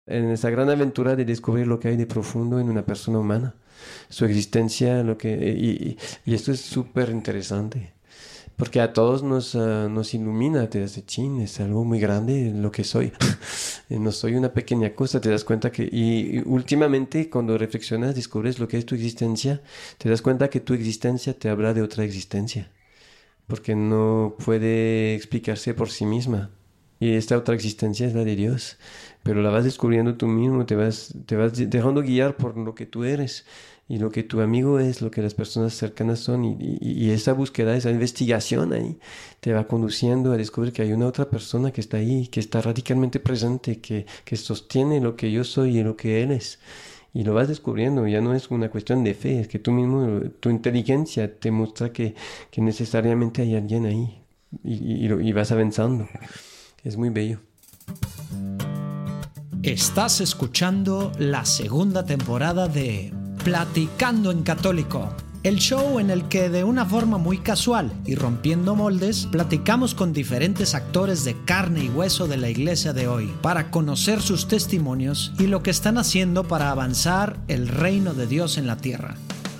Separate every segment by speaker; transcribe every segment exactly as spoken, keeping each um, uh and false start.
Speaker 1: en esa gran aventura de descubrir lo que hay de profundo en una persona humana, su existencia, lo que, y, y- y esto es súper interesante, porque a todos nos, ah, nos ilumina, te das de chin, es algo muy grande lo que soy. Eh, No soy una pequeña cosa, te das cuenta que, y, y últimamente cuando reflexionas, descubres lo que es tu existencia, te das cuenta que tu existencia te habla de otra existencia, porque no puede explicarse por sí misma. Y esta otra existencia es la de Dios, pero la vas descubriendo tú mismo, te vas, te vas dejando guiar por lo que tú eres y lo que tu amigo es, lo que las personas cercanas son, y, y, y esa búsqueda, esa investigación ahí te va conduciendo a descubrir que hay una otra persona que está ahí, que está radicalmente presente, que, que sostiene lo que yo soy y lo que él es. Y lo vas descubriendo, ya no es una cuestión de fe, es que tú mismo, tu inteligencia te muestra que, que necesariamente hay alguien ahí y, y, y lo- y vas avanzando. Es muy bello.
Speaker 2: Estás escuchando la segunda temporada de Platicando en Católico, el show en el que de una forma muy casual y rompiendo moldes, platicamos con diferentes actores de carne y hueso de la iglesia de hoy para conocer sus testimonios y lo que están haciendo para avanzar el reino de Dios en la tierra.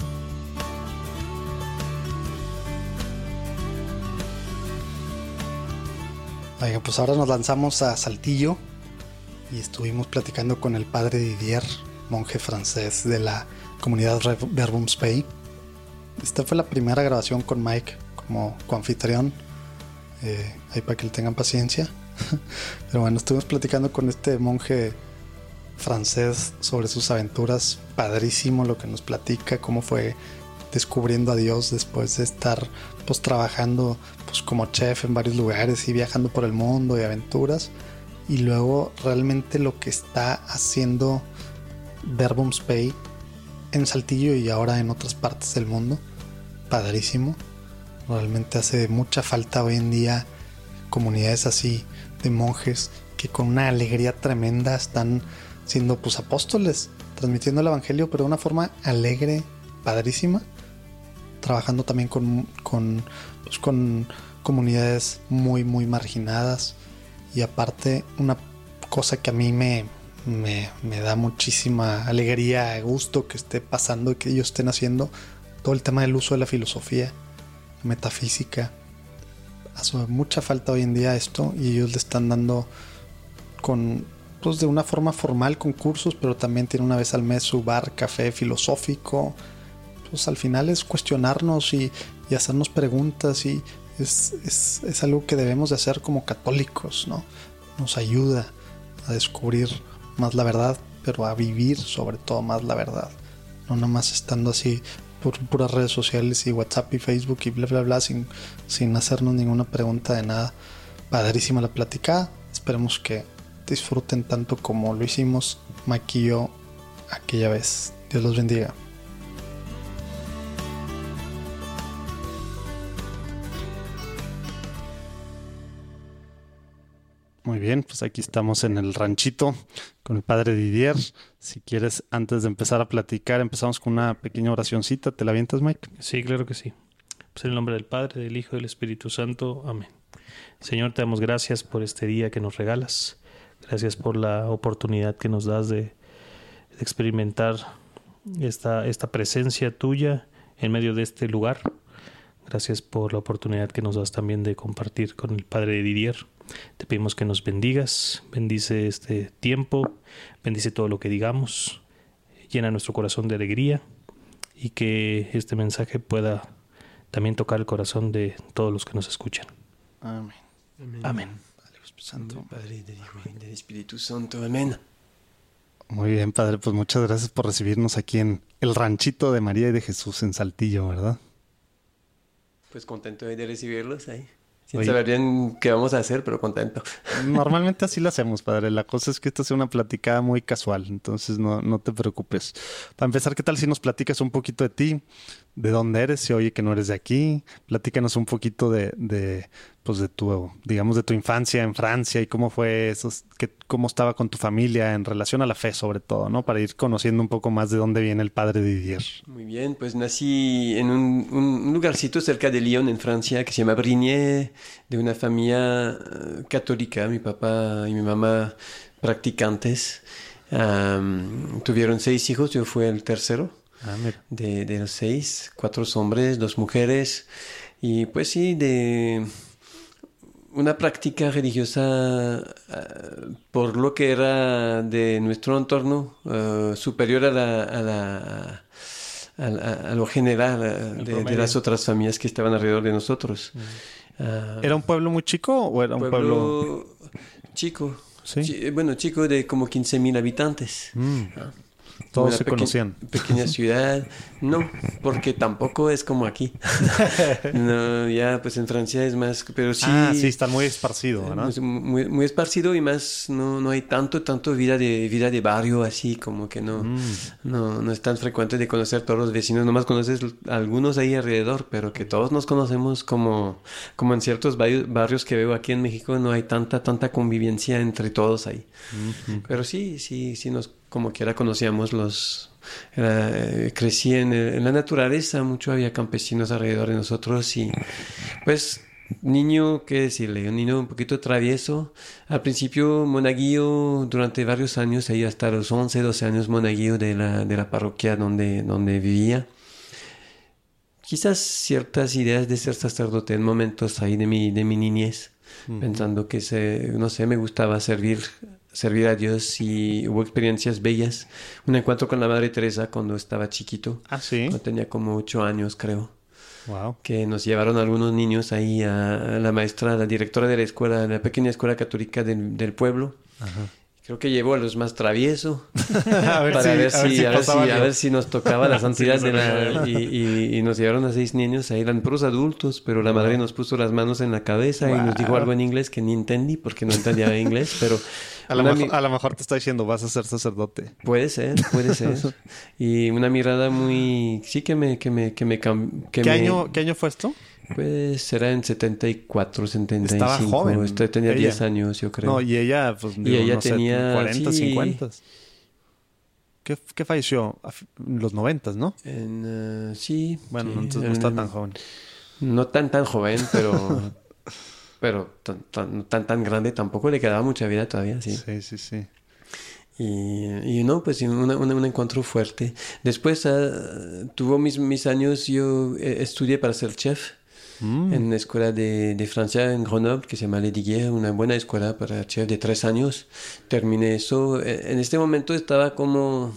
Speaker 3: Oiga, pues ahora nos lanzamos a Saltillo y estuvimos platicando con el padre Didier, monje francés de la comunidad Verbum Spei. Esta fue la primera grabación con Mike como coanfitrión, eh, ahí para que le tengan paciencia. Pero bueno, estuvimos platicando con este monje francés sobre sus aventuras. Padrísimo lo que nos platica, cómo fue descubriendo a Dios después de estar pues trabajando pues como chef en varios lugares y viajando por el mundo y aventuras, y luego realmente lo que está haciendo Verbum Spei en Saltillo y ahora en otras partes del mundo. Padrísimo, realmente hace mucha falta hoy en día comunidades así de monjes que con una alegría tremenda están siendo pues apóstoles, transmitiendo el evangelio pero de una forma alegre, padrísima, trabajando también con, con, pues, con comunidades muy muy marginadas. Y aparte una cosa que a mí me, me, me da muchísima alegría, gusto que esté pasando y que ellos estén haciendo todo el tema del uso de la filosofía, metafísica. Hace mucha falta hoy en día esto y ellos le están dando con, pues de una forma formal con cursos, pero también tiene una vez al mes su bar, café filosófico. Pues al final es cuestionarnos y, y hacernos preguntas, y es, es, es algo que debemos de hacer como católicos, ¿no? Nos ayuda a descubrir más la verdad, pero a vivir sobre todo más la verdad, no nada más estando así por puras redes sociales y WhatsApp y Facebook y bla bla bla sin, sin hacernos ninguna pregunta de nada. Padrísima la plática, esperemos que disfruten tanto como lo hicimos Mike y yo aquella vez. Dios los bendiga. Muy bien, pues aquí estamos en el ranchito con el padre Didier. Si quieres, antes de empezar a platicar, empezamos con una pequeña oracioncita. ¿Te la avientas, Mike?
Speaker 4: Sí, claro que sí. Pues en el nombre del Padre, del Hijo y del Espíritu Santo. Amén. Señor, te damos gracias por este día que nos regalas. Gracias por la oportunidad que nos das de, de experimentar esta, esta presencia tuya en medio de este lugar. Gracias por la oportunidad que nos das también de compartir con el Padre Didier. Te pedimos que nos bendigas, bendice este tiempo, bendice todo lo que digamos, llena nuestro corazón de alegría y que este mensaje pueda también tocar el corazón de todos los que nos escuchan.
Speaker 3: Amén.
Speaker 1: Amén.
Speaker 4: Amén.
Speaker 3: Padre, Espíritu Santo.
Speaker 1: Padre, del Hijo y del Espíritu Santo. Amén.
Speaker 3: Muy bien, Padre, pues muchas gracias por recibirnos aquí en el ranchito de María y de Jesús en Saltillo, ¿verdad?
Speaker 1: Pues contento de recibirlos ahí. Sin
Speaker 3: Oye.
Speaker 1: saber bien qué vamos a hacer, pero contento.
Speaker 3: Normalmente así lo hacemos, Padre. La cosa es que esta sea una platicada muy casual, entonces no, no te preocupes. Para empezar, ¿qué tal si nos platicas un poquito de ti? ¿De dónde eres? Se oye que no eres de aquí. Platícanos un poquito de, de, pues de tu, digamos, de tu infancia en Francia y cómo fue eso, que, cómo estaba con tu familia en relación a la fe, sobre todo, ¿no? Para ir conociendo un poco más de dónde viene el padre Didier.
Speaker 1: Muy bien, pues nací en un, un lugarcito cerca de Lyon, en Francia, que se llama Brignais, de una familia uh, católica. Mi papá y mi mamá practicantes. Um, tuvieron seis hijos, yo fui el tercero
Speaker 4: Ah, mira.
Speaker 1: de, de los seis, cuatro hombres, dos mujeres, y pues sí, de una práctica religiosa uh, por lo que era de nuestro entorno uh, superior a la... A la A, a, a lo general a, de, de las otras familias que estaban alrededor de nosotros. Mm. Uh,
Speaker 4: ¿Era un pueblo muy chico o era un pueblo,
Speaker 1: pueblo chico?
Speaker 4: ¿Sí?
Speaker 1: Chi, bueno, chico de como quince mil habitantes.
Speaker 4: Mm.
Speaker 1: ¿Ah?
Speaker 4: Todos
Speaker 1: Una
Speaker 4: se
Speaker 1: peque-
Speaker 4: conocían.
Speaker 1: Pequeña ciudad. No, porque tampoco es como aquí. No, ya pues en Francia es más, pero sí.
Speaker 4: Ah, sí, están muy esparcidos, ¿verdad?
Speaker 1: Muy, muy, muy esparcido y más no, no hay tanto, tanto vida de vida de barrio así como que no,
Speaker 4: Mm.
Speaker 1: no, no es tan frecuente de conocer todos los vecinos, nomás conoces algunos ahí alrededor, pero que todos nos conocemos como, como en ciertos barrios, barrios que veo aquí en México no hay tanta, tanta convivencia entre todos ahí.
Speaker 4: Mm-hmm.
Speaker 1: Pero sí, sí, sí nos como quiera conocíamos los... Era, eh, crecí en, el- en la naturaleza, mucho había campesinos alrededor de nosotros y pues niño, qué decirle, un niño un poquito travieso. Al principio monaguillo durante varios años, ahí hasta los once, doce años monaguillo de la, de la parroquia donde, donde vivía. Quizás ciertas ideas de ser sacerdote en momentos ahí de mi, de mi niñez, uh-huh. pensando que, se, no sé, me gustaba servir... servir a Dios y hubo experiencias bellas. Un encuentro con la Madre Teresa cuando estaba chiquito.
Speaker 4: Ah, sí.
Speaker 1: Cuando tenía como ocho años, creo.
Speaker 4: Wow.
Speaker 1: Que nos llevaron algunos niños ahí a, a la maestra, a la directora de la escuela, de la pequeña escuela católica del, del pueblo.
Speaker 4: Ajá.
Speaker 1: Creo que llevó a los más traviesos
Speaker 4: a ver
Speaker 1: para
Speaker 4: si,
Speaker 1: ver,
Speaker 4: a ver
Speaker 1: si,
Speaker 4: si,
Speaker 1: a ver si, a ver si nos tocaba la santidad
Speaker 4: sí,
Speaker 1: de la, y, y, y nos llevaron a seis niños, ahí eran puros adultos, pero la madre nos puso las manos en la cabeza wow. y nos dijo algo en inglés que ni entendí porque no entendía inglés, pero
Speaker 4: a lo, mejor, a lo mejor te está diciendo vas a ser sacerdote.
Speaker 1: Puede ser, puede ser. Y una mirada muy sí que me que me que me que
Speaker 4: ¿Qué
Speaker 1: me,
Speaker 4: año qué año fue esto?
Speaker 1: Pues será en setenta y cuatro, setenta y cinco.
Speaker 4: Estaba joven.
Speaker 1: Este, tenía ella. diez años, yo creo.
Speaker 4: No, y ella, pues,
Speaker 1: y
Speaker 4: digo,
Speaker 1: ella
Speaker 4: no
Speaker 1: tenía
Speaker 4: sé, cuarenta,
Speaker 1: sí.
Speaker 4: cincuenta. ¿Qué, ¿Qué falleció? En los noventa, ¿no?
Speaker 1: En, uh, sí.
Speaker 4: Bueno,
Speaker 1: sí,
Speaker 4: entonces
Speaker 1: en,
Speaker 4: no está tan joven.
Speaker 1: No tan, tan joven, pero... pero tan, tan, tan, tan grande tampoco. Le quedaba mucha vida todavía, sí.
Speaker 4: Sí, sí, sí.
Speaker 1: Y, y no, pues una, una, un encuentro fuerte. Después uh, tuvo mis, mis años, yo eh, estudié para ser chef. Mm. En una escuela de, de Francia, en Grenoble, que se llama Lesdiguières, una buena escuela para chef de tres años. Terminé eso. En este momento estaba como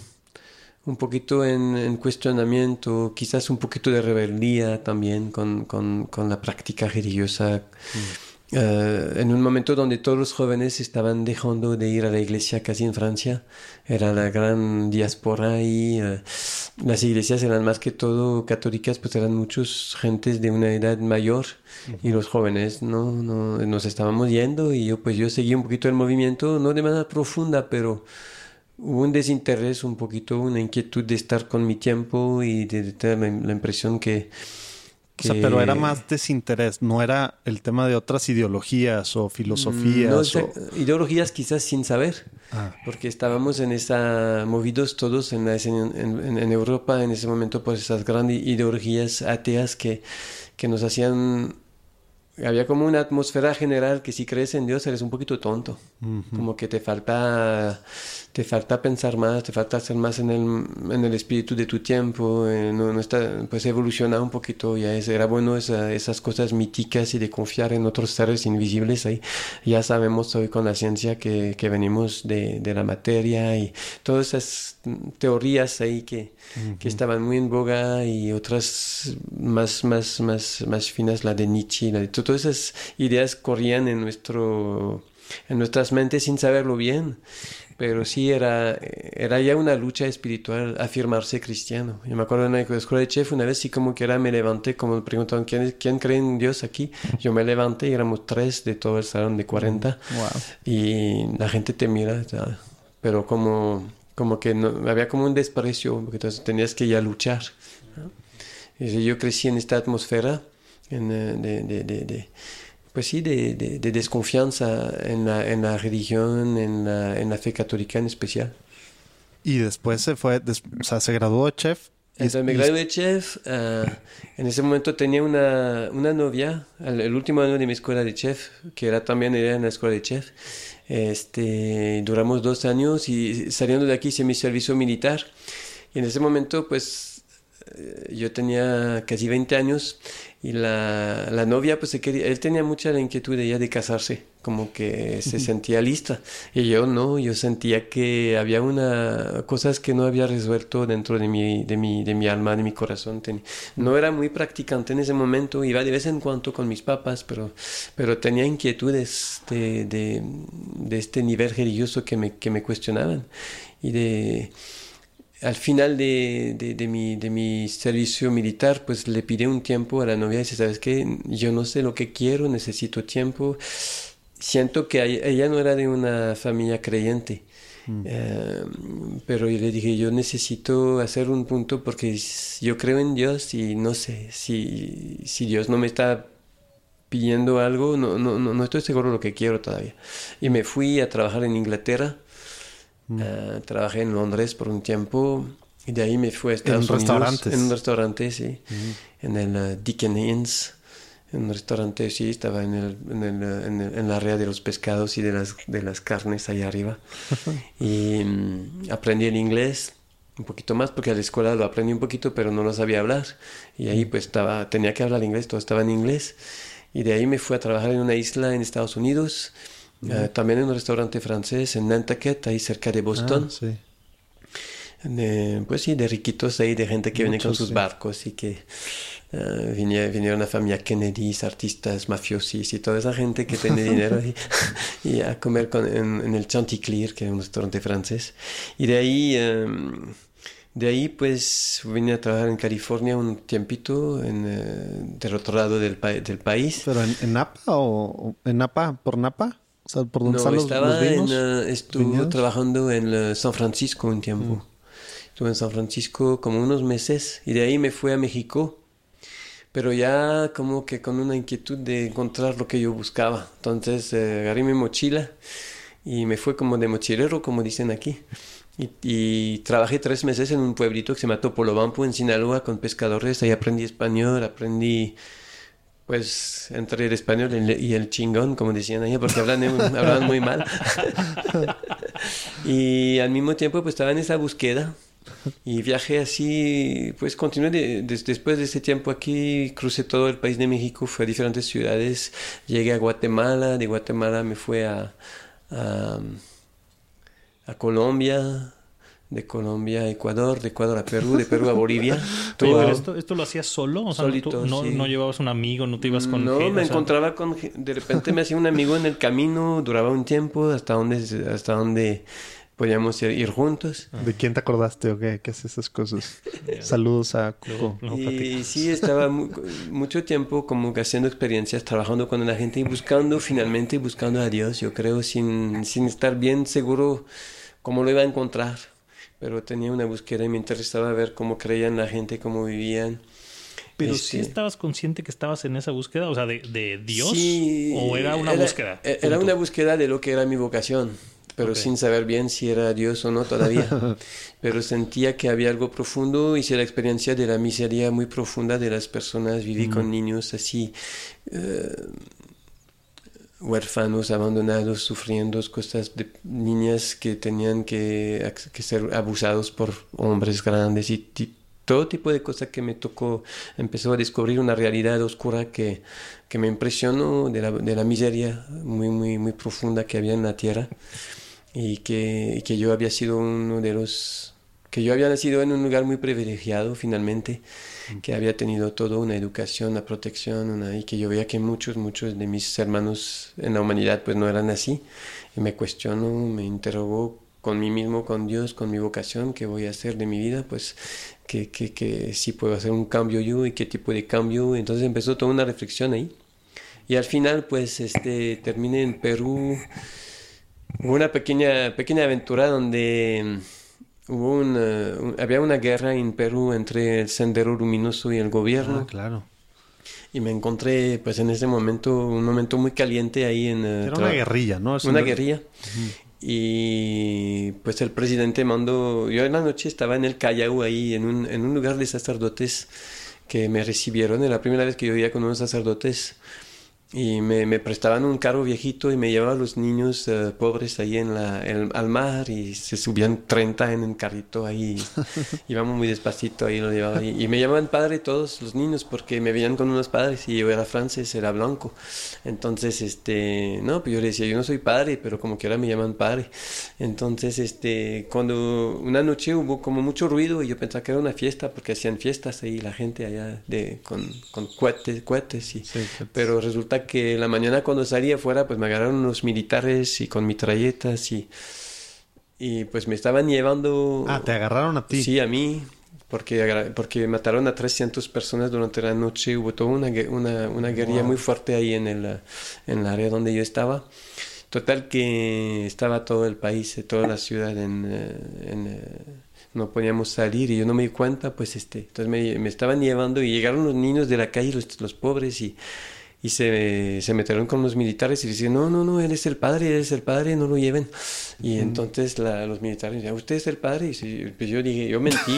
Speaker 1: un poquito en, en cuestionamiento, quizás un poquito de rebeldía también con, con, con la práctica religiosa. Mm. Uh, en un momento donde todos los jóvenes estaban dejando de ir a la iglesia casi en Francia, era la gran diáspora y uh, las iglesias eran más que todo católicas, pues eran muchos gentes de una edad mayor uh-huh. y los jóvenes no, no nos estábamos yendo y yo pues yo seguí un poquito el movimiento, no de manera profunda, pero hubo un desinterés, un poquito una inquietud de estar con mi tiempo y de, de tener la, la impresión que
Speaker 4: Que... O sea, pero era más desinterés, no era el tema de otras ideologías o filosofías.
Speaker 1: No,
Speaker 4: o...
Speaker 1: o sea, ideologías quizás sin saber, ah. porque estábamos en esa, movidos todos en, la, en, en, en Europa en ese momento por esas grandes ideologías ateas que, que nos hacían... Había como una atmósfera general que si crees en Dios eres un poquito tonto. Uh-huh. Como que te falta, te falta pensar más, te falta hacer más en el, en el espíritu de tu tiempo. Eh, no, no está, pues evolucionar un poquito. Ya es, era bueno esa, esas cosas míticas y de confiar en otros seres invisibles. Ahí ya sabemos hoy con la ciencia que, que venimos de, de la materia y todas esas teorías ahí que, uh-huh. que estaban muy en boga y otras más, más, más, más finas, la de Nietzsche, la de todas esas ideas corrían en nuestro en nuestras mentes sin saberlo bien, pero sí era era ya una lucha espiritual afirmarse cristiano. Yo me acuerdo en la escuela de chef una vez sí como que era me levanté, como me preguntaban ¿quién, quién cree en Dios aquí? Yo me levanté y éramos tres de todo el salón de cuarenta.
Speaker 4: Wow.
Speaker 1: Y la gente te mira, pero como como que no, había como un desprecio, porque entonces tenías que ya luchar, ¿no? Y yo crecí en esta atmósfera En, de, de, de, de, pues sí, de, de, de desconfianza en la, en la religión, en la, en la fe católica en especial.
Speaker 4: Y después se fue, des, o sea, se graduó de chef.
Speaker 1: Entonces me gradué de chef. Uh, en ese momento tenía una, una novia, el, el último año de mi escuela de chef, que era también era en la escuela de chef. Este, duramos dos años y saliendo de aquí hice mi servicio militar. Y en ese momento, pues, yo tenía casi veinte años y la, la novia, pues, se quería, él tenía mucha la inquietud de ella de casarse, como que se sentía lista. Y yo no, yo sentía que había una cosas que no había resuelto dentro de mi, de mi, de mi alma, de mi corazón. Ten, no era muy practicante en ese momento, iba de vez en cuando con mis papás, pero, pero tenía inquietudes de, de, de este nivel religioso que me, que me cuestionaban. Y de... Al final de, de, de, mi, de mi servicio militar, pues le pidí un tiempo a la novia y dice, ¿sabes qué? Yo no sé lo que quiero, necesito tiempo. Siento que ella no era de una familia creyente, mm. eh, pero yo le dije, yo necesito hacer un punto porque yo creo en Dios y no sé, si, si Dios no me está pidiendo algo, no, no, no, no estoy seguro de lo que quiero todavía. Y me fui a trabajar en Inglaterra. Mm. Uh, trabajé en Londres por un tiempo y de ahí me fui a Estados
Speaker 3: ¿En
Speaker 1: Unidos.
Speaker 3: restaurantes?
Speaker 1: En un restaurante, sí. Mm. En el uh, Deacon Inns. En un restaurante, sí, estaba en el, en el, en el, en la área de los pescados y de las, de las carnes ahí arriba. Y um, aprendí el inglés un poquito más porque a la escuela lo aprendí un poquito, pero no lo sabía hablar. Y ahí pues estaba, tenía que hablar inglés, todo estaba en inglés. Y de ahí me fui a trabajar en una isla en Estados Unidos. Uh, también en un restaurante francés en Nantucket, ahí cerca de Boston.
Speaker 3: Ah, sí.
Speaker 1: De, pues sí, de riquitos ahí, de gente que Muchos, viene con sus sí. barcos y que uh, vinieron, vinieron una familia Kennedy, artistas, mafiosis y toda esa gente que tiene dinero y, y a comer con, en, en el Chanticleer, que es un restaurante francés. Y de ahí... Um, De ahí, pues, vine a trabajar en California un tiempito, en, uh, del otro lado del, pa- del país.
Speaker 3: ¿Pero en, en Napa o en Napa, por Napa? O sea, ¿por dónde
Speaker 1: no,
Speaker 3: están los,
Speaker 1: estaba
Speaker 3: los vinos?
Speaker 1: En, uh, estuve trabajando en uh, San Francisco un tiempo. Mm. Estuve en San Francisco como unos meses y de ahí me fui a México. Pero ya como que con una inquietud de encontrar lo que yo buscaba. Entonces uh, agarré mi mochila y me fui como de mochilero, como dicen aquí. Y, y trabajé tres meses en un pueblito que se llama Topolobampo, en Sinaloa, con pescadores. Ahí aprendí español, aprendí, pues, entre el español y el chingón, como decían ahí, porque hablan, hablaban muy mal. Y al mismo tiempo, pues, estaba en esa búsqueda. Y viajé así, pues, continué de, de, después de ese tiempo aquí, crucé todo el país de México, fui a diferentes ciudades, llegué a Guatemala, de Guatemala me fui a... a a Colombia, de Colombia a Ecuador, de Ecuador a Perú, de Perú a Bolivia.
Speaker 4: Oye, pero esto, ¿esto lo hacías solo? O sea,
Speaker 1: Solito,
Speaker 4: ¿tú no,
Speaker 1: sí.
Speaker 4: no llevabas un amigo, no te ibas con
Speaker 1: No,
Speaker 4: gente,
Speaker 1: me
Speaker 4: o sea...
Speaker 1: encontraba con... De repente me hacía un amigo en el camino, duraba un tiempo, hasta donde, hasta donde podíamos ir, ir juntos.
Speaker 3: ¿De quién te acordaste o qué? ¿Qué hace esas cosas? Saludos a Coco.
Speaker 1: Y sí, estaba mu- mucho tiempo como que haciendo experiencias, trabajando con la gente y buscando, finalmente buscando a Dios, yo creo, sin, sin estar bien seguro cómo lo iba a encontrar. Pero tenía una búsqueda y me interesaba ver cómo creían la gente, cómo vivían.
Speaker 4: Pero
Speaker 1: este...
Speaker 4: sí estabas consciente que estabas en esa búsqueda, o sea, de, de Dios,
Speaker 1: sí,
Speaker 4: ¿o era una
Speaker 1: era,
Speaker 4: búsqueda?
Speaker 1: Era una búsqueda de lo que era mi vocación, pero okay. sin saber bien si era Dios o no todavía. Pero sentía que había algo profundo, hice la experiencia de la miseria muy profunda de las personas, viví mm. con niños así, uh, huérfanos, abandonados, sufriendo cosas de niñas que tenían que, que ser abusados por hombres grandes y t- todo tipo de cosas que me tocó. Empezó a descubrir una realidad oscura que, que me impresionó de la, de la miseria muy, muy, muy profunda que había en la tierra y que, y que yo había sido uno de los... que yo había nacido en un lugar muy privilegiado finalmente, que había tenido toda una educación, una protección, una, y que yo veía que muchos, muchos de mis hermanos en la humanidad pues no eran así. Y me cuestionó, me interrogó con mí mismo, con Dios, con mi vocación, qué voy a hacer de mi vida, pues que, que, que si puedo hacer un cambio yo y qué tipo de cambio. Entonces empezó toda una reflexión ahí. Y al final pues este, terminé en Perú, hubo una pequeña, pequeña aventura donde... Hubo una, un, había una guerra en Perú entre el Sendero Luminoso y el gobierno.
Speaker 3: Ah, claro.
Speaker 1: Y me encontré, pues, en ese momento, un momento muy caliente ahí en...
Speaker 3: Era una guerrilla, ¿no?
Speaker 1: Una Sendero... guerrilla. Uh-huh. Y, pues, el presidente mandó... Yo en la noche estaba en el Callao ahí, en un, en un lugar de sacerdotes que me recibieron. Era la primera vez que yo iba con unos sacerdotes. y me, me prestaban un carro viejito y me llevaban a los niños uh, pobres ahí en la, en, al mar y se subían treinta en el carrito ahí. Íbamos muy despacito ahí, lo llevaba ahí. Y me llamaban padre todos los niños porque me veían con unos padres y yo era francés, era blanco. Entonces, este, no, pues yo le decía, yo no soy padre, pero como que ahora me llaman padre. Entonces, este, cuando una noche hubo como mucho ruido y yo pensaba que era una fiesta porque hacían fiestas ahí la gente allá de, con, con cohetes, cohetes y, sí, pero resulta que la mañana cuando salí afuera pues me agarraron unos militares y con mitralletas y, y pues me estaban llevando...
Speaker 5: Ah, ¿te agarraron a ti?
Speaker 1: Sí, a mí, porque, porque mataron a trescientas personas durante la noche, hubo toda una, una, una guerrilla wow. muy fuerte ahí en el, en el área donde yo estaba. Total que estaba todo el país, toda la ciudad en... en no podíamos salir y yo no me di cuenta, pues este, entonces me, me estaban llevando y llegaron los niños de la calle, los, los pobres y... Y se, se metieron con los militares y decían, no, no, no, él es el padre, él es el padre, no lo lleven. Y entonces la, los militares decían, ¿usted es el padre? Y pues yo dije, yo mentí,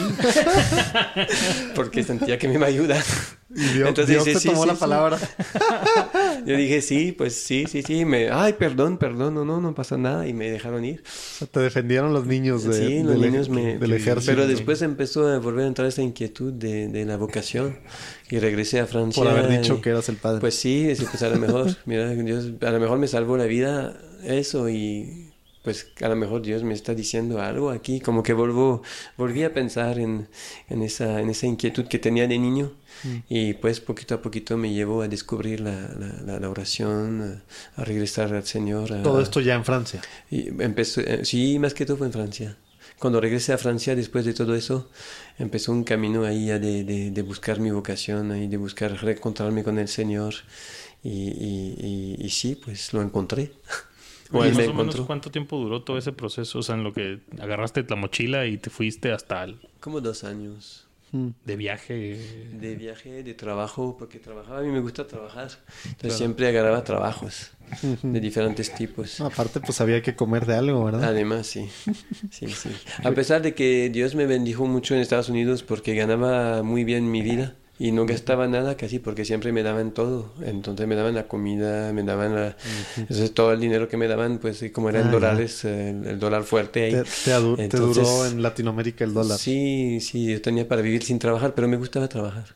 Speaker 1: porque sentía que me iba a ayudar.
Speaker 5: Y Dios, entonces Dios dice, te sí, tomó sí, la sí. palabra.
Speaker 1: Yo dije, sí, pues sí, sí, sí. Me, Ay, perdón, perdón, no, no, no pasa nada. Y me dejaron ir.
Speaker 5: Te defendieron los niños de,
Speaker 1: sí, los
Speaker 5: del,
Speaker 1: niños me,
Speaker 5: del ejército.
Speaker 1: Pero después empezó a volver a entrar esa inquietud de, de la vocación. Y regresé a Francia.
Speaker 5: Por haber dicho
Speaker 1: y,
Speaker 5: que eras el padre.
Speaker 1: Pues sí, pues a lo mejor, mira, Dios, a lo mejor me salvó la vida eso y pues a lo mejor Dios me está diciendo algo aquí, como que volvo, volví a pensar en, en, esa, en esa inquietud que tenía de niño mm. y pues poquito a poquito me llevó a descubrir la, la, la oración, a, a regresar al Señor. A,
Speaker 5: ¿Todo esto ya en Francia?
Speaker 1: Y empezó, sí, más que todo fue en Francia. Cuando regresé a Francia, después de todo eso, empezó un camino ahí de, de, de buscar mi vocación, ahí de buscar reencontrarme con el Señor. Y, y, y, y sí, pues lo encontré.
Speaker 4: O él me encontró. Menos, ¿cuánto tiempo duró todo ese proceso? O sea, en lo que agarraste la mochila y te fuiste hasta el...
Speaker 1: Como dos años.
Speaker 4: De viaje.
Speaker 1: De viaje, de trabajo, porque trabajaba, a mí me gusta trabajar. Entonces claro. siempre agarraba trabajos de diferentes tipos.
Speaker 5: No, aparte, pues había que comer de algo, ¿verdad?
Speaker 1: Además, sí. sí, sí. A pesar de que Dios me bendijo mucho en Estados Unidos porque ganaba muy bien mi vida. Y no gastaba nada casi porque siempre me daban todo. Entonces me daban la comida, me daban la... Uh-huh. Entonces todo el dinero que me daban, pues como era en ah, dólares, el, el dólar fuerte ahí.
Speaker 5: Te, te, adu- Entonces, te duró en Latinoamérica el dólar.
Speaker 1: Sí, sí, yo tenía para vivir sin trabajar, pero me gustaba trabajar.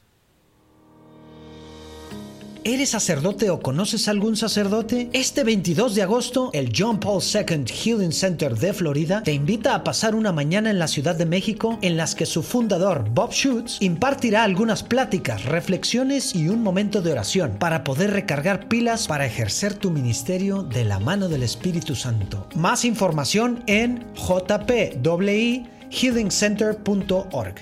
Speaker 2: ¿Eres sacerdote o conoces algún sacerdote? Este veintidós de agosto, el John Paul second Healing Center de Florida te invita a pasar una mañana en la Ciudad de México en las que su fundador, Bob Schuchts, impartirá algunas pláticas, reflexiones y un momento de oración para poder recargar pilas para ejercer tu ministerio de la mano del Espíritu Santo. Más información en j p w i healing center punto org.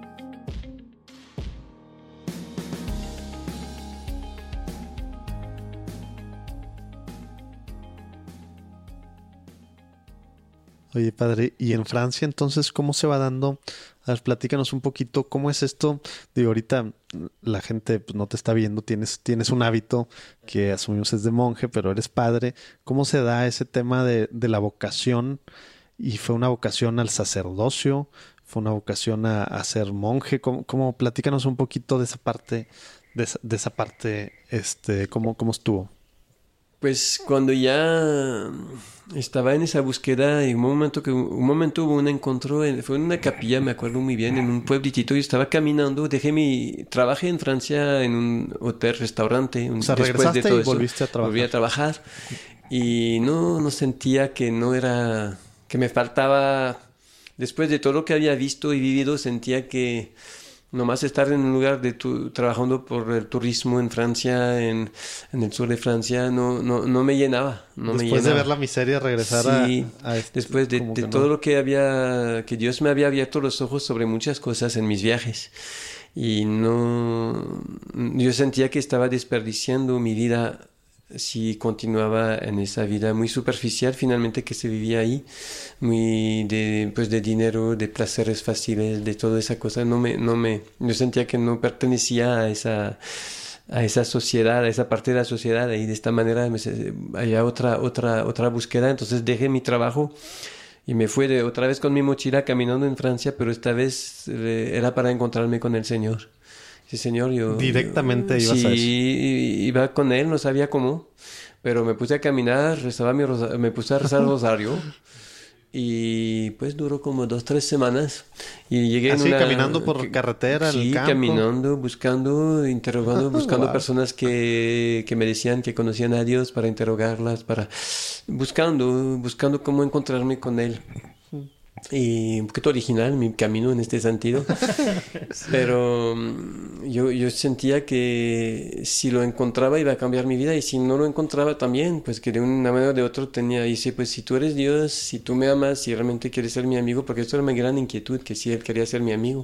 Speaker 5: Oye, padre, ¿y en Francia entonces cómo se va dando? A ver, platícanos un poquito, ¿cómo es esto? Digo, ahorita la gente pues, no te está viendo, tienes, tienes un hábito que asumimos es de monje, pero eres padre. ¿Cómo se da ese tema de, de la vocación? ¿Y fue una vocación al sacerdocio? ¿Fue una vocación a, a ser monje? ¿Cómo, cómo? Platícanos un poquito de esa parte, de esa, de esa parte, este, ¿cómo, cómo estuvo?
Speaker 1: Pues cuando ya estaba en esa búsqueda, en un momento que un momento hubo un encuentro, en, fue en una capilla, me acuerdo muy bien, en un pueblitito, yo estaba caminando, dejé mi, trabajé en Francia en un hotel, restaurante, un,
Speaker 5: o sea,
Speaker 1: después de todo
Speaker 5: y volviste
Speaker 1: eso,
Speaker 5: a trabajar.
Speaker 1: volví a trabajar y no, no sentía que no era, que me faltaba, después de todo lo que había visto y vivido, sentía que nomás estar en un lugar de tu, trabajando por el turismo en Francia, en, en el sur de Francia, no, no, no me llenaba. No
Speaker 5: después
Speaker 1: me llenaba.
Speaker 5: de ver la miseria, regresar
Speaker 1: sí,
Speaker 5: a, a este,
Speaker 1: después de, de todo no. lo que había, que Dios me había abierto los ojos sobre muchas cosas en mis viajes. Y no, yo sentía que estaba desperdiciando mi vida si continuaba en esa vida muy superficial finalmente que se vivía ahí, muy de, pues de dinero, de placeres fáciles, de toda esa cosa. No me, no me, yo sentía que no pertenecía a esa, a esa sociedad, a esa parte de la sociedad, y de esta manera me, había otra, otra, otra búsqueda. Entonces dejé mi trabajo y me fui de, otra vez con mi mochila caminando en Francia, pero esta vez eh, era para encontrarme con el Señor. sí señor, yo...
Speaker 5: Directamente
Speaker 1: yo,
Speaker 5: ibas
Speaker 1: sí,
Speaker 5: a eso.
Speaker 1: iba con él, no sabía cómo, pero me puse a caminar, rezaba mi rosa- me puse a rezar el rosario y pues duró como dos, tres semanas y llegué
Speaker 5: Así,
Speaker 1: en una...
Speaker 5: caminando por
Speaker 1: que-
Speaker 5: carretera,
Speaker 1: sí,
Speaker 5: el campo.
Speaker 1: caminando, buscando, interrogando, buscando
Speaker 5: Wow.
Speaker 1: personas que, que me decían que conocían a Dios para interrogarlas, para... Buscando, buscando cómo encontrarme con Él. Y un poquito original mi camino en este sentido, pero mm, yo, yo sentía que si lo encontraba iba a cambiar mi vida y si no lo encontraba también, pues que de una manera o de otra tenía, y dice, pues si tú eres Dios, si tú me amas, si realmente quieres ser mi amigo, porque esto era mi gran inquietud, que si Él quería ser mi amigo.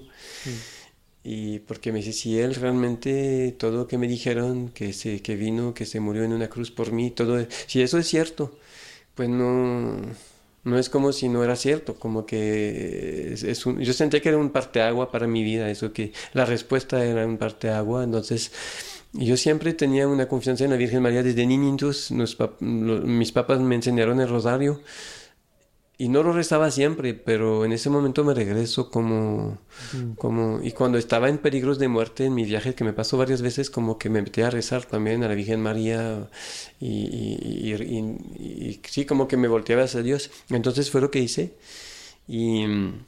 Speaker 1: Y porque me dice, si Él realmente, todo lo que me dijeron, que, se, que vino, que se murió en una cruz por mí, todo, si eso es cierto, pues no... No es como si no era cierto, como que es, es un, yo sentía que era un parteagua para mi vida, eso que la respuesta era un parteagua, entonces yo siempre tenía una confianza en la Virgen María desde niñitos, nos, pap- lo- mis papás me enseñaron el rosario y no lo rezaba siempre, pero en ese momento me regreso como, como, y cuando estaba en peligros de muerte en mi viaje, que me pasó varias veces, como que me metí a rezar también a la Virgen María y, y, y, y- y sí, como que me volteaba hacia Dios. Entonces fue lo que hice y,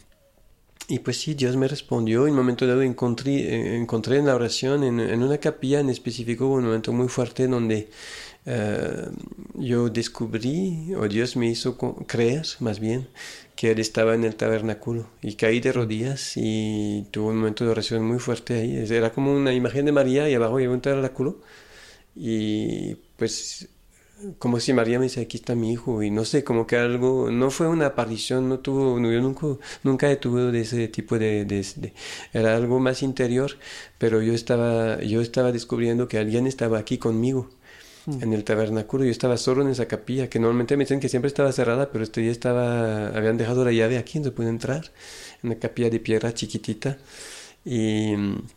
Speaker 1: y pues sí, Dios me respondió. En un momento dado encontré, eh, encontré en la oración, en, en una capilla en específico, un momento muy fuerte donde eh, yo descubrí, o Dios me hizo co- creer, más bien, que Él estaba en el tabernáculo. Y caí de rodillas y tuve un momento de oración muy fuerte ahí. Era como una imagen de María y abajo había un tabernáculo. Y pues como si María me dice, aquí está mi hijo, y no sé, como que algo, no fue una aparición, no tuvo, no, yo nunca, nunca he tuve de ese tipo de, de, de- era algo más interior, pero yo estaba, yo estaba descubriendo que alguien estaba aquí conmigo, en el tabernáculo, yo estaba solo en esa capilla, que normalmente me dicen que siempre estaba cerrada, pero este día estaba, habían dejado la llave aquí, no pude entrar, en una capilla de piedra chiquitita, y...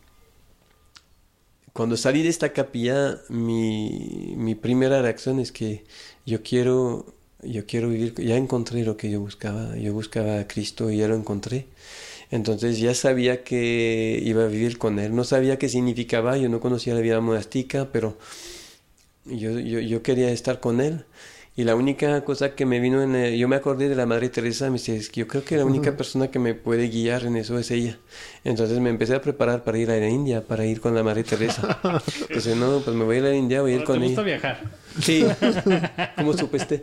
Speaker 1: Cuando salí de esta capilla, mi, mi primera reacción es que yo quiero, yo quiero vivir, ya encontré lo que yo buscaba, yo buscaba a Cristo y ya lo encontré. Entonces ya sabía que iba a vivir con Él, no sabía qué significaba, yo no conocía la vida monástica, pero yo, yo, yo quería estar con Él. Y la única cosa que me vino en... el- yo me acordé de la Madre Teresa, me dice, es que yo creo que la única persona que me puede guiar en eso es ella. Entonces me empecé a preparar para ir a la India, para ir con la Madre Teresa. Entonces, no, pues me voy a ir a la India, voy a ir con
Speaker 4: ¿Te gusta
Speaker 1: ella.
Speaker 4: viajar?
Speaker 1: Sí, ¿cómo supiste?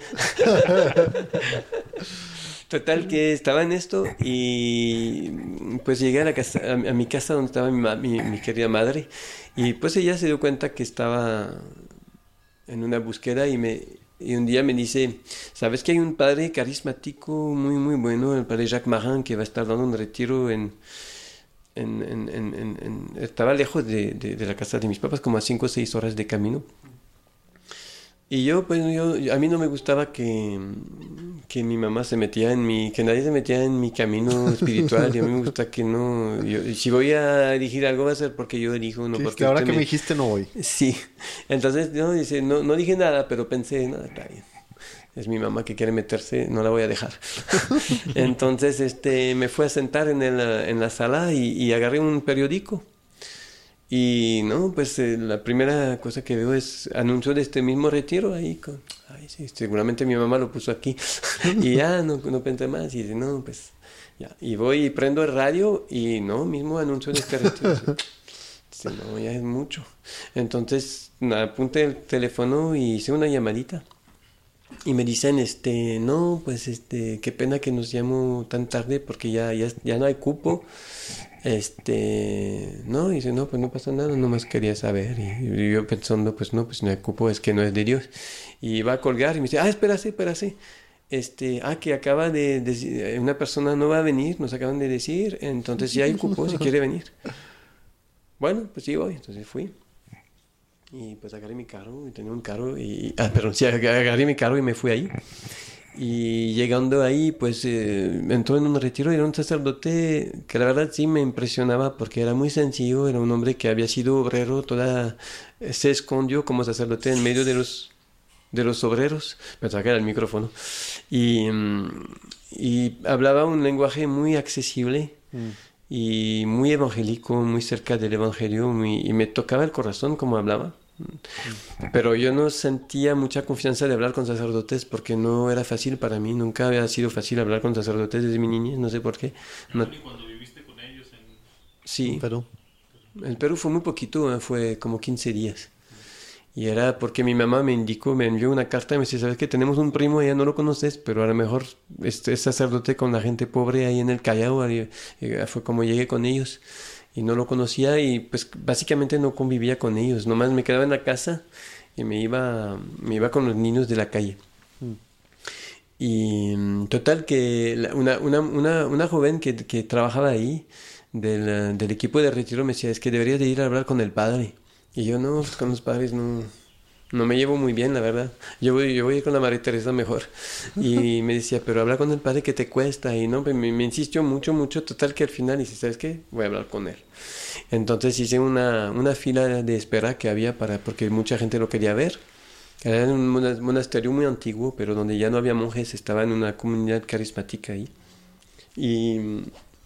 Speaker 1: Total que estaba en esto y pues llegué a, la casa, a, a mi casa donde estaba mi, ma- mi, mi querida madre y pues ella se dio cuenta que estaba en una búsqueda y me y un día me dice, ¿sabes que hay un padre carismático muy muy bueno, el padre Jacques Marin, que va a estar dando un retiro en... en, en, en, en- en- estaba lejos de, de, de la casa de mis papás, como a cinco o seis horas de camino. Y yo, pues, yo, yo- a mí no me gustaba que, que mi mamá se metía en mi, que nadie se metía en mi camino espiritual. Y a mí me gusta que no, yo, si voy a elegir algo va a ser porque yo elijo, no
Speaker 5: Sí,
Speaker 1: porque
Speaker 5: que ahora
Speaker 1: usted
Speaker 5: que me
Speaker 1: me-
Speaker 5: dijiste no voy.
Speaker 1: Sí, entonces no, dice, no, no dije nada, pero pensé, nada, está bien. Es mi mamá que quiere meterse, no la voy a dejar. Entonces, este, me fui a sentar en, el, en la sala y, y agarré un periódico. Y no, pues eh, la primera cosa que veo es anuncio de este mismo retiro ahí con, ay, sí, seguramente mi mamá lo puso aquí. Y ya no, no pensé más y dice, no, pues ya. Y voy y prendo el radio y no, mismo anuncio de este retiro. Dice, no, ya es mucho. Entonces apunté el teléfono y hice una llamadita. Y me dicen, este, no, pues, este, qué pena que nos llamo tan tarde porque ya, ya, ya no hay cupo. Este, no, y dice, no, pues no pasa nada, nomás quería saber. Y, y yo pensando, pues no, pues no hay cupo, es que no es de Dios. Y va a colgar y me dice, ah, espérase, espérase. Este, ah, que acaba de decir, una persona no va a venir, nos acaban de decir, entonces ya hay cupo si quiere venir. Bueno, pues sí voy, entonces fui. Y pues agarré mi carro, y tenía un carro, y... Ah, perdón, sí, agarré mi carro y me fui ahí. Y llegando ahí, pues eh, entró en un retiro y era un sacerdote que la verdad sí me impresionaba porque era muy sencillo, era un hombre que había sido obrero, toda... se escondió como sacerdote en medio de los, de los obreros, pensaba que era el micrófono, y, mm, y hablaba un lenguaje muy accesible. Mm. y muy evangélico, muy cerca del evangelio, muy, y me tocaba el corazón como hablaba. Pero yo no sentía mucha confianza de hablar con sacerdotes porque no era fácil para mí, nunca había sido fácil hablar con sacerdotes desde mi niñez, no sé por qué. No...
Speaker 4: ¿Y cuando viviste con ellos en
Speaker 1: Sí,
Speaker 5: Perú?
Speaker 1: el Perú fue muy poquito, ¿eh? Fue como quince días. Y era porque mi mamá me indicó, me envió una carta y me dice, ¿sabes qué? Tenemos un primo, ya no lo conoces, pero a lo mejor este es sacerdote con la gente pobre ahí en el Callao. Ahí, eh, fue como llegué con ellos. Y no lo conocía y pues básicamente no convivía con ellos. Nomás me quedaba en la casa y me iba, me iba con los niños de la calle. Mm. Y total que la, una, una, una, una joven que, que trabajaba ahí del, del equipo de retiro me decía, es que deberías de ir a hablar con el padre. Y yo no, pues con los padres no... No me llevo muy bien, la verdad. Yo voy, yo voy a ir con la María Teresa mejor. Y me decía, pero habla con el padre que te cuesta. Y no, me, me insistió mucho, mucho. Total que al final dice, ¿sabes qué? Voy a hablar con él. Entonces hice una, una fila de espera que había para, porque mucha gente lo quería ver. Era un monasterio muy antiguo, pero donde ya no había monjes. Estaba en una comunidad carismática ahí. Y,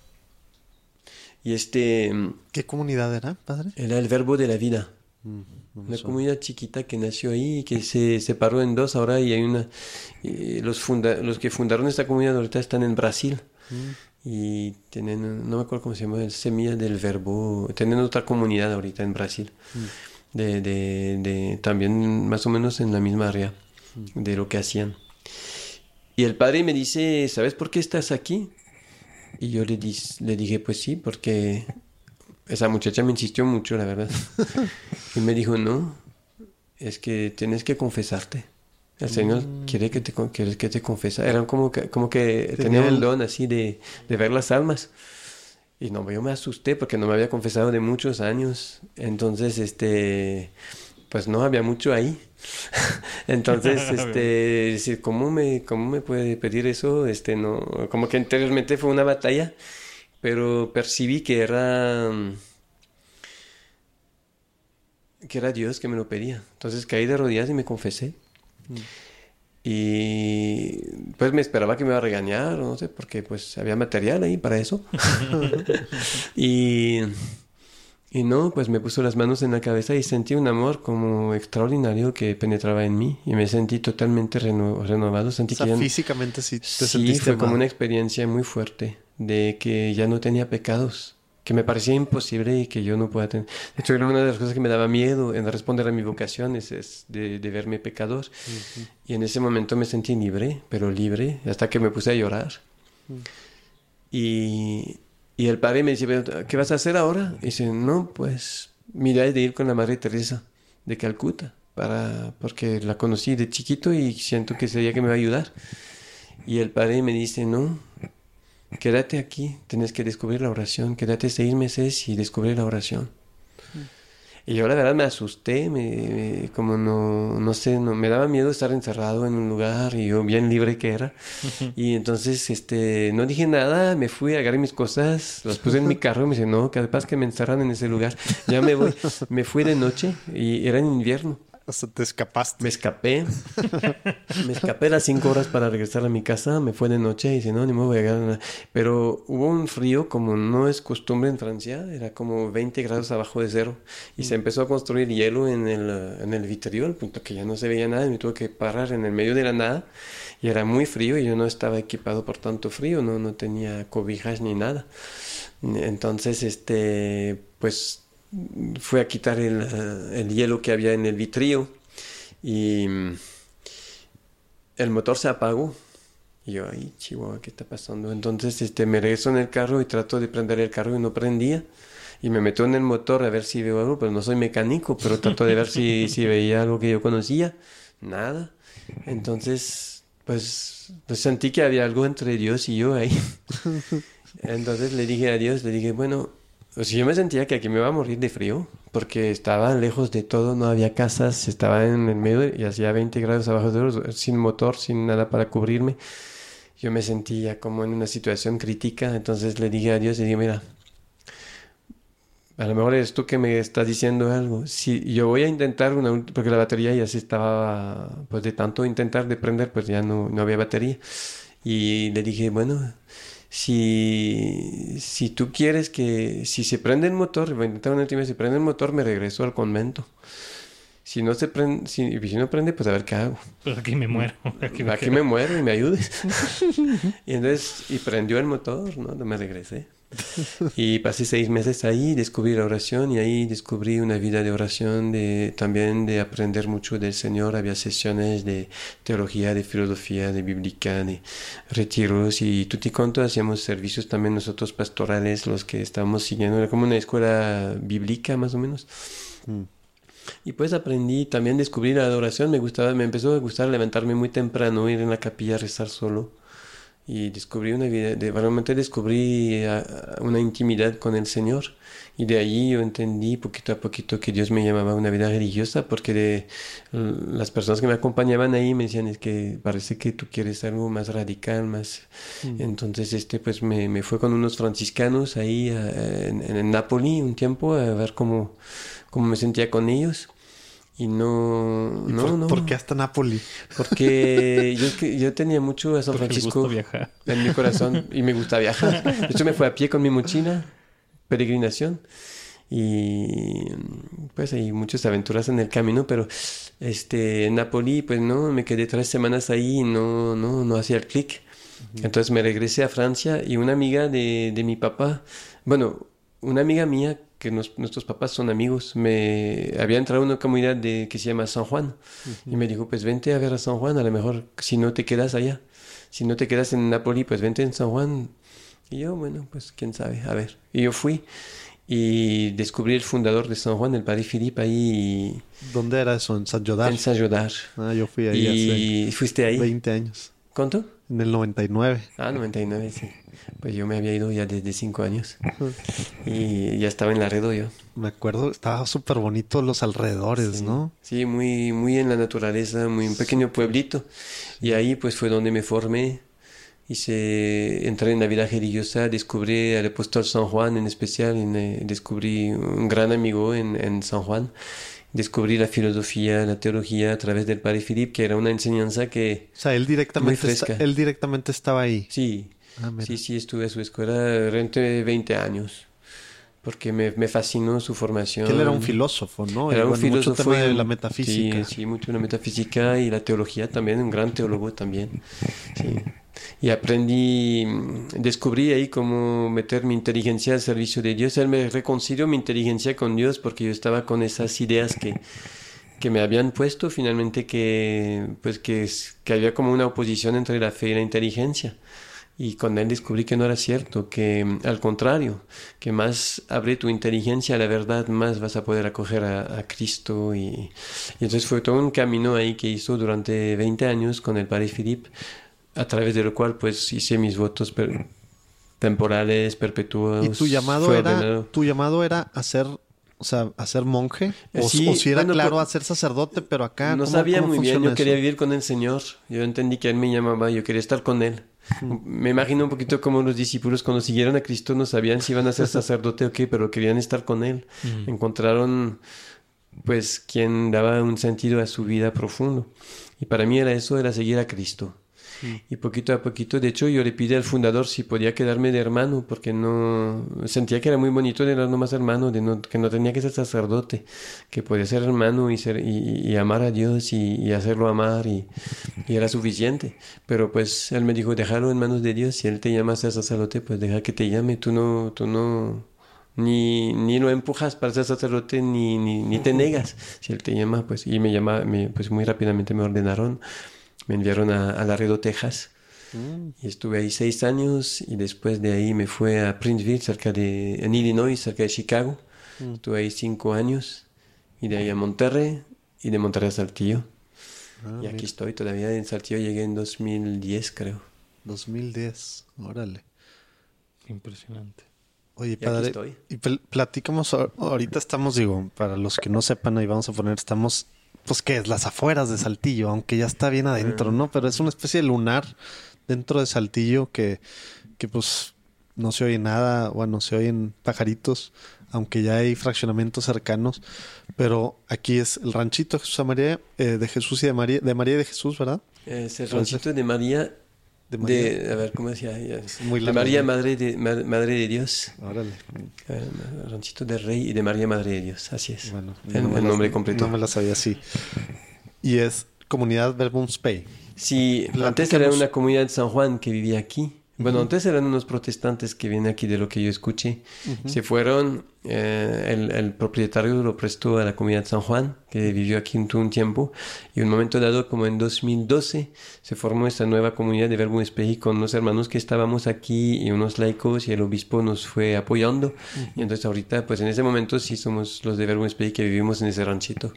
Speaker 1: y este...
Speaker 5: ¿Qué comunidad era, padre?
Speaker 1: Era el Verbo de la Vida.
Speaker 5: Mm.
Speaker 1: Una comunidad chiquita que nació ahí y que se separó en dos ahora y hay una... Y los, funda, los que fundaron esta comunidad ahorita están en Brasil mm. y tienen, no me acuerdo cómo se llama, el Semilla del Verbo, tienen otra comunidad ahorita en Brasil, mm. de, de, de, también más o menos en la misma área mm. de lo que hacían. Y el padre me dice, ¿sabes por qué estás aquí? Y yo le, di, le dije, pues sí, porque... Esa muchacha me insistió mucho, la verdad. Y me dijo, no, es que tienes que confesarte. El Señor mm. quiere que te, quiere que te confesa. Era como que, como que tenía el don así de, de ver las almas. Y no, yo me asusté porque no me había confesado de muchos años. Entonces, este, pues no había mucho ahí. Entonces, este, decir, ¿cómo me, cómo me puede pedir eso? Este, no, como que anteriormente fue una batalla. Pero percibí que era que era Dios que me lo pedía. Entonces caí de rodillas y me confesé. Mm. Y pues me esperaba que me iba a regañar, no sé, porque pues había material ahí para eso. y, y no, pues me puso las manos en la cabeza y sentí un amor como extraordinario que penetraba en mí. Y me sentí totalmente reno, renovado. Sentí
Speaker 5: o sea,
Speaker 1: que ya,
Speaker 5: físicamente sí te
Speaker 1: sí,
Speaker 5: sentiste
Speaker 1: fue
Speaker 5: mal.
Speaker 1: como una experiencia muy fuerte de que ya no tenía pecados, que me parecía imposible y que yo no podía tener. De hecho, era una de las cosas que me daba miedo en responder a mi vocación, es, es de, de verme pecador. Uh-huh. Y en ese momento me sentí libre, pero libre, hasta que me puse a llorar. Uh-huh. Y, y el padre me dice, ¿qué vas a hacer ahora? Y dice, no, pues mi idea es de ir con la Madre Teresa de Calcuta, para, porque la conocí de chiquito y siento que sería que me va a ayudar. Y el padre me dice, no, quédate aquí, tienes que descubrir la oración, quédate seis meses y descubrir la oración. Mm. Y yo la verdad me asusté, me, me, como no, no sé, no, me daba miedo estar encerrado en un lugar y yo bien libre que era. Uh-huh. Y entonces este, no dije nada, me fui, agarré mis cosas, las puse en mi carro y me dice, no, capaz que me encerran en ese lugar, ya me voy. Me fui de noche y era en invierno.
Speaker 5: O sea, te escapaste.
Speaker 1: Me escapé. Me escapé las cinco horas para regresar a mi casa. Me fue de noche y dice, no, ni me voy a llegar. Pero hubo un frío como no es costumbre en Francia. Era como veinte grados abajo de cero. Y mm. se empezó a construir hielo en el, en el vitriol, al punto que ya no se veía nada. Y me tuve que parar en el medio de la nada. Y era muy frío y yo no estaba equipado por tanto frío. No, no tenía cobijas ni nada. Entonces, este, pues... fue a quitar el, el hielo que había en el vitrio y el motor se apagó y yo, ay, chihuahua, ¿qué está pasando? Entonces este, me regreso en el carro y trato de prender el carro y no prendía y me meto en el motor a ver si veo algo, pero no soy mecánico, pero trato de ver si, si veía algo que yo conocía, nada. Entonces pues, pues sentí que había algo entre Dios y yo ahí. Entonces le dije a Dios, le dije, bueno, o sea, yo me sentía que aquí me iba a morir de frío, porque estaba lejos de todo, no había casas, estaba en el medio y hacía veinte grados abajo de cero, sin motor, sin nada para cubrirme. Yo me sentía como en una situación crítica, entonces le dije a Dios, le dije, mira, a lo mejor eres tú que me estás diciendo algo. Si yo voy a intentar una, porque la batería ya se estaba, pues de tanto intentar de prender, pues ya no, no había batería. Y le dije, bueno... Si, si tú quieres que, si se prende el motor, voy a intentar una última vez, si prende el motor, me regreso al convento. Si no se prende, si, si no prende, pues a ver qué hago.
Speaker 4: Pues aquí me muero. Aquí me,
Speaker 1: aquí me muero y me ayudes. Y entonces, y prendió el motor, ¿no? Me regresé. Y pasé seis meses ahí, descubrí la oración y ahí descubrí una vida de oración, de, también de aprender mucho del Señor. Había sesiones de teología, de filosofía, de bíblica, de retiros y tutti conto. Hacíamos servicios también nosotros pastorales, los que estábamos siguiendo. Era como una escuela bíblica más o menos. Mm. Y pues aprendí, también descubrí la adoración. Me gustaba, me empezó a gustar levantarme muy temprano, ir en la capilla a rezar solo. Y descubrí una vida, de, realmente descubrí a, a una intimidad con el Señor. Y de ahí yo entendí poquito a poquito que Dios me llamaba a una vida religiosa, porque de, las personas que me acompañaban ahí me decían, es que parece que tú quieres algo más radical, más... Mm. Entonces este pues me, me fue con unos franciscanos ahí a, en, en Nápoli un tiempo a ver cómo, cómo me sentía con ellos. Y no,
Speaker 5: ¿Y
Speaker 1: no,
Speaker 5: por,
Speaker 1: no.
Speaker 5: ¿Por qué hasta Nápoli?
Speaker 1: Porque yo, yo tenía mucho a San
Speaker 4: Porque
Speaker 1: Francisco
Speaker 4: viajar.
Speaker 1: en mi corazón y me gusta viajar. De hecho me fui a pie con mi mochila, peregrinación. Y pues hay muchas aventuras en el camino, pero este, en Nápoli, pues no, me quedé tres semanas ahí y no, no, no hacía el clic. Uh-huh. Entonces me regresé a Francia y una amiga de, de mi papá, bueno, una amiga mía, que nos, nuestros papás son amigos, me había entrado en una comunidad de, que se llama San Juan. Uh-huh. Y me dijo, pues vente a ver a San Juan, a lo mejor si no te quedas allá. Si no te quedas en Nápoli, pues vente en San Juan. Y yo, bueno, pues quién sabe, a ver. Y yo fui y descubrí el fundador de San Juan, el padre Philippe, ahí.
Speaker 5: ¿Dónde era eso? ¿En San Jodar?
Speaker 1: En San Jodar.
Speaker 5: Ah, yo fui ahí
Speaker 1: y
Speaker 5: hace
Speaker 1: fuiste ahí
Speaker 5: veinte años.
Speaker 1: ¿Cuánto?
Speaker 5: En el noventa y nueve.
Speaker 1: Ah, noventa y nueve, sí. Pues yo me había ido ya desde cinco años. Y ya estaba en Laredo yo.
Speaker 5: Me acuerdo, estaba súper bonito los alrededores,
Speaker 1: sí,
Speaker 5: ¿no?
Speaker 1: Sí, muy, muy en la naturaleza, muy un pequeño pueblito. Sí. Y ahí pues fue donde me formé. Hice, entré en la vida religiosa, descubrí al apóstol San Juan en especial. En, eh, descubrí un gran amigo en, en San Juan. Descubrí la filosofía, la teología a través del padre Philippe, que era una enseñanza que...
Speaker 5: O sea, él directamente, está, él directamente estaba ahí.
Speaker 1: Sí, ah, sí, sí, estuve a su escuela durante veinte años, porque me, me fascinó su formación.
Speaker 5: Que él era un filósofo, ¿no?
Speaker 1: Era
Speaker 5: y,
Speaker 1: un
Speaker 5: bueno,
Speaker 1: filósofo.
Speaker 5: Mucho tema de la metafísica.
Speaker 1: Sí, sí, mucho de la metafísica y la teología también, un gran teólogo también. Sí. Y aprendí, descubrí ahí cómo meter mi inteligencia al servicio de Dios. Él me reconcilió mi inteligencia con Dios porque yo estaba con esas ideas que, que me habían puesto finalmente que, pues que, que había como una oposición entre la fe y la inteligencia. Y con él descubrí que no era cierto, que al contrario, que más abre tu inteligencia a la verdad, más vas a poder acoger a, a Cristo. Y, y entonces fue todo un camino ahí que hizo durante veinte años con el padre Philippe, a través de lo cual pues hice mis votos per- temporales, perpetuos.
Speaker 5: ¿Y tu llamado era tu llamado era hacer, o sea, hacer monje? O,
Speaker 1: sí,
Speaker 5: o si era
Speaker 1: bueno,
Speaker 5: claro
Speaker 1: por,
Speaker 5: hacer sacerdote, pero acá
Speaker 1: no
Speaker 5: ¿cómo,
Speaker 1: sabía
Speaker 5: cómo
Speaker 1: muy bien. Yo
Speaker 5: eso?
Speaker 1: quería vivir con el Señor. Yo entendí que Él me llamaba, yo quería estar con Él. Hmm. Me imagino un poquito como los discípulos cuando siguieron a Cristo no sabían si iban a ser sacerdote o qué, pero querían estar con Él. Hmm. Encontraron pues quien daba un sentido a su vida profundo. Y para mí era eso, era seguir a Cristo. Y poquito a poquito, de hecho, yo le pedí al fundador si podía quedarme de hermano, porque no sentía que era muy bonito de no nomás hermano, de no, que no tenía que ser sacerdote, que podía ser hermano y ser y, y amar a Dios y, y hacerlo amar y, y era suficiente. Pero pues él me dijo, déjalo en manos de Dios, si él te llama a ser sacerdote, pues deja que te llame, tú no, tú no ni, ni lo empujas para ser sacerdote ni, ni, ni te negas, si él te llama, pues y me llama, me, pues muy rápidamente me ordenaron. Me enviaron a, a Laredo, Texas, mm. y estuve ahí seis años y después de ahí me fue a Princeville, cerca de, en Illinois, cerca de Chicago. Mm. Estuve ahí cinco años y de ahí a Monterrey y de Monterrey a Saltillo. Ah, y aquí mira. Estoy todavía en Saltillo, llegué en dos mil diez creo.
Speaker 5: dos mil diez, órale.
Speaker 4: Impresionante.
Speaker 5: Oye, padre, y pl- platicamos, ahorita estamos, digo, para los que no sepan, ahí vamos a poner, estamos... Pues que es las afueras de Saltillo, aunque ya está bien adentro, ¿no? Pero es una especie de lunar dentro de Saltillo que, que pues no se oye nada, bueno, se oyen pajaritos, aunque ya hay fraccionamientos cercanos. Pero aquí es el ranchito de Jesús y María, eh, de Jesús y de María, de María y de Jesús, ¿verdad?
Speaker 1: Es el ranchito de María
Speaker 5: De María.
Speaker 1: De, a ver, ¿cómo decía?
Speaker 5: Muy
Speaker 1: de
Speaker 5: largo,
Speaker 1: María,
Speaker 5: ¿no?
Speaker 1: madre de, ma- madre de Dios.
Speaker 5: Órale.
Speaker 1: Eh, Ranchito del Rey y de María, Madre de Dios. Así es.
Speaker 5: Bueno,
Speaker 1: el,
Speaker 5: no me
Speaker 1: el
Speaker 5: las-
Speaker 1: nombre completo.
Speaker 5: No me la sabía así. Y es Comunidad Verbum Spei.
Speaker 1: Sí, antes
Speaker 5: Platícanos.
Speaker 1: era una comunidad de San Juan que vivía aquí. Bueno, antes eran unos protestantes que vienen aquí de lo que yo escuché. Se fueron, eh, el, el propietario lo prestó a la comunidad de San Juan, que vivió aquí un, un tiempo. Y un momento dado, como en dos mil doce, se formó esta nueva comunidad de Verbum Spei con unos hermanos que estábamos aquí y unos laicos, y el obispo nos fue apoyando. Y entonces ahorita, pues en ese momento sí somos los de Verbum Spei que vivimos en ese ranchito.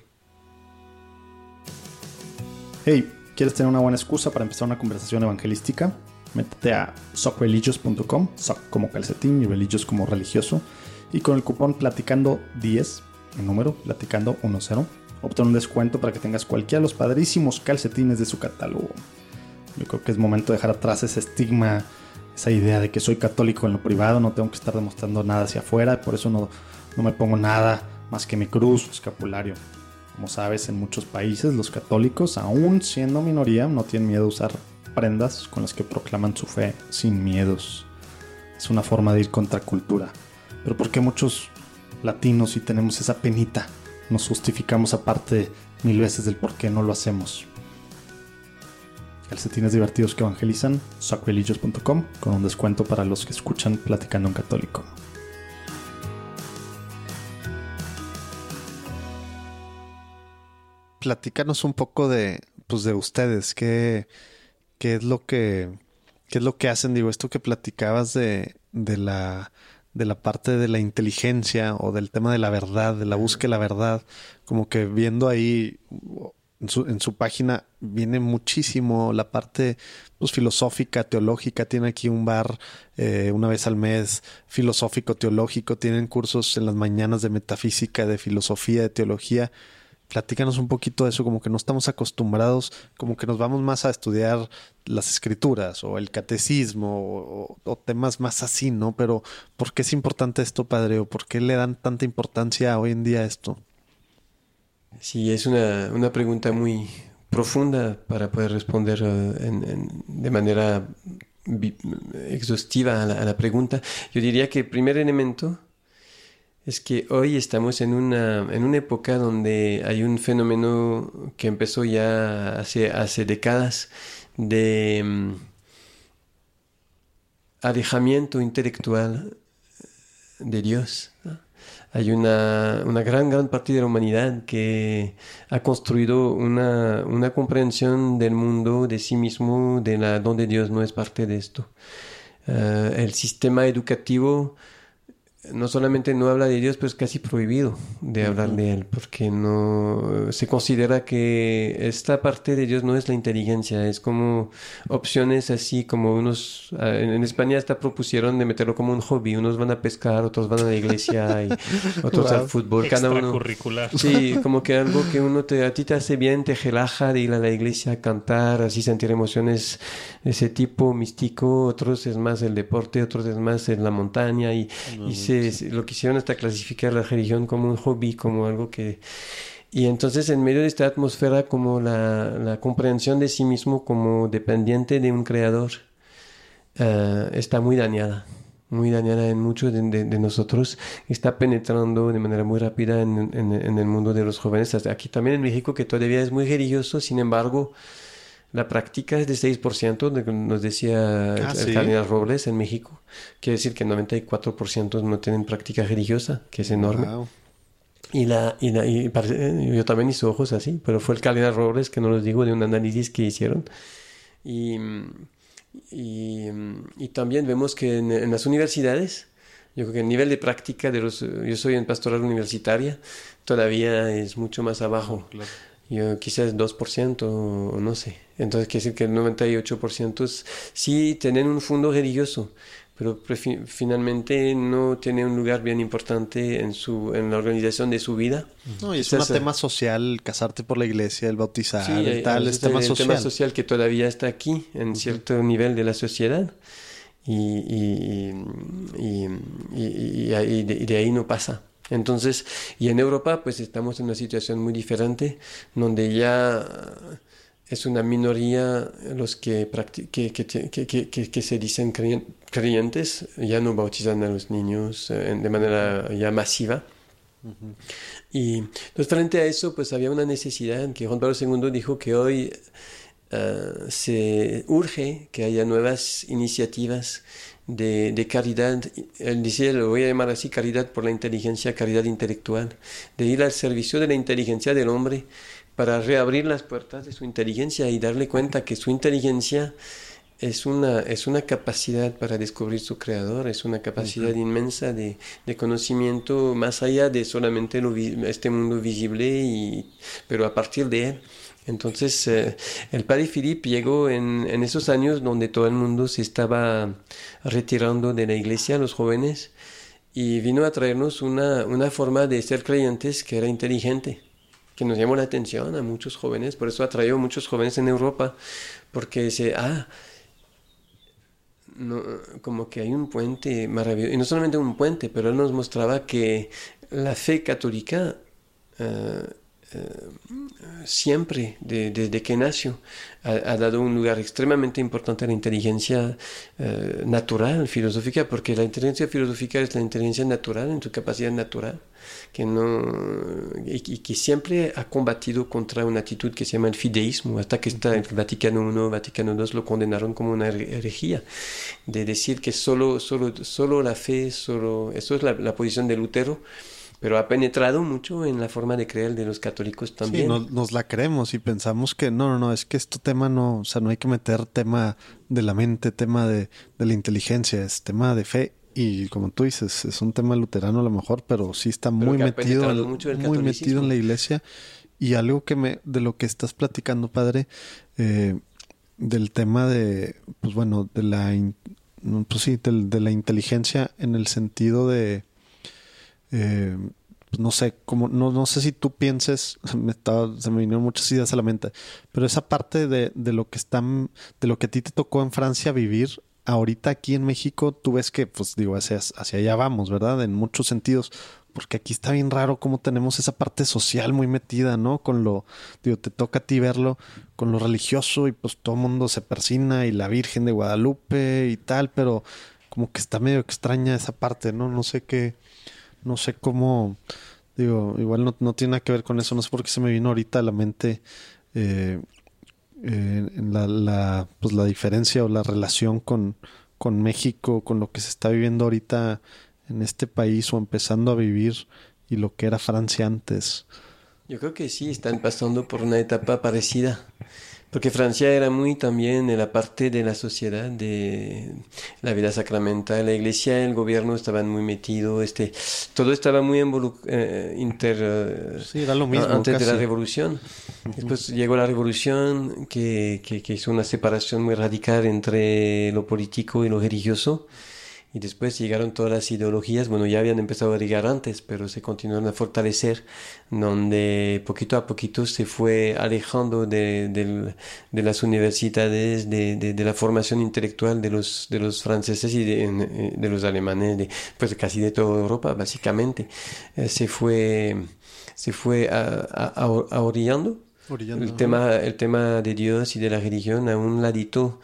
Speaker 6: Hey, ¿quieres tener una buena excusa para empezar una conversación evangelística? Métete a soc religious punto com, soc como calcetín y religious como religioso, y con el cupón platicando diez, el número platicando diez, obtén un descuento para que tengas cualquiera de los padrísimos calcetines de su catálogo. Yo creo que es momento de dejar atrás ese estigma, esa idea de que soy católico en lo privado, no tengo que estar demostrando nada hacia afuera, por eso no, no me pongo nada más que mi cruz o escapulario. Como sabes, en muchos países los católicos, aún siendo minoría, no tienen miedo a usar prendas con las que proclaman su fe sin miedos. Es una forma de ir contra cultura. Pero ¿por qué muchos latinos, si tenemos esa penita, nos justificamos aparte mil veces del por qué no lo hacemos? Calcetines divertidos que evangelizan, soc religious punto com, con un descuento para los que escuchan Platicando en Católico.
Speaker 5: Platícanos un poco de, pues, de ustedes. ¿Qué, qué es lo que, qué es lo que hacen? Digo, esto que platicabas de, de la, de la parte de la inteligencia o del tema de la verdad, de la búsqueda de la verdad, como que viendo ahí en su, en su página viene muchísimo la parte, pues, filosófica, teológica. Tienen aquí un bar eh, una vez al mes, filosófico, teológico. Tienen cursos en las mañanas de metafísica, de filosofía, de teología. Platícanos un poquito de eso, como que no estamos acostumbrados, como que nos vamos más a estudiar las escrituras o el catecismo o, o temas más así, ¿no? Pero ¿por qué es importante esto, padre? ¿O por qué le dan tanta importancia hoy en día a esto?
Speaker 1: Sí, es una, una pregunta muy profunda para poder responder uh, en, en, de manera vi- exhaustiva a la, a la pregunta. Yo diría que el primer elemento es que hoy estamos en una, en una época donde hay un fenómeno que empezó ya hace, hace décadas de um, alejamiento intelectual de Dios, ¿no? Hay una, una gran, gran parte de la humanidad que ha construido una, una comprensión del mundo, de sí mismo, de la, donde Dios no es parte de esto. Uh, el sistema educativo no solamente no habla de Dios, pero es casi prohibido de hablar de Él, porque no se considera que esta parte de Dios no es la inteligencia, es como opciones así, como unos, en, en España hasta propusieron de meterlo como un hobby, unos van a pescar, otros van a la iglesia y otros al fútbol, cada uno.
Speaker 4: Extracurricular.
Speaker 1: Sí, como que algo que uno te, a ti te hace bien, te relaja de ir a la iglesia a cantar, así sentir emociones de ese tipo místico, otros es más el deporte, otros es más en la montaña y, no, y se lo quisieron hasta clasificar la religión como un hobby, como algo que... Y entonces en medio de esta atmósfera como la, la comprensión de sí mismo como dependiente de un creador uh, está muy dañada, muy dañada en muchos de, de, de nosotros, está penetrando de manera muy rápida en, en, en el mundo de los jóvenes, hasta aquí también en México, que todavía es muy religioso, sin embargo... La práctica es de seis por ciento, nos decía ah, el, ¿sí? el cardenal Robles en México. Quiere decir que el noventa y cuatro por ciento no tienen práctica religiosa, que es enorme. Wow. Y, la, y, la, y parece, yo también hice ojos así, pero fue el cardenal Robles, que no los digo, de un análisis que hicieron. Y, y, y también vemos que en, en las universidades, yo creo que el nivel de práctica de los... Yo soy en pastoral universitaria, todavía es mucho más abajo. Claro. Yo quizás dos por ciento o no sé. Entonces quiere decir que el noventa y ocho por ciento sí tienen un fondo religioso, pero prefi- finalmente no tiene un lugar bien importante en su en la organización de su vida.
Speaker 5: No, y es un tema social, casarte por la iglesia, el bautizar, sí, el tal, es tema
Speaker 1: el
Speaker 5: social.
Speaker 1: tema social que todavía está aquí en uh-huh. cierto nivel de la sociedad y, y, y, y, y, y, de, y de ahí no pasa. Entonces, y en Europa pues estamos en una situación muy diferente, donde ya es una minoría los que, practi- que, que, que, que, que, que se dicen creyentes, creyentes, ya no bautizan a los niños eh, de manera ya masiva. Uh-huh. Y pues frente a eso pues había una necesidad que Juan Pablo segundo dijo que hoy uh, se urge que haya nuevas iniciativas de, de caridad. Él decía, lo voy a llamar así, caridad por la inteligencia, caridad intelectual, de ir al servicio de la inteligencia del hombre para reabrir las puertas de su inteligencia y darle cuenta que su inteligencia es una, es una capacidad para descubrir su creador, es una capacidad uh-huh. inmensa de, de conocimiento más allá de solamente lo, este mundo visible, y, pero a partir de él. Entonces eh, el padre Philippe llegó en, en esos años donde todo el mundo se estaba retirando de la iglesia, los jóvenes, y vino a traernos una, una forma de ser creyentes que era inteligente, que nos llamó la atención a muchos jóvenes. Por eso atrajo a muchos jóvenes en Europa, porque se... ah No, como que hay un puente maravilloso, y no solamente un puente, pero él nos mostraba que la fe católica uh, uh, siempre, de, desde que nació, ha, ha dado un lugar extremadamente importante a la inteligencia uh, natural, filosófica, porque la inteligencia filosófica es la inteligencia natural, en tu capacidad natural, que no y, y que siempre ha combatido contra una actitud que se llama el fideísmo, hasta que está el Vaticano uno, Vaticano dos lo condenaron como una herejía, de decir que solo, solo, solo la fe, solo, eso es la, la posición de Lutero, pero ha penetrado mucho en la forma de creer de los católicos también.
Speaker 5: Sí, nos, nos la creemos y pensamos que no, no, no, es que este tema no, o sea, no hay que meter tema de la mente, tema de, de la inteligencia, es tema de fe. Y como tú dices, es un tema luterano a lo mejor, pero sí está muy metido, en, muy metido en la iglesia. Y algo que me, de lo que estás platicando, padre, eh, del tema de, pues bueno, de la, pues sí, de, de la inteligencia en el sentido de, eh, pues no sé, como, no, no sé si tú pienses, me estaba, se me vinieron muchas ideas a la mente, pero esa parte de, de lo que están, de lo que a ti te tocó en Francia vivir. Ahorita aquí en México tú ves que, pues digo, hacia, hacia allá vamos, ¿verdad? En muchos sentidos, porque aquí está bien raro cómo tenemos esa parte social muy metida, ¿no? Con lo, digo, te toca a ti verlo con lo religioso y pues todo el mundo se persina y la Virgen de Guadalupe y tal, pero como que está medio extraña esa parte, ¿no? No sé qué, no sé cómo, digo, igual no, no tiene nada que ver con eso, no sé por qué se me vino ahorita a la mente eh, Eh, la, la, pues la diferencia o la relación con, con México, con lo que se está viviendo ahorita en este país o empezando a vivir y lo que era Francia antes.
Speaker 1: Yo creo que sí, están pasando por una etapa parecida, porque Francia era muy también en la parte de la sociedad, de la vida sacramental, la iglesia, el gobierno estaban muy metidos, este, todo estaba muy involucrado, eh, inter, eh,
Speaker 5: sí, era lo mismo,
Speaker 1: antes
Speaker 5: casi.
Speaker 1: de la revolución. Después uh-huh. llegó la revolución que, que, que hizo una separación muy radical entre lo político y lo religioso. Y después llegaron todas las ideologías, bueno, ya habían empezado a llegar antes, pero se continuaron a fortalecer, donde poquito a poquito se fue alejando de, de, de las universidades, de, de, de la formación intelectual de los, de los franceses y de, de los alemanes, de, pues casi de toda Europa, básicamente. Eh, se fue, se fue a, a, a, a orillando, orillando el, tema, el tema de Dios y de la religión a un ladito,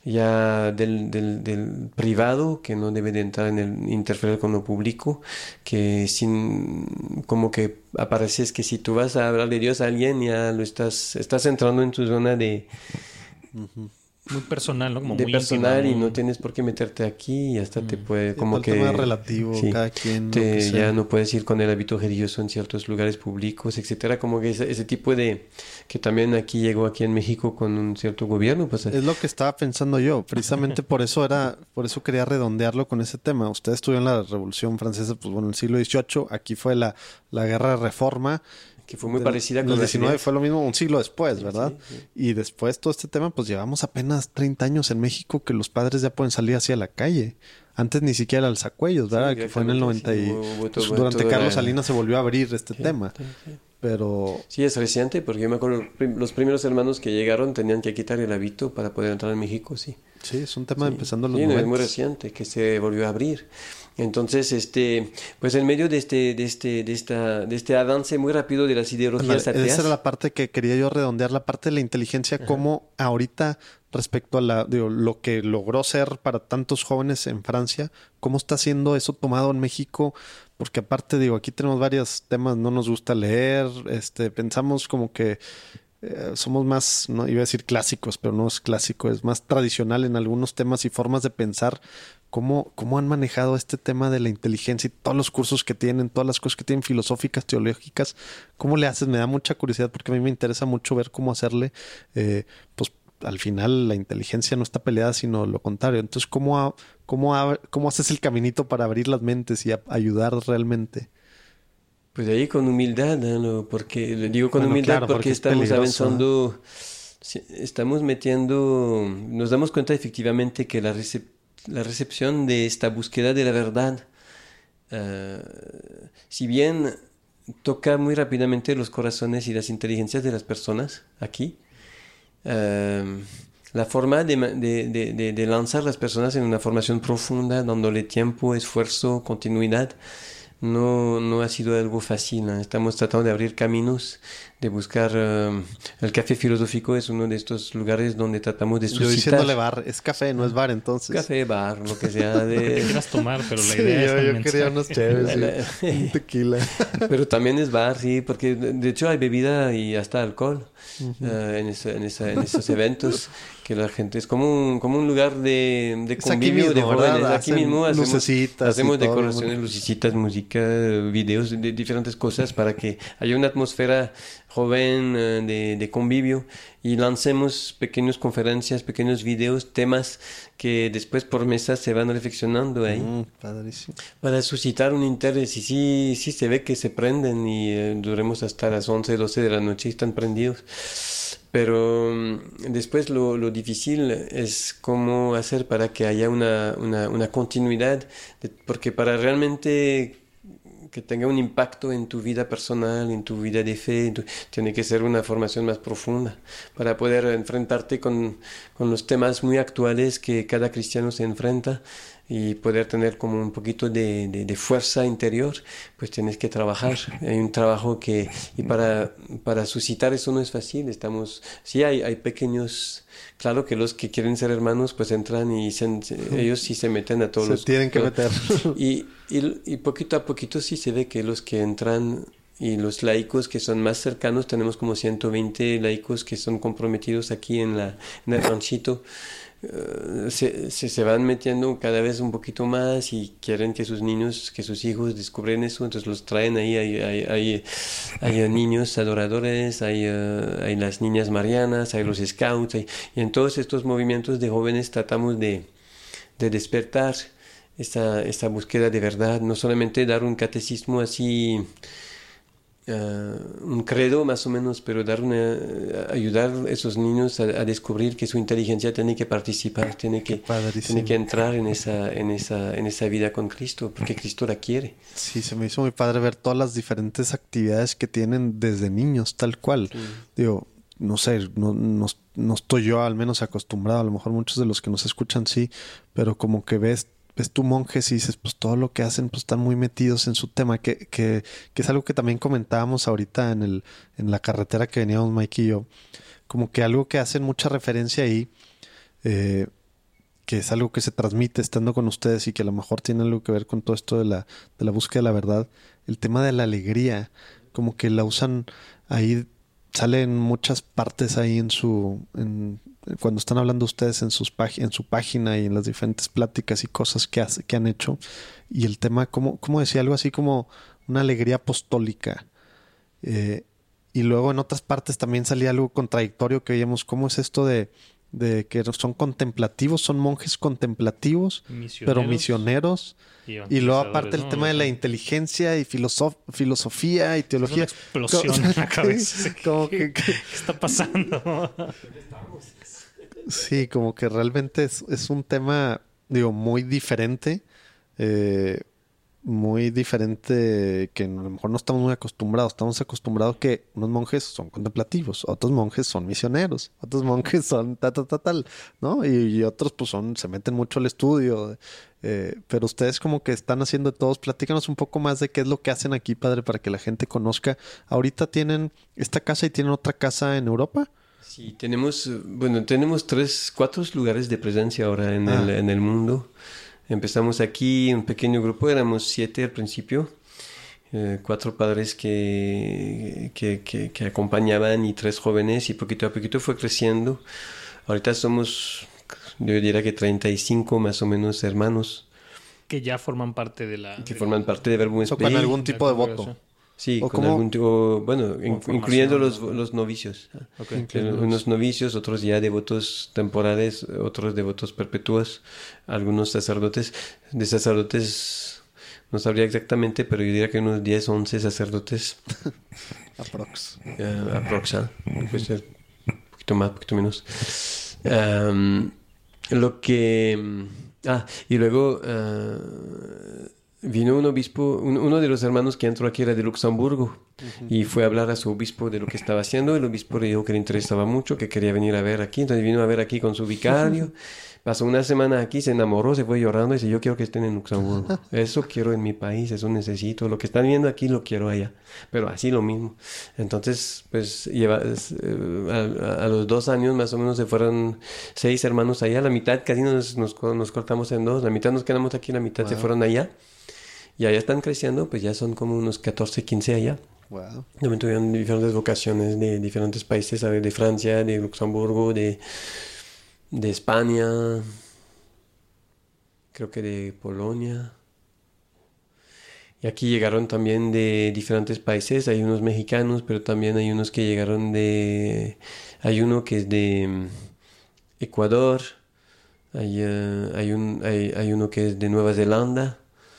Speaker 1: ya del, del, del privado, que no debe de entrar en el interferir con lo público, que sin como que apareces que si tú vas a hablar de Dios a alguien ya lo estás estás entrando en tu zona de
Speaker 4: uh-huh. muy personal, ¿no? Como
Speaker 1: de
Speaker 4: muy
Speaker 1: personal
Speaker 4: íntimo,
Speaker 1: y no tienes por qué meterte aquí y hasta mm. te puede como
Speaker 5: el
Speaker 1: que
Speaker 5: tema relativo, sí, cada quien
Speaker 1: te, que ya no puedes ir con el hábito religioso en ciertos lugares públicos, etcétera, como que ese, ese tipo de que también aquí llegó aquí en México con un cierto gobierno, pues
Speaker 5: es lo que estaba pensando yo, precisamente por eso era, por eso quería redondearlo con ese tema. Ustedes estuvieron en la Revolución Francesa, pues bueno, en el siglo dieciocho, aquí fue la, la Guerra de Reforma,
Speaker 1: que fue muy
Speaker 5: del,
Speaker 1: parecida con
Speaker 5: el diecinueve fue lo mismo un siglo después, ¿verdad? Sí, sí. Y después todo este tema, pues llevamos apenas treinta años en México que los padres ya pueden salir hacia la calle. Antes ni siquiera alzacuellos, ¿verdad? Sí, que fue en el noventa y... Sí, pues, durante Carlos Salinas se volvió a abrir este sí, tema. Sí, sí. Pero...
Speaker 1: Sí, es reciente, porque yo me acuerdo, los primeros hermanos que llegaron tenían que quitar el hábito para poder entrar en México, sí.
Speaker 5: Sí, es un tema
Speaker 1: sí.
Speaker 5: empezando los
Speaker 1: sí,
Speaker 5: noventas.
Speaker 1: Es muy reciente, que se volvió a abrir. Entonces, este, pues en medio de este, de este, de esta, de este avance muy rápido de las ideologías
Speaker 5: Ándale,
Speaker 1: ateas.
Speaker 5: esa era la parte que quería yo redondear, la parte de la inteligencia,
Speaker 1: Ajá.
Speaker 5: cómo ahorita respecto a la, digo, lo que logró ser para tantos jóvenes en Francia, cómo está siendo eso tomado en México, porque aparte, digo, aquí tenemos varios temas, no nos gusta leer, este, pensamos como que eh, somos más, no iba a decir clásicos, pero no es clásico, es más tradicional en algunos temas y formas de pensar. ¿Cómo, ¿Cómo han manejado este tema de la inteligencia y todos los cursos que tienen, todas las cosas que tienen filosóficas, teológicas? ¿Cómo le haces? Me da mucha curiosidad porque a mí me interesa mucho ver cómo hacerle, eh, pues al final la inteligencia no está peleada, sino lo contrario. Entonces, ¿cómo, ha- cómo, ha- cómo haces el caminito para abrir las mentes y a- ayudar realmente?
Speaker 1: Pues ahí con humildad, ¿no? Porque le digo con
Speaker 5: Bueno,
Speaker 1: humildad
Speaker 5: claro,
Speaker 1: porque,
Speaker 5: porque es
Speaker 1: estamos
Speaker 5: peligroso,
Speaker 1: avanzando, sí, estamos metiendo, nos damos cuenta efectivamente que la, recep- la recepción de esta búsqueda de la verdad, eh, si bien toca muy rápidamente los corazones y las inteligencias de las personas aquí, eh, la forma de, ma- de, de, de, de lanzar las personas en una formación profunda, dándole tiempo, esfuerzo, continuidad, no, no ha sido algo fácil, ¿no? Estamos tratando de abrir caminos, de buscar... eh, el café filosófico es uno de estos lugares donde tratamos de
Speaker 5: Yo
Speaker 1: suscitar...
Speaker 5: diciéndole bar, es café, no es bar entonces.
Speaker 1: Café, bar, lo que sea
Speaker 4: Lo que te
Speaker 1: de...
Speaker 4: quieras tomar, pero la
Speaker 5: Sí,
Speaker 4: idea es
Speaker 5: yo,
Speaker 4: el
Speaker 5: yo
Speaker 4: mensaje.
Speaker 5: quería unos chéveres,
Speaker 1: La-
Speaker 5: sí. Un tequila.
Speaker 1: Pero también es bar, sí, porque de de hecho hay bebida y hasta alcohol eh, en, esa- en, esa- en esos eventos, que la gente es como un, como un lugar de, de
Speaker 5: Es aquí
Speaker 1: convivio
Speaker 5: mismo,
Speaker 1: de jóvenes.
Speaker 5: ¿verdad?
Speaker 1: Aquí
Speaker 5: Hacen
Speaker 1: mismo hacemos,
Speaker 5: lucecitas y
Speaker 1: hacemos
Speaker 5: todo,
Speaker 1: decoraciones,
Speaker 5: ¿no?
Speaker 1: lucecitas, música, videos, de diferentes cosas para que haya una atmósfera joven eh, de, de convivio y lancemos pequeñas conferencias, pequeños videos, temas que después por mesas se van reflexionando ahí
Speaker 5: Mm, padrísimo.
Speaker 1: para suscitar un interés. Y sí, sí se ve que se prenden y eh, duremos hasta las once, doce de la noche y están prendidos. Pero mm, después lo, lo difícil es cómo hacer para que haya una, una, una continuidad, de- porque para realmente que tenga un impacto en tu vida personal, en tu vida de fe, en tu- tiene que ser una formación más profunda para poder enfrentarte con, con los temas muy actuales que cada cristiano se enfrenta y poder tener como un poquito de, de, de fuerza interior, pues tienes que trabajar. Hay un trabajo que, y para, para suscitar eso no es fácil. Estamos, sí hay, hay pequeños, claro que los que quieren ser hermanos pues entran y se- ellos sí se meten a todos
Speaker 5: Se
Speaker 1: los...
Speaker 5: tienen que meter.
Speaker 1: Y, y, y poquito a poquito sí se ve que los que entran y los laicos que son más cercanos, tenemos como ciento veinte laicos que son comprometidos aquí en, la, en el ranchito, eh, se, se, se van metiendo cada vez un poquito más y quieren que sus niños, que sus hijos descubren eso, entonces los traen ahí, hay, hay, hay, hay eh, niños adoradores, hay, eh, hay las niñas marianas, hay los scouts, hay- y en todos estos movimientos de jóvenes tratamos de, de despertar esta, esta búsqueda de verdad, no solamente dar un catecismo así, eh, un credo más o menos, pero dar una, ayudar a esos niños a, a descubrir que su inteligencia tiene que participar, tiene que,
Speaker 5: Padrísimo.
Speaker 1: tiene que entrar en esa, en, esa, en esa vida con Cristo, porque Cristo la quiere.
Speaker 5: Sí, se me hizo muy padre ver todas las diferentes actividades que tienen desde niños, tal cual. Digo, no sé, no, no, no estoy yo al menos acostumbrado, a lo mejor muchos de los que nos escuchan sí, pero como que ves, ves tu monjes y dices, pues todo lo que hacen, pues están muy metidos en su tema, que, que, que es algo que también comentábamos ahorita en el, en la carretera que veníamos Mike y yo, como que algo que hacen mucha referencia ahí, eh, que es algo que se transmite estando con ustedes y que a lo mejor tiene algo que ver con todo esto de la, de la búsqueda de la verdad, el tema de la alegría, como que la usan ahí, sale en muchas partes ahí en su, en, cuando están hablando ustedes en, sus pag- en su página y en las diferentes pláticas y cosas que, hace, que han hecho, y el tema, como, como decía, algo así como una alegría apostólica. Eh, y luego en otras partes también salía algo contradictorio que veíamos, ¿cómo es esto de, de que son contemplativos, son monjes contemplativos, pero misioneros? Y luego aparte el
Speaker 4: ¿no?
Speaker 5: tema de la
Speaker 4: O sea,
Speaker 5: inteligencia y filosof- filosofía y
Speaker 4: es una
Speaker 5: teología.
Speaker 4: explosión en la cabeza.
Speaker 5: Como
Speaker 4: ¿Qué,
Speaker 5: que-
Speaker 4: qué está pasando?
Speaker 5: Sí, como que realmente es, es un tema, digo, muy diferente, eh, muy muy diferente, que a lo mejor no estamos muy acostumbrados. Estamos acostumbrados que unos monjes son contemplativos, otros monjes son misioneros, otros monjes son ta, ta, ta, tal, ¿no? Y, y otros pues son, se meten mucho al estudio. Eh, pero ustedes como que están haciendo de todos. Platícanos un poco más de qué es lo que hacen aquí, padre, para que la gente conozca. Ahorita tienen esta casa y tienen otra casa en Europa.
Speaker 1: Sí, tenemos, bueno, tenemos tres, cuatro lugares de presencia ahora en,
Speaker 5: Ah.
Speaker 1: el, en el mundo. Empezamos aquí, un pequeño grupo, éramos siete al principio, eh, cuatro padres que, que, que, que acompañaban y tres jóvenes, y poquito a poquito fue creciendo. Ahorita somos, yo diría que treinta y cinco más o menos hermanos
Speaker 4: Que ya forman parte de la...
Speaker 1: que
Speaker 4: de
Speaker 1: forman parte de Verbum
Speaker 5: O
Speaker 1: Spei.
Speaker 5: con algún
Speaker 4: la
Speaker 5: tipo de voto.
Speaker 4: congregación.
Speaker 1: Sí,
Speaker 5: ¿O
Speaker 1: con
Speaker 5: cómo?
Speaker 1: algún tipo, bueno, in-
Speaker 4: formación,
Speaker 1: incluyendo los,
Speaker 4: ¿no?
Speaker 1: los novicios.
Speaker 4: Ok.
Speaker 1: Eh, Unos novicios, otros ya devotos temporales, otros devotos perpetuos, algunos sacerdotes. De sacerdotes no sabría exactamente, pero yo diría que unos diez, once sacerdotes.
Speaker 5: Aprox.
Speaker 1: Uh, aprox, ¿eh? Puede ser un poquito más, un poquito menos. Um, lo que... Ah, y luego... uh, vino un obispo, un- uno de los hermanos que entró aquí era de Luxemburgo, y fue a hablar a su obispo de lo que estaba haciendo. El obispo le dijo que le interesaba mucho, que quería venir a ver aquí, entonces vino a ver aquí con su vicario. Pasó una semana aquí, se enamoró, se fue llorando y dice: yo quiero que estén en Luxemburgo. Eso quiero en mi país, eso necesito. Lo que están viendo aquí lo quiero allá. Pero así lo mismo. Entonces, pues, lleva, eh, a, a los dos años más o menos se fueron seis hermanos allá. La mitad casi nos, nos, nos cortamos en dos. La mitad nos quedamos aquí, la mitad se
Speaker 5: Wow.
Speaker 1: fueron allá. Y allá están creciendo, pues ya son como unos catorce, quince allá.
Speaker 5: Wow.
Speaker 1: También tuvieron diferentes vocaciones de diferentes países, ¿sabes? De Francia, de Luxemburgo, de, de España, creo que de Polonia. Y aquí llegaron también de diferentes países. Hay unos mexicanos, pero también hay unos que llegaron de... Hay uno que es de mm, Ecuador, hay, eh, hay, un, hay, hay uno que es de Nueva Zelanda.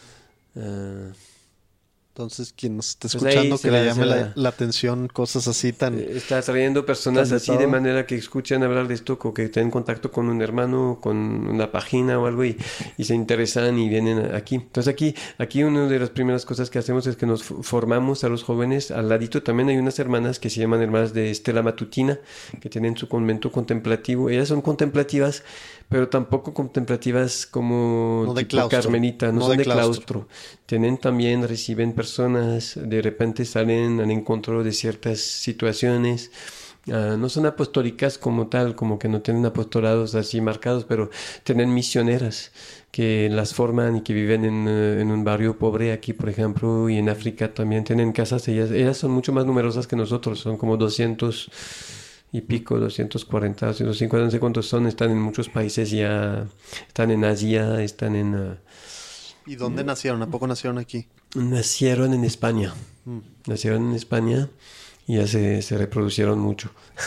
Speaker 1: eh,
Speaker 5: Entonces, quien nos esté
Speaker 1: Pues
Speaker 5: escuchando,
Speaker 1: ahí
Speaker 5: que
Speaker 1: se
Speaker 5: le
Speaker 1: va-
Speaker 5: llame
Speaker 1: se
Speaker 5: la,
Speaker 1: va.
Speaker 5: la atención, cosas así tan...
Speaker 1: Eh, Está trayendo personas
Speaker 5: tan de
Speaker 1: así de
Speaker 5: todo.
Speaker 1: manera que escuchan hablar de esto, o que estén en contacto con un hermano, con una página o algo, y, y se interesan y vienen aquí. Entonces aquí, aquí una de las primeras cosas que hacemos es que nos f- formamos a los jóvenes. Al ladito también hay unas hermanas que se llaman hermanas de Estela Matutina, que tienen su convento contemplativo. Ellas son contemplativas, pero tampoco contemplativas como
Speaker 5: No de
Speaker 1: tipo
Speaker 5: claustro.
Speaker 1: carmelita, no,
Speaker 5: No
Speaker 1: son
Speaker 5: de
Speaker 1: de
Speaker 5: claustro.
Speaker 1: claustro. Tienen también, reciben personas, de repente salen al encuentro de ciertas situaciones. Ah, no son apostólicas como tal, como que no tienen apostolados así marcados, pero tienen misioneras que las forman y que viven en, eh, en un barrio pobre aquí, por ejemplo, y en África también tienen casas. Ellas, ellas son mucho más numerosas que nosotros, son como doscientos y pico, doscientos cuarenta, doscientos cincuenta, no sé cuántos son. Están en muchos países ya, están en Asia, están en... ah,
Speaker 5: ¿Y dónde nacieron? ¿A poco nacieron aquí?
Speaker 1: Nacieron en España. Nacieron en España y ya se, se reproducieron mucho.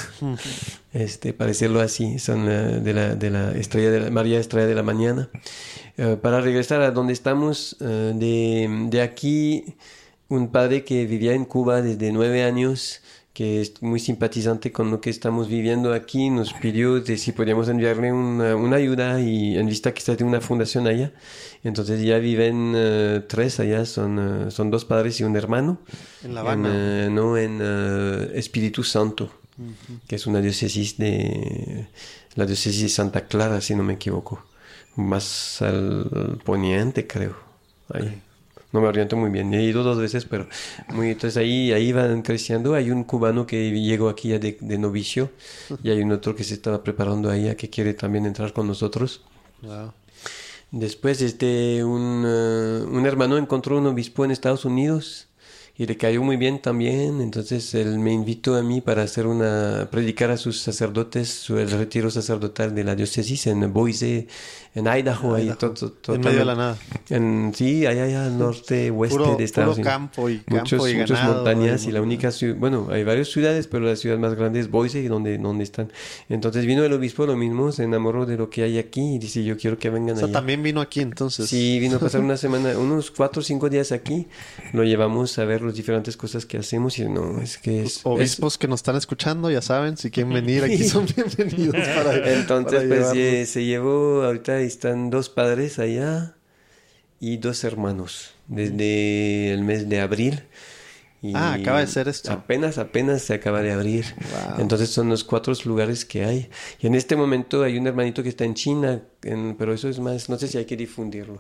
Speaker 1: este, para decirlo así, son eh, de la, de la estrella de la, María Estrella de la Mañana. Eh, para regresar a donde estamos, eh, de, de aquí, un padre que vivía en Cuba desde nueve años, que es muy simpatizante con lo que estamos viviendo aquí, nos pidió de si podíamos enviarle una, una ayuda, y en vista que está de una fundación allá. Entonces ya viven eh, tres allá, son, eh, son dos padres y un hermano.
Speaker 5: En La Habana.
Speaker 1: En, eh, no, en eh, Espíritu Santo, que es una diócesis de... La diócesis de Santa Clara, si no me equivoco. Más al poniente, creo. Ahí. No me oriento muy bien, he ido dos veces, pero muy, entonces ahí, ahí van creciendo. Hay un cubano que llegó aquí ya de, de novicio, y hay un otro que se estaba preparando ahí, a que quiere también entrar con nosotros.
Speaker 5: Wow.
Speaker 1: Después este, un, uh, un hermano encontró un obispo en Estados Unidos y le cayó muy bien también. Entonces él me invitó a mí para hacer una, predicar a sus sacerdotes su, el retiro sacerdotal de la diócesis en Boise, en Idaho, ahí,
Speaker 5: Idaho.
Speaker 1: to- to-
Speaker 5: En
Speaker 1: totalmente-
Speaker 5: medio de la nada.
Speaker 1: en, sí, allá, allá al norte, oeste
Speaker 5: Puro,
Speaker 1: de Estados
Speaker 5: puro
Speaker 1: Unidos.
Speaker 5: campo y campo
Speaker 1: Muchos,
Speaker 5: y
Speaker 1: muchas
Speaker 5: ganado.
Speaker 1: montañas, y la
Speaker 5: y-
Speaker 1: única ciudad, bueno, hay varias ciudades, pero la ciudad más grande es Boise, donde, donde están. Entonces vino el obispo, lo mismo, se enamoró de lo que hay aquí y dice: yo quiero que vengan
Speaker 5: O sea,
Speaker 1: allá.
Speaker 5: también vino aquí entonces.
Speaker 1: Sí, vino a pasar una semana, unos cuatro o cinco días aquí. Lo llevamos a ver las diferentes cosas que hacemos, y no, es que es...
Speaker 5: Los obispos que nos están escuchando, ya saben, si quieren venir aquí son bienvenidos para
Speaker 1: es- entonces,
Speaker 5: para
Speaker 1: pues
Speaker 5: llevarnos.
Speaker 1: eh, se llevó, ahorita están dos padres allá, y dos hermanos desde el mes de abril. Y
Speaker 5: ah, acaba de ser esto.
Speaker 1: Apenas, apenas se acaba de abrir.
Speaker 5: Wow.
Speaker 1: Entonces son los cuatro lugares que hay. Y en este momento hay un hermanito que está en China, en, pero eso es más, no sé si hay que difundirlo.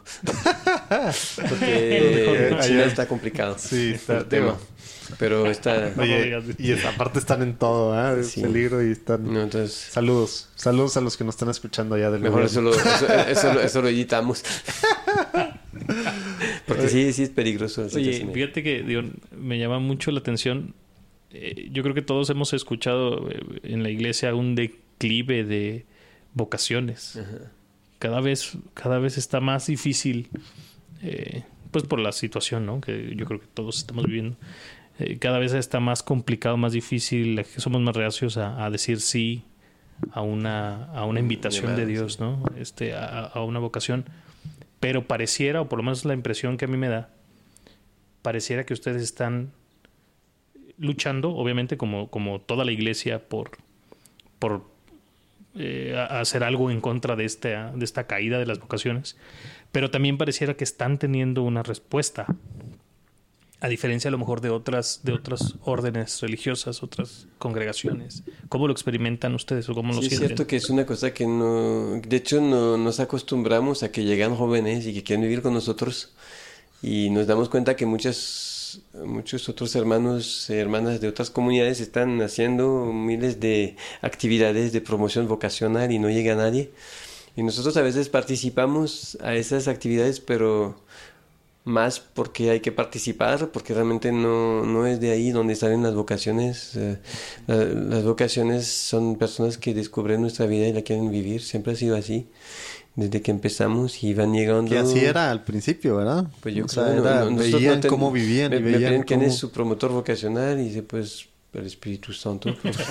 Speaker 1: Porque en China está complicado.
Speaker 5: Sí, está
Speaker 1: el tema. Pero está...
Speaker 5: Oye, y aparte están en todo, ¿eh?
Speaker 1: Sí.
Speaker 5: Peligro y están...
Speaker 1: No, entonces...
Speaker 5: Saludos. Saludos a los que nos están escuchando allá del
Speaker 1: Mejor
Speaker 5: gobierno.
Speaker 1: eso lo, eso, eso, lo- eso lo editamos. Porque sí, sí es peligroso. la
Speaker 4: Oye,
Speaker 1: situación.
Speaker 4: fíjate que digo, me llama mucho la atención. Eh, yo creo que todos hemos escuchado eh, en la iglesia un declive de vocaciones.
Speaker 1: Ajá.
Speaker 4: Cada vez, cada vez está más difícil, eh, pues por la situación, ¿no? Que yo creo que todos estamos viviendo. Eh, cada vez está más complicado, más difícil. Que somos más reacios a, a decir sí a una, a una invitación
Speaker 1: Llamada,
Speaker 4: de Dios,
Speaker 1: sí.
Speaker 4: ¿no? Este, a, a una vocación. Pero pareciera, o por lo menos la impresión que a mí me da, pareciera que ustedes están luchando, obviamente, como, como toda la iglesia, por, por eh, a- hacer algo en contra de esta, de esta caída de las vocaciones. Pero también pareciera que están teniendo una respuesta. A diferencia a lo mejor de otras, de otras órdenes religiosas, otras congregaciones. ¿Cómo lo experimentan ustedes o cómo lo
Speaker 1: Sí, es
Speaker 4: sienten?
Speaker 1: cierto que es una cosa que no... De hecho, no nos acostumbramos a que llegan jóvenes y que quieren vivir con nosotros. Y nos damos cuenta que muchas, muchos otros hermanos y hermanas de otras comunidades están haciendo miles de actividades de promoción vocacional y no llega nadie. Y nosotros a veces participamos a esas actividades, pero más porque hay que participar, porque realmente no, no es de ahí donde salen las vocaciones. Eh, la- las vocaciones son personas que descubren nuestra vida y la quieren vivir. Siempre ha sido así, desde que empezamos y van llegando...
Speaker 5: Que así era al principio, ¿verdad?
Speaker 1: Pues yo
Speaker 5: o
Speaker 1: creo
Speaker 5: sea,
Speaker 1: que no-
Speaker 5: era-
Speaker 1: no- nosotros
Speaker 5: veían
Speaker 1: no ten-
Speaker 5: cómo vivían
Speaker 1: me,
Speaker 5: y
Speaker 1: me
Speaker 5: veían
Speaker 1: preguntan quién
Speaker 5: cómo...
Speaker 1: es su promotor vocacional y dice, pues, el Espíritu Santo.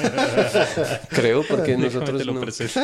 Speaker 1: Creo, porque
Speaker 4: Déjame
Speaker 1: nosotros
Speaker 4: te lo
Speaker 1: no,
Speaker 4: presento.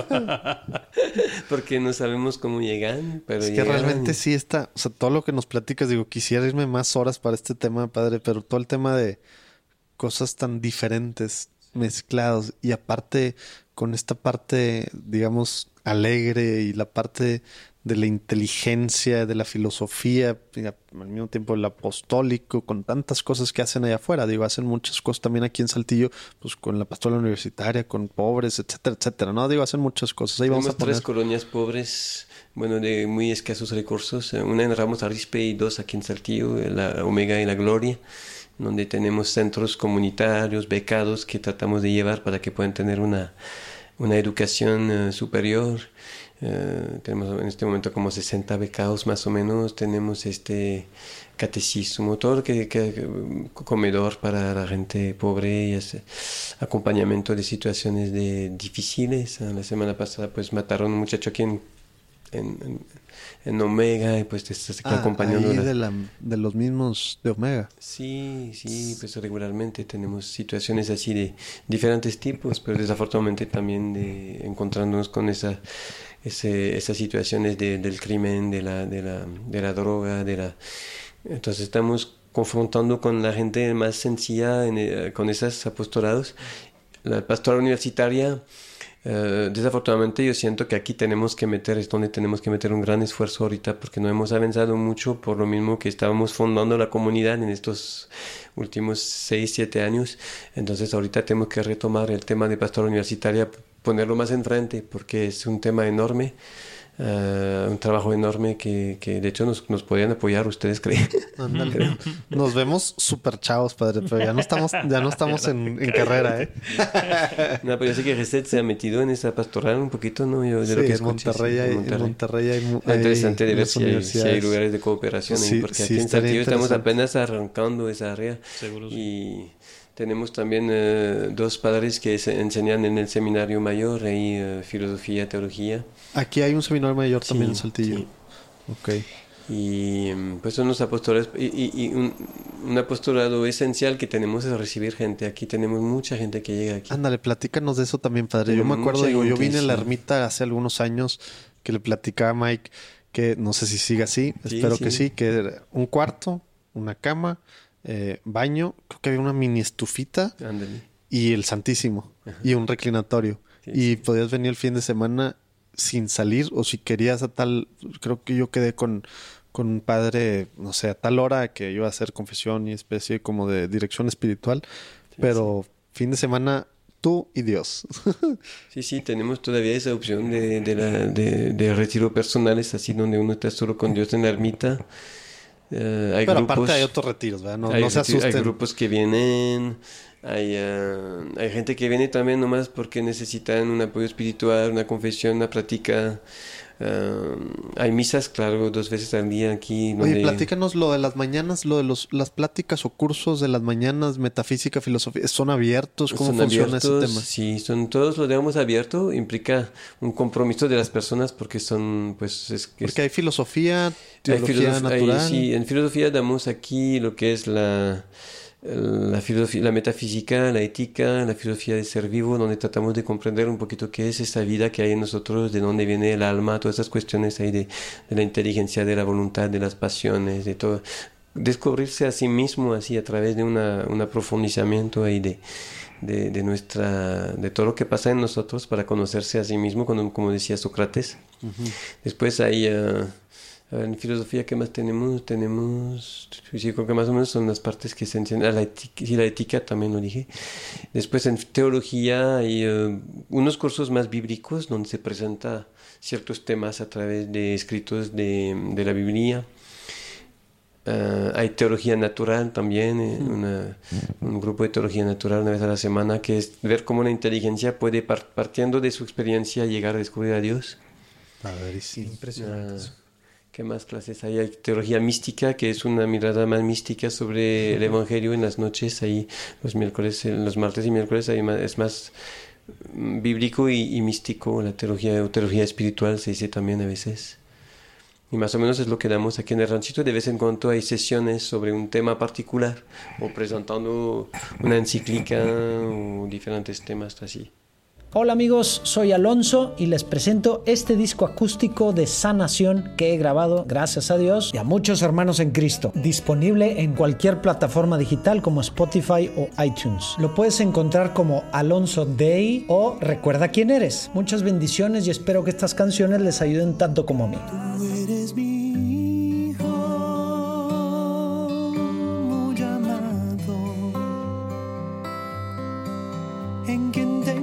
Speaker 1: porque no sabemos cómo llegan, pero
Speaker 5: Es que
Speaker 1: llegan.
Speaker 5: realmente sí está, o sea, todo lo que nos platicas, digo, quisiera irme más horas para este tema, padre, pero todo el tema de cosas tan diferentes, mezclados, y aparte con esta parte, digamos, alegre y la parte de la inteligencia, de la filosofía, y a- al mismo tiempo el apostólico, con tantas cosas que hacen allá afuera. Digo, hacen muchas cosas también aquí en Saltillo, pues con la pastoral universitaria, con pobres, etcétera, etcétera, ¿no? Digo, hacen muchas cosas. Ahí vamos
Speaker 1: Tenemos
Speaker 5: a poner...
Speaker 1: tres colonias pobres, bueno, de muy escasos recursos. eh, Una en Ramos Arizpe y dos aquí en Saltillo, eh, la Omega y la Gloria, donde tenemos centros comunitarios, becados, que tratamos de llevar para que puedan tener una, una educación eh, superior. Eh, tenemos en este momento como sesenta becados más o menos. Tenemos este catecismo, todo lo que, que- que- comedor para la gente pobre y ese acompañamiento de situaciones de, difíciles. Eh, La semana pasada pues mataron a un muchacho aquí en, en, en- en Omega y pues te estás
Speaker 5: Ah,
Speaker 1: acompañando.
Speaker 5: ahí
Speaker 1: la-
Speaker 5: de, la, de los mismos de Omega.
Speaker 1: Sí, sí, pues regularmente tenemos situaciones así de diferentes tipos, pero desafortunadamente también de encontrándonos con esa, ese, esas situaciones de, del crimen, de la, de la, de la droga, de la... Entonces estamos confrontando con la gente más sencilla en, eh, con esos apostolados. La pastoral universitaria, eh, desafortunadamente yo siento que aquí tenemos que meter, es donde tenemos que meter un gran esfuerzo ahorita, porque no hemos avanzado mucho, por lo mismo que estábamos fundando la comunidad en estos últimos seis, siete años. Entonces ahorita tenemos que retomar el tema de pastoral universitaria, ponerlo más enfrente, porque es un tema enorme. Uh, un trabajo enorme que, que de hecho nos, nos podrían apoyar ustedes, creen.
Speaker 5: Ándale. Nos vemos súper chavos, padre, pero ya no estamos, ya no estamos en, en carrera, ¿eh?
Speaker 1: No, pero yo sé que Reset se ha metido en esa pastoral un poquito, ¿no? Yo de
Speaker 5: Sí,
Speaker 1: lo que
Speaker 5: en
Speaker 1: escuché,
Speaker 5: Monterrey,
Speaker 1: sí,
Speaker 5: hay,
Speaker 1: en
Speaker 5: en
Speaker 1: Monterrey.
Speaker 5: Monterrey hay, mu-
Speaker 1: Es interesante
Speaker 5: hay
Speaker 1: de ver
Speaker 5: las
Speaker 1: si hay, si hay
Speaker 5: universidades.
Speaker 1: lugares de cooperación ahí,
Speaker 5: Sí,
Speaker 1: porque
Speaker 5: sí,
Speaker 1: aquí en
Speaker 5: estaría
Speaker 1: Saltillo estamos
Speaker 5: interesante.
Speaker 1: apenas arrancando esa área.
Speaker 4: Seguro, sí.
Speaker 1: Y tenemos también eh, dos padres que se enseñan en el seminario mayor, ahí eh, filosofía, teología.
Speaker 5: Aquí hay un seminario mayor también
Speaker 1: Sí,
Speaker 5: en Saltillo.
Speaker 1: sí.
Speaker 5: Ok.
Speaker 1: Y mm, pues son los apostolados. Y, y- y un, un apostolado esencial que tenemos es recibir gente. Aquí tenemos mucha gente que llega aquí.
Speaker 5: Ándale, platícanos de eso también, padre. Yo
Speaker 1: Tenemos
Speaker 5: me acuerdo,
Speaker 1: mucha
Speaker 5: digo, yo
Speaker 1: gente,
Speaker 5: vine a la
Speaker 1: sí.
Speaker 5: ermita hace algunos años que le platicaba a Mike que no sé si sigue así,
Speaker 1: Sí,
Speaker 5: espero
Speaker 1: sí.
Speaker 5: que sí, que era un cuarto, una cama, eh, baño, creo que había una mini estufita
Speaker 1: Ándale.
Speaker 5: y el Santísimo y un reclinatorio.
Speaker 1: Sí,
Speaker 5: y
Speaker 1: sí.
Speaker 5: podías venir el fin de semana sin salir o si querías a tal, creo que yo quedé con, con un padre, no sé, a tal hora que iba a hacer confesión y especie como de dirección espiritual, sí, pero sí. Fin de semana tú y Dios.
Speaker 1: Sí, sí, tenemos todavía esa opción de, de, la, de, de retiro personal, es así donde uno está solo con Dios en la ermita. Uh, hay
Speaker 5: pero
Speaker 1: grupos,
Speaker 5: aparte hay otros retiros, ¿verdad? No,
Speaker 1: hay,
Speaker 5: no se asusten.
Speaker 1: Hay grupos que vienen, hay, uh, hay gente que viene también nomás porque necesitan un apoyo espiritual, una confesión, una práctica. Uh, hay misas, claro, dos veces al día aquí. Donde...
Speaker 5: Oye, platícanos lo de las mañanas, lo de los, las pláticas o cursos de las mañanas, metafísica, filosofía, ¿son abiertos? ¿Cómo
Speaker 1: son
Speaker 5: funciona
Speaker 1: abiertos,
Speaker 5: ese tema?
Speaker 1: Sí, son todos lo dejamos abierto, implica un compromiso de las personas porque son, pues... Es,
Speaker 5: porque
Speaker 1: es,
Speaker 5: hay filosofía, teología
Speaker 1: hay filosof-
Speaker 5: natural.
Speaker 1: Hay, sí, en filosofía damos aquí lo que es la... La, filosofía, la metafísica, la ética, la filosofía de ser vivo, donde tratamos de comprender un poquito qué es esa vida que hay en nosotros, de dónde viene el alma, todas esas cuestiones ahí de, de la inteligencia, de la voluntad, de las pasiones, de todo. Descubrirse a sí mismo así a través de una, un profundizamiento ahí de, de, de, nuestra, de todo lo que pasa en nosotros para conocerse a sí mismo, como, como decía Sócrates. Uh-huh. Después hay... Uh, en filosofía, ¿qué más tenemos? Tenemos, sí, creo que más o menos son las partes que se entienden. La ética, sí, la ética también lo dije. Después en teología hay uh, unos cursos más bíblicos donde se presenta ciertos temas a través de escritos de, de la Biblia. Uh, hay teología natural también, eh, una, un grupo de teología natural una vez a la semana, que es ver cómo la inteligencia puede, par- partiendo de su experiencia, llegar a descubrir a Dios.
Speaker 5: Padrísimo.
Speaker 1: Impresionante. Uh, ¿Qué más clases hay? Hay teología mística, que es una mirada más mística sobre el Evangelio en las noches. Ahí los miércoles, los martes y miércoles hay más, es más bíblico y, y místico. La teología o teología espiritual se dice también a veces. Y más o menos es lo que damos aquí en el ranchito. De vez en cuando hay sesiones sobre un tema particular o presentando una encíclica o diferentes temas así.
Speaker 2: Hola amigos, soy Alonso y les presento este disco acústico de sanación que he grabado, gracias a Dios y a muchos hermanos en Cristo, disponible en cualquier plataforma digital como Spotify o iTunes. Lo puedes encontrar como Alonso Day o Recuerda quién eres. Muchas bendiciones y espero que estas canciones les ayuden tanto como a mí.
Speaker 7: Tú eres mi hijo, muy amado, en quien tengo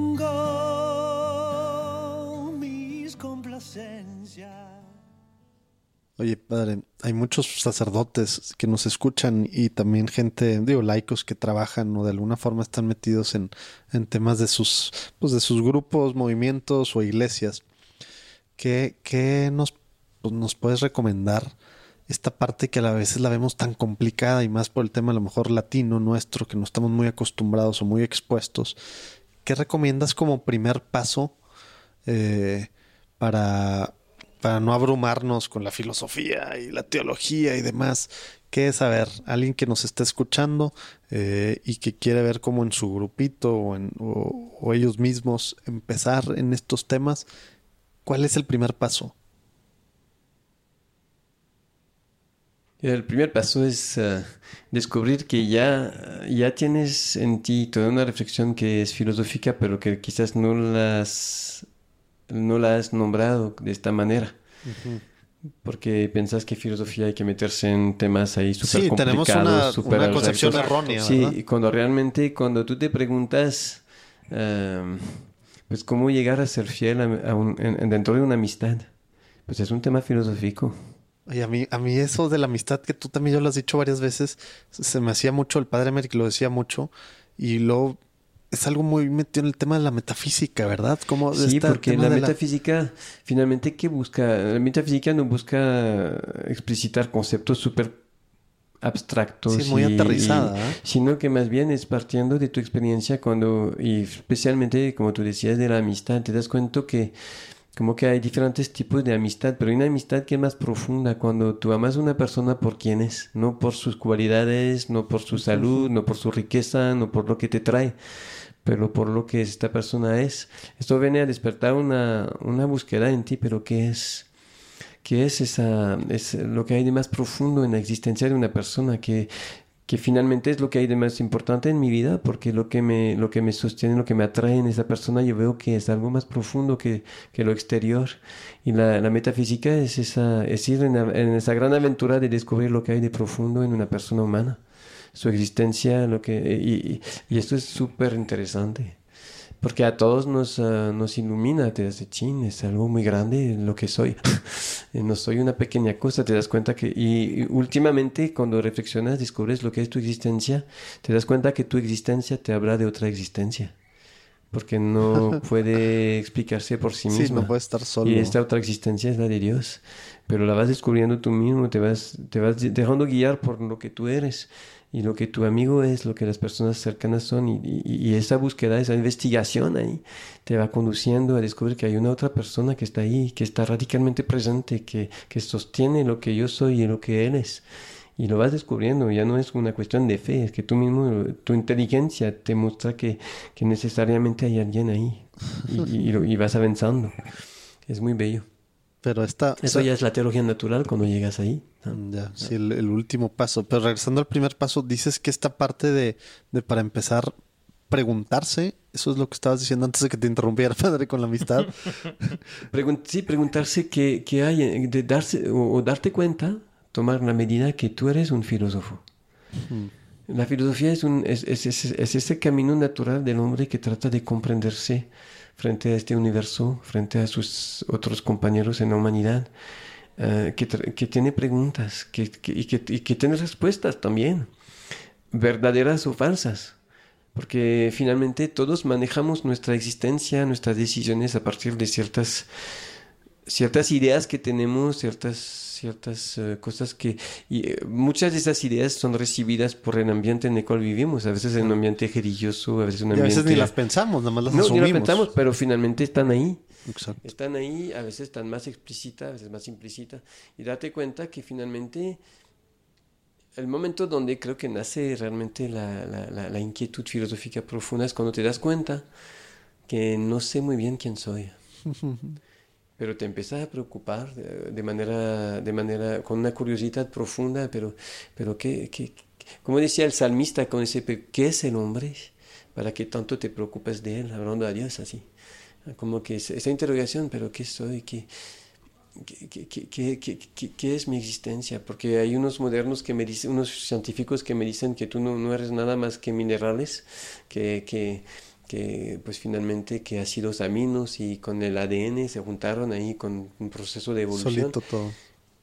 Speaker 5: Oye, padre, hay muchos sacerdotes que nos escuchan y también gente, digo, laicos que trabajan o de alguna forma están metidos en, en temas de sus, pues de sus grupos, movimientos o iglesias. ¿Qué, qué nos, pues nos puedes recomendar? Esta parte que a veces la vemos tan complicada y más por el tema a lo mejor latino nuestro, que no estamos muy acostumbrados o muy expuestos. ¿Qué recomiendas como primer paso eh, para... para no abrumarnos con la filosofía y la teología y demás? ¿Qué es, a ver, alguien que nos está escuchando eh, y que quiere ver cómo en su grupito o, en, o, o ellos mismos empezar en estos temas? ¿Cuál es el primer paso?
Speaker 1: El primer paso es uh, descubrir que ya, ya tienes en ti toda una reflexión que es filosófica, pero que quizás no las... no la has nombrado de esta manera. Uh-huh. Porque pensás que filosofía hay que meterse en temas ahí súper
Speaker 5: sí,
Speaker 1: complicados.
Speaker 5: Sí, tenemos una,
Speaker 1: super
Speaker 5: una concepción errónea,
Speaker 1: sí,
Speaker 5: ¿verdad?
Speaker 1: Y cuando realmente, cuando tú te preguntas, uh, pues cómo llegar a ser fiel a, a un, en, dentro de una amistad, pues es un tema filosófico.
Speaker 5: Y a mí, a mí eso de la amistad, que tú también ya lo has dicho varias veces, se me hacía mucho, el padre Emerick lo decía mucho, y luego es algo muy metido en el tema de la metafísica, ¿verdad? Como
Speaker 1: sí, porque la metafísica, la... finalmente, ¿qué busca? La metafísica no busca explicitar conceptos súper abstractos.
Speaker 5: Sí, muy
Speaker 1: y,
Speaker 5: aterrizada.
Speaker 1: Y,
Speaker 5: ¿eh?
Speaker 1: Sino que más bien es partiendo de tu experiencia cuando, y especialmente, como tú decías, de la amistad, te das cuenta que como que hay diferentes tipos de amistad, pero hay una amistad que es más profunda cuando tú amas a una persona por quien es, no por sus cualidades, no por su salud, no por su riqueza, no por lo que te trae, pero por lo que esta persona es. Esto viene a despertar una, una búsqueda en ti, pero ¿qué es? ¿Qué es esa, es lo que hay de más profundo en la existencia de una persona? ¿Qué, que finalmente es lo que hay de más importante en mi vida, porque lo que me, lo que me sostiene, lo que me atrae en esa persona, yo veo que es algo más profundo que, que lo exterior. Y la, la metafísica es, esa, es ir en, en esa gran aventura de descubrir lo que hay de profundo en una persona humana, su existencia, lo que, y, y, y esto es súper interesante. Porque a todos nos, uh, nos ilumina, te das de chin, es algo muy grande lo que soy. No soy una pequeña cosa, te das cuenta que... Y, y últimamente cuando reflexionas, descubres lo que es tu existencia, te das cuenta que tu existencia te habla de otra existencia. Porque no puede explicarse por sí misma.
Speaker 5: Sí, no puede estar solo.
Speaker 1: Y esta otra existencia es la de Dios. Pero la vas descubriendo tú mismo, te vas, te vas dejando guiar por lo que tú eres. Y lo que tu amigo es, lo que las personas cercanas son, y, y, y esa búsqueda, esa investigación ahí, te va conduciendo a descubrir que hay una otra persona que está ahí, que está radicalmente presente, que, que sostiene lo que yo soy y lo que él es. Y lo vas descubriendo, ya no es una cuestión de fe, es que tú mismo, tu inteligencia te muestra que, que necesariamente hay alguien ahí, y, y, y, lo, y vas avanzando. Es muy bello.
Speaker 5: Pero esta,
Speaker 1: Eso
Speaker 5: o sea,
Speaker 1: ya es la teología natural cuando llegas ahí, ¿no?
Speaker 5: Ya, sí, el, el último paso. Pero regresando al primer paso, dices que esta parte de, de para empezar, preguntarse, eso es lo que estabas diciendo antes de que te interrumpiera, padre, con la amistad.
Speaker 1: Pregun- sí, preguntarse qué, qué hay, de darse, o, o darte cuenta, tomar la medida que tú eres un filósofo.
Speaker 5: Hmm.
Speaker 1: La filosofía es, un, es, es, es, es ese camino natural del hombre que trata de comprenderse frente a este universo, frente a sus otros compañeros en la humanidad, uh, que, que tiene preguntas que, que, y, que, y que tiene respuestas también, verdaderas o falsas, porque finalmente todos manejamos nuestra existencia, nuestras decisiones a partir de ciertas, ciertas ideas que tenemos, ciertas ciertas uh, cosas que... Y, uh, muchas de esas ideas son recibidas por el ambiente en el cual vivimos. A veces en un ambiente religioso, a veces en un
Speaker 5: Y a
Speaker 1: ambiente...
Speaker 5: veces ni las pensamos, nada más las
Speaker 1: no,
Speaker 5: asumimos.
Speaker 1: ni las pensamos, pero finalmente están ahí.
Speaker 5: Exacto.
Speaker 1: Están ahí, a veces están más explícitas, a veces más implícitas. Y date cuenta que finalmente el momento donde creo que nace realmente la, la, la, la inquietud filosófica profunda es cuando te das cuenta que no sé muy bien quién soy. Pero te empiezas a preocupar de manera, de manera, con una curiosidad profunda, pero, pero ¿qué, qué, como decía el salmista, con ese, ¿qué es el hombre? ¿Para qué tanto te preocupas de él? Hablando a Dios así. Como que esa interrogación, pero ¿qué soy? ¿Qué, qué, qué, qué, qué, qué, qué es mi existencia? Porque hay unos modernos que me dicen, unos científicos que me dicen que tú no, no eres nada más que minerales, que... que que pues finalmente que ácidos aminos y con el A D N se juntaron ahí con un proceso de evolución.
Speaker 5: Solito todo.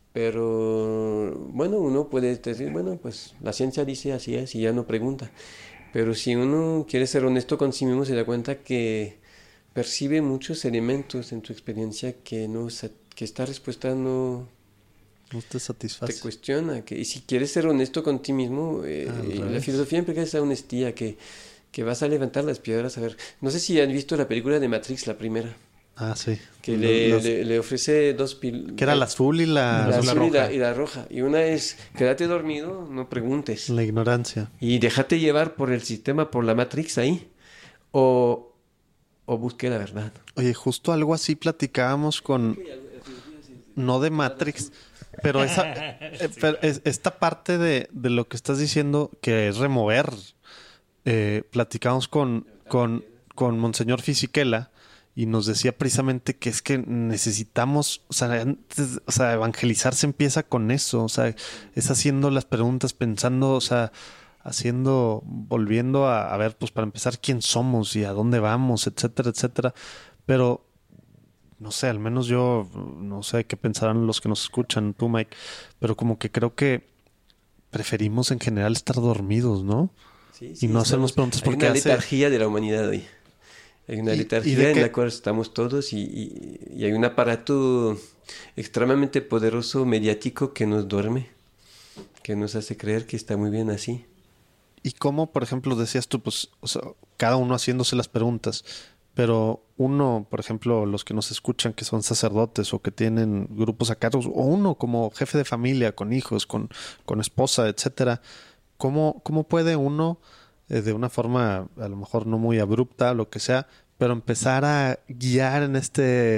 Speaker 1: Pero bueno, uno puede decir, bueno, pues la ciencia dice así es y ya no pregunta. Pero si uno quiere ser honesto con sí mismo, se da cuenta que percibe muchos elementos en tu experiencia que, no, que esta respuesta no...
Speaker 5: No te satisface.
Speaker 1: Te cuestiona. Que, y si quieres ser honesto con ti mismo, eh, ah, la filosofía implica esa honestidad que... que vas a levantar las piedras. A ver, no sé si han visto la película de Matrix, la primera.
Speaker 5: Ah, sí.
Speaker 1: Que le,
Speaker 5: Los,
Speaker 1: le, le ofrece dos pilas.
Speaker 5: Que era la azul y la,
Speaker 1: la,
Speaker 5: la
Speaker 1: azul
Speaker 5: roja.
Speaker 1: Y la, y la roja. Y una es, quédate dormido, no preguntes.
Speaker 5: La ignorancia.
Speaker 1: Y déjate llevar por el sistema, por la Matrix ahí. O, o busque la verdad.
Speaker 5: Oye, justo algo así platicábamos con... No de Matrix... Pero esa eh, pero es, esta parte de, de lo que estás diciendo, que es remover... Eh, platicamos con, con, con Monseñor Fisichella y nos decía precisamente que es que necesitamos, o sea, antes, o sea, evangelizar se empieza con eso, o sea, es haciendo las preguntas, pensando, o sea, haciendo, volviendo a, a ver, pues para empezar, quién somos y a dónde vamos, etcétera, etcétera. Pero, no sé, al menos yo, no sé qué pensarán los que nos escuchan, tú, Mike, pero como que creo que preferimos en general estar dormidos, ¿no?
Speaker 1: Sí, sí,
Speaker 5: y no hacernos preguntas porque
Speaker 1: hay una
Speaker 5: hace...
Speaker 1: letargía de la humanidad hoy. Hay una
Speaker 5: ¿Y,
Speaker 1: letargía
Speaker 5: y
Speaker 1: en
Speaker 5: qué?
Speaker 1: la cual estamos todos y, y, y hay un aparato extremadamente poderoso mediático que nos duerme, que nos hace creer que está muy bien así.
Speaker 5: ¿Y cómo, por ejemplo, decías tú, pues, o sea, cada uno haciéndose las preguntas, pero uno, por ejemplo, los que nos escuchan que son sacerdotes o que tienen grupos a cargo, o uno como jefe de familia, con hijos, con, con esposa, etcétera, ¿Cómo, ¿Cómo puede uno, eh, de una forma a lo mejor no muy abrupta, lo que sea, pero empezar a guiar en este,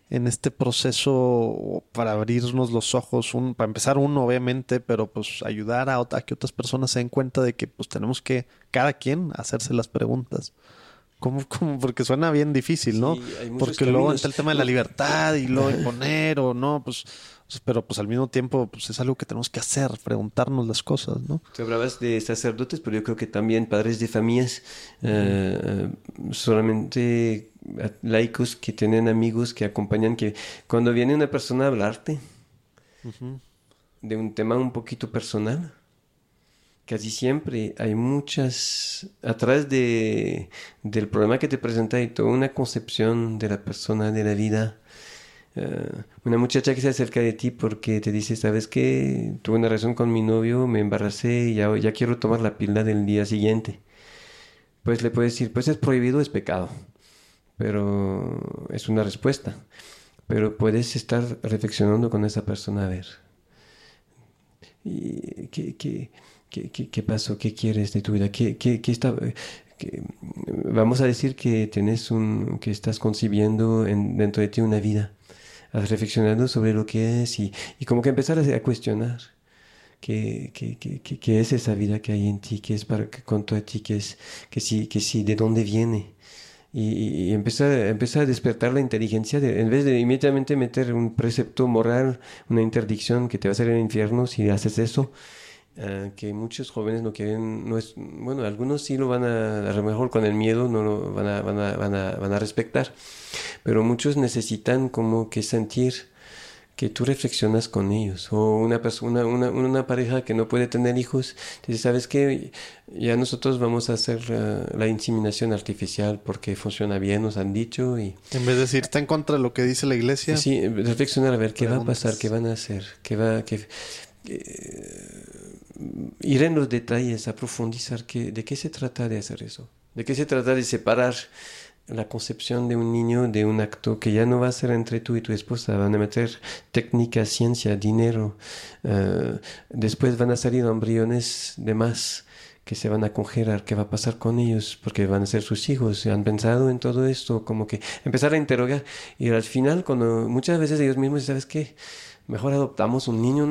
Speaker 5: en este proceso para abrirnos los ojos, un, para empezar uno obviamente, pero pues ayudar a, a que otras personas se den cuenta de que pues tenemos que cada quien hacerse las preguntas. ¿Cómo, cómo? Porque suena bien difícil, ¿no?
Speaker 1: Sí, hay muchos
Speaker 5: Porque luego
Speaker 1: caminos.
Speaker 5: está el tema de la libertad y luego imponer o no, pues, pero pues al mismo tiempo pues es algo que tenemos que hacer, preguntarnos las cosas, ¿no?
Speaker 1: Tú hablabas de sacerdotes, pero yo creo que también padres de familias, eh, solamente laicos que tienen amigos que acompañan, que cuando viene una persona a hablarte
Speaker 5: Uh-huh.
Speaker 1: de un tema un poquito personal, casi siempre hay muchas, atrás de, del problema que te presenta hay toda una concepción de la persona, de la vida. Uh, una muchacha que se acerca de ti porque te dice, ¿sabes qué? Tuve una relación con mi novio, me embaracé y ya, ya quiero tomar la píldora del día siguiente. Pues le puedes decir, pues es prohibido, es pecado. Pero es una respuesta. Pero puedes estar reflexionando con esa persona a ver. ¿Y qué, qué, qué, qué, qué pasó? ¿Qué quieres de tu vida? ¿Qué, qué, qué está, qué, vamos a decir que tienes un, que estás concibiendo en, dentro de ti una vida. Has reflexionado sobre lo que es y, y como que empezar a, a cuestionar qué, qué, qué, qué, qué es esa vida que hay en ti, qué es para qué contra a ti, qué es, que sí, que sí, de dónde viene. Y, y empezar, empezar a despertar la inteligencia de, en vez de inmediatamente meter un precepto moral, una interdicción que te va a hacer el infierno si haces eso. Uh, que muchos jóvenes no quieren, no es, bueno, algunos sí lo van a, a lo mejor con el miedo no lo van a, van a, van a, van a respetar, pero muchos necesitan como que sentir que tú reflexionas con ellos, o una persona, una, una pareja que no puede tener hijos, te dice, ¿sabes qué? Ya nosotros vamos a hacer uh, la inseminación artificial porque funciona bien, nos han dicho, y
Speaker 5: En vez de decir, está en contra de lo que dice la iglesia.
Speaker 1: sí, reflexionar a ver qué
Speaker 5: Preguntas.
Speaker 1: va a pasar, qué van a hacer, qué va, qué, eh, ir en los detalles, a profundizar que, de qué se trata de hacer eso, de qué se trata de separar la concepción de un niño de un acto que ya no va a ser entre tú y tu esposa, van a meter técnica, ciencia, dinero, uh, después van a salir embriones de más que se van a congelar, qué va a pasar con ellos, porque van a ser sus hijos, han pensado en todo esto, como que empezar a interrogar, y al final, cuando muchas veces ellos mismos, ¿sabes qué? Mejor adoptamos un niño, ¿no?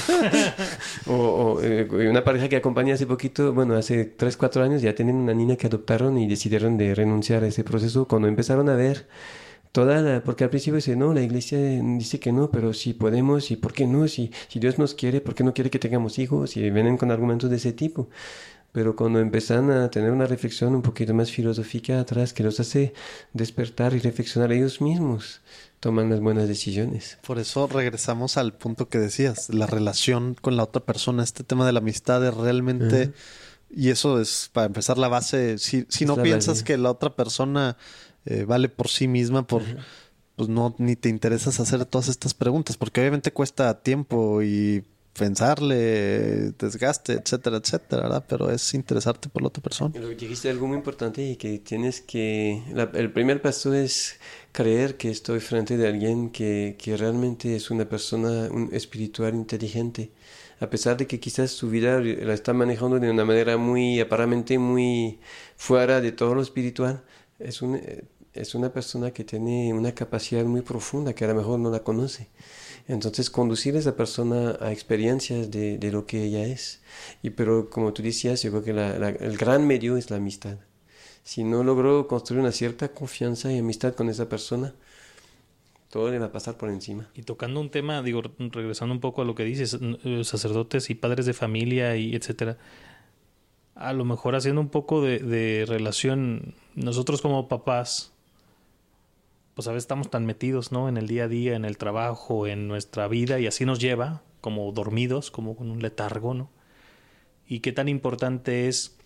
Speaker 1: o o eh, una pareja que acompañé hace poquito, bueno, hace tres, cuatro años ya tienen una niña que adoptaron y decidieron de renunciar a ese proceso cuando empezaron a ver toda la... Porque al principio dice, no, la iglesia dice que no, pero si podemos, y ¿por qué no? Si, si Dios nos quiere, ¿por qué no quiere que tengamos hijos? Y vienen con argumentos de ese tipo. Pero cuando empiezan a tener una reflexión un poquito más filosófica atrás, que los hace despertar y reflexionar ellos mismos, toman las buenas decisiones.
Speaker 5: Por eso regresamos al punto que decías, la relación con la otra persona, este tema de la amistad es realmente, uh-huh. Y eso es para empezar la base, si, si no piensas base. Que la otra persona eh, vale por sí misma, por, uh-huh. pues no, ni te interesas hacer todas estas preguntas, porque obviamente cuesta tiempo y pensarle, desgaste, etcétera, etcétera, ¿verdad? Pero es interesarte por la otra persona.
Speaker 1: Lo que dijiste algo muy importante y que tienes que... La, el primer paso es creer que estoy frente de alguien que, que realmente es una persona un espiritual inteligente, a pesar de que quizás su vida la está manejando de una manera muy, aparentemente muy fuera de todo lo espiritual. Es, un, es una persona que tiene una capacidad muy profunda que a lo mejor no la conoce. Entonces, conducir a esa persona a experiencias de, de lo que ella es. Y pero, como tú decías, yo creo que la, la, el gran medio es la amistad. Si no logro construir una cierta confianza y amistad con esa persona, todo le va a pasar por encima.
Speaker 4: Y tocando un tema, digo, regresando un poco a lo que dices, sacerdotes y padres de familia y etcétera, a lo mejor haciendo un poco de, de relación, nosotros como papás, pues a veces estamos tan metidos, ¿no? En el día a día, en el trabajo, en nuestra vida, y así nos lleva, como dormidos, como con un letargo, ¿no? Y qué tan importante es,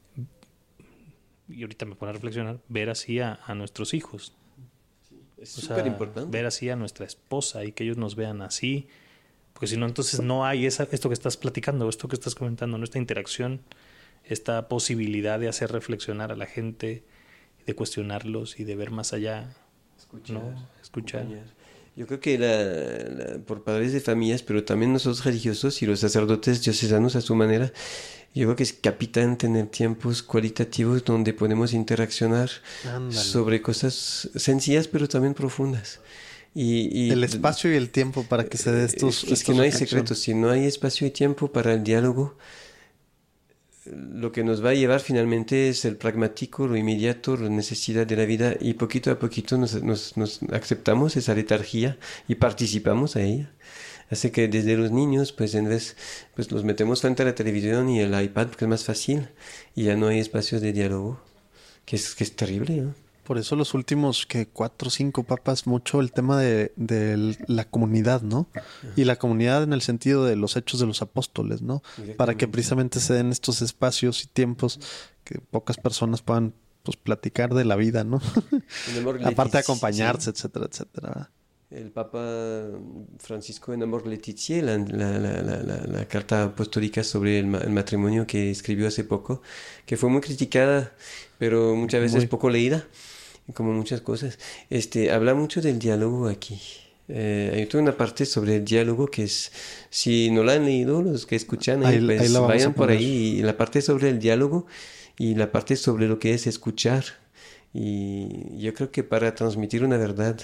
Speaker 4: y ahorita me pone a reflexionar, ver así a, a nuestros hijos.
Speaker 1: Sí, es
Speaker 4: súper importante. Ver así a nuestra esposa y que ellos nos vean así, porque si no, entonces no hay esa, esto que estás platicando, esto que estás comentando, ¿no? Esta interacción, esta posibilidad de hacer reflexionar a la gente, de cuestionarlos y de ver más allá.
Speaker 1: Escuchar,
Speaker 4: no, escuchar.
Speaker 1: Acompañar. Yo creo que la, la, por padres de familias, pero también nosotros religiosos y los sacerdotes diocesanos a su manera, yo creo que es capitán tener tiempos cualitativos donde podemos interaccionar Ándale. sobre cosas sencillas pero también profundas. Y, y
Speaker 5: el espacio y el tiempo para que se dé estos...
Speaker 1: Es, es que no hay secretos. Si no hay espacio y tiempo para el diálogo, lo que nos va a llevar finalmente es el pragmático, lo inmediato, la necesidad de la vida, y poquito a poquito nos, nos, nos aceptamos esa letargía y participamos a ella. Así que desde los niños, pues en vez, pues los metemos frente a la televisión y el iPad porque es más fácil y ya no hay espacios de diálogo, que es, que es terrible, ¿no?
Speaker 5: Por eso los últimos que cuatro o cinco papas, mucho el tema de, de la comunidad, ¿no? Y la comunidad en el sentido de los hechos de los apóstoles, ¿no? Para que precisamente se den estos espacios y tiempos que pocas personas puedan, pues, platicar de la vida, ¿no? Aparte de acompañarse, sí. etcétera, etcétera.
Speaker 1: El Papa Francisco en Amor Laetitia, la, la, la, la, la carta apostólica sobre el, el matrimonio que escribió hace poco, que fue muy criticada, pero muchas veces muy... poco leída, como muchas cosas. Este, habla mucho del diálogo aquí. Eh, hay toda una parte sobre el diálogo que es, si no la han leído, los que escuchan, ahí, ahí, pues ahí vayan por ahí. Y la parte sobre el diálogo y la parte sobre lo que es escuchar. Y yo creo que para transmitir una verdad,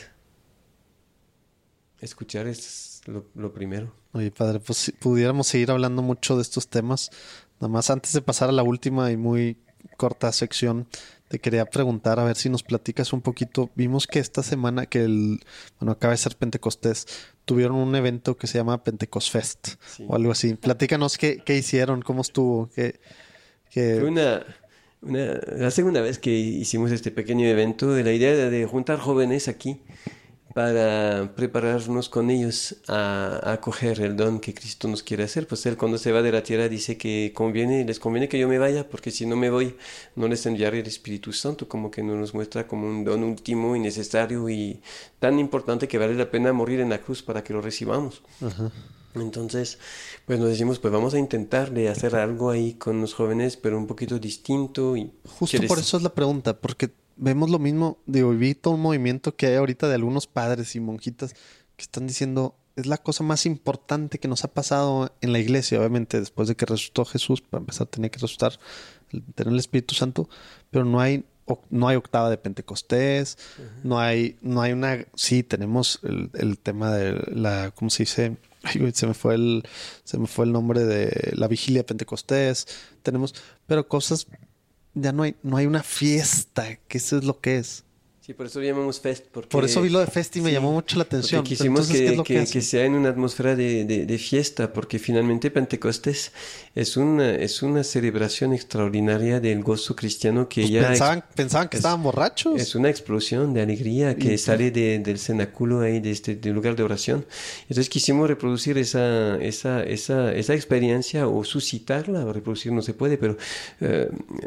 Speaker 1: escuchar es lo, lo primero.
Speaker 5: Oye, padre, pues si pudiéramos seguir hablando mucho de estos temas. Nada más antes de pasar a la última y muy corta sección, te quería preguntar a ver si nos platicas un poquito. Vimos que esta semana, que el, bueno, acaba de ser Pentecostés, tuvieron un evento que se llama Pentecost Fest, sí, o algo así. Platícanos qué, qué hicieron, cómo estuvo. Qué, qué...
Speaker 1: Fue una, una, la segunda vez que hicimos este pequeño evento, de la idea de, de juntar jóvenes aquí para prepararnos con ellos a, a acoger el don que Cristo nos quiere hacer. Pues Él, cuando se va de la tierra, dice que conviene, les conviene que yo me vaya, porque si no me voy, no les enviaré el Espíritu Santo, como que nos muestra como un don último y necesario y tan importante que vale la pena morir en la cruz para que lo recibamos. Uh-huh. Entonces, pues nos decimos, pues vamos a intentar de hacer algo ahí con los jóvenes, pero un poquito distinto. Y
Speaker 5: justo por eso es la pregunta, porque vemos lo mismo, digo, vi todo un movimiento que hay ahorita de algunos padres y monjitas que están diciendo, es la cosa más importante que nos ha pasado en la iglesia, obviamente después de que resucitó Jesús, para empezar tenía que resucitar, tener el Espíritu Santo, pero no hay no hay octava de Pentecostés, uh-huh. no hay no hay una, sí, tenemos el, el tema de la, ¿cómo se dice? Ay, se me fue el se me fue el nombre de la vigilia de Pentecostés, tenemos, pero cosas... Ya no hay, no hay una fiesta, que eso es lo que es.
Speaker 1: Sí, por eso lo llamamos Fest. Porque,
Speaker 5: por eso vi lo de Fest y me sí, llamó mucho la atención.
Speaker 1: Porque quisimos Entonces, que, ¿qué es lo que, que, que sea en una atmósfera de, de, de fiesta, porque finalmente Pentecostés es una, es una celebración extraordinaria del gozo cristiano que
Speaker 5: pues
Speaker 1: ya...
Speaker 5: Pensaban, ex, pensaban que es, estaban borrachos.
Speaker 1: Es una explosión de alegría que y, sale de, del cenáculo ahí, de este del lugar de oración. Entonces quisimos reproducir esa, esa, esa, esa experiencia o suscitarla, reproducir no se puede, pero uh,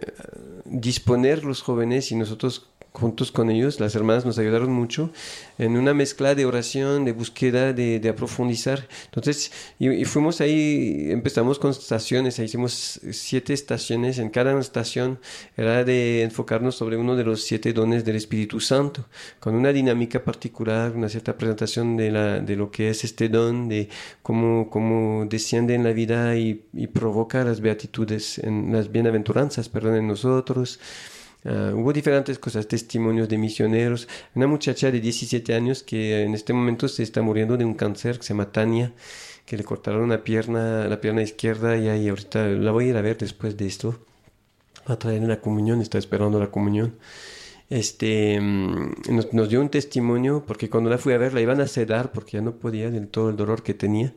Speaker 1: disponer los jóvenes y nosotros juntos con ellos, las hermanas nos ayudaron mucho en una mezcla de oración, de búsqueda, de, de profundizar. Entonces, y, y fuimos ahí, empezamos con estaciones, ahí hicimos siete estaciones, en cada estación era de enfocarnos sobre uno de los siete dones del Espíritu Santo, con una dinámica particular, una cierta presentación de, la, de lo que es este don, de cómo, cómo desciende en la vida y, y provoca las beatitudes, en las bienaventuranzas, perdón, en nosotros. Uh, hubo diferentes cosas, testimonios de misioneros. Una muchacha de diecisiete años que en este momento se está muriendo de un cáncer que se llama Tania, que le cortaron una pierna, la pierna izquierda y ahí ahorita la voy a ir a ver después de esto. Va a traer la comunión, está esperando la comunión. Este, nos, nos dio un testimonio porque cuando la fui a ver la iban a sedar porque ya no podía del todo el dolor que tenía.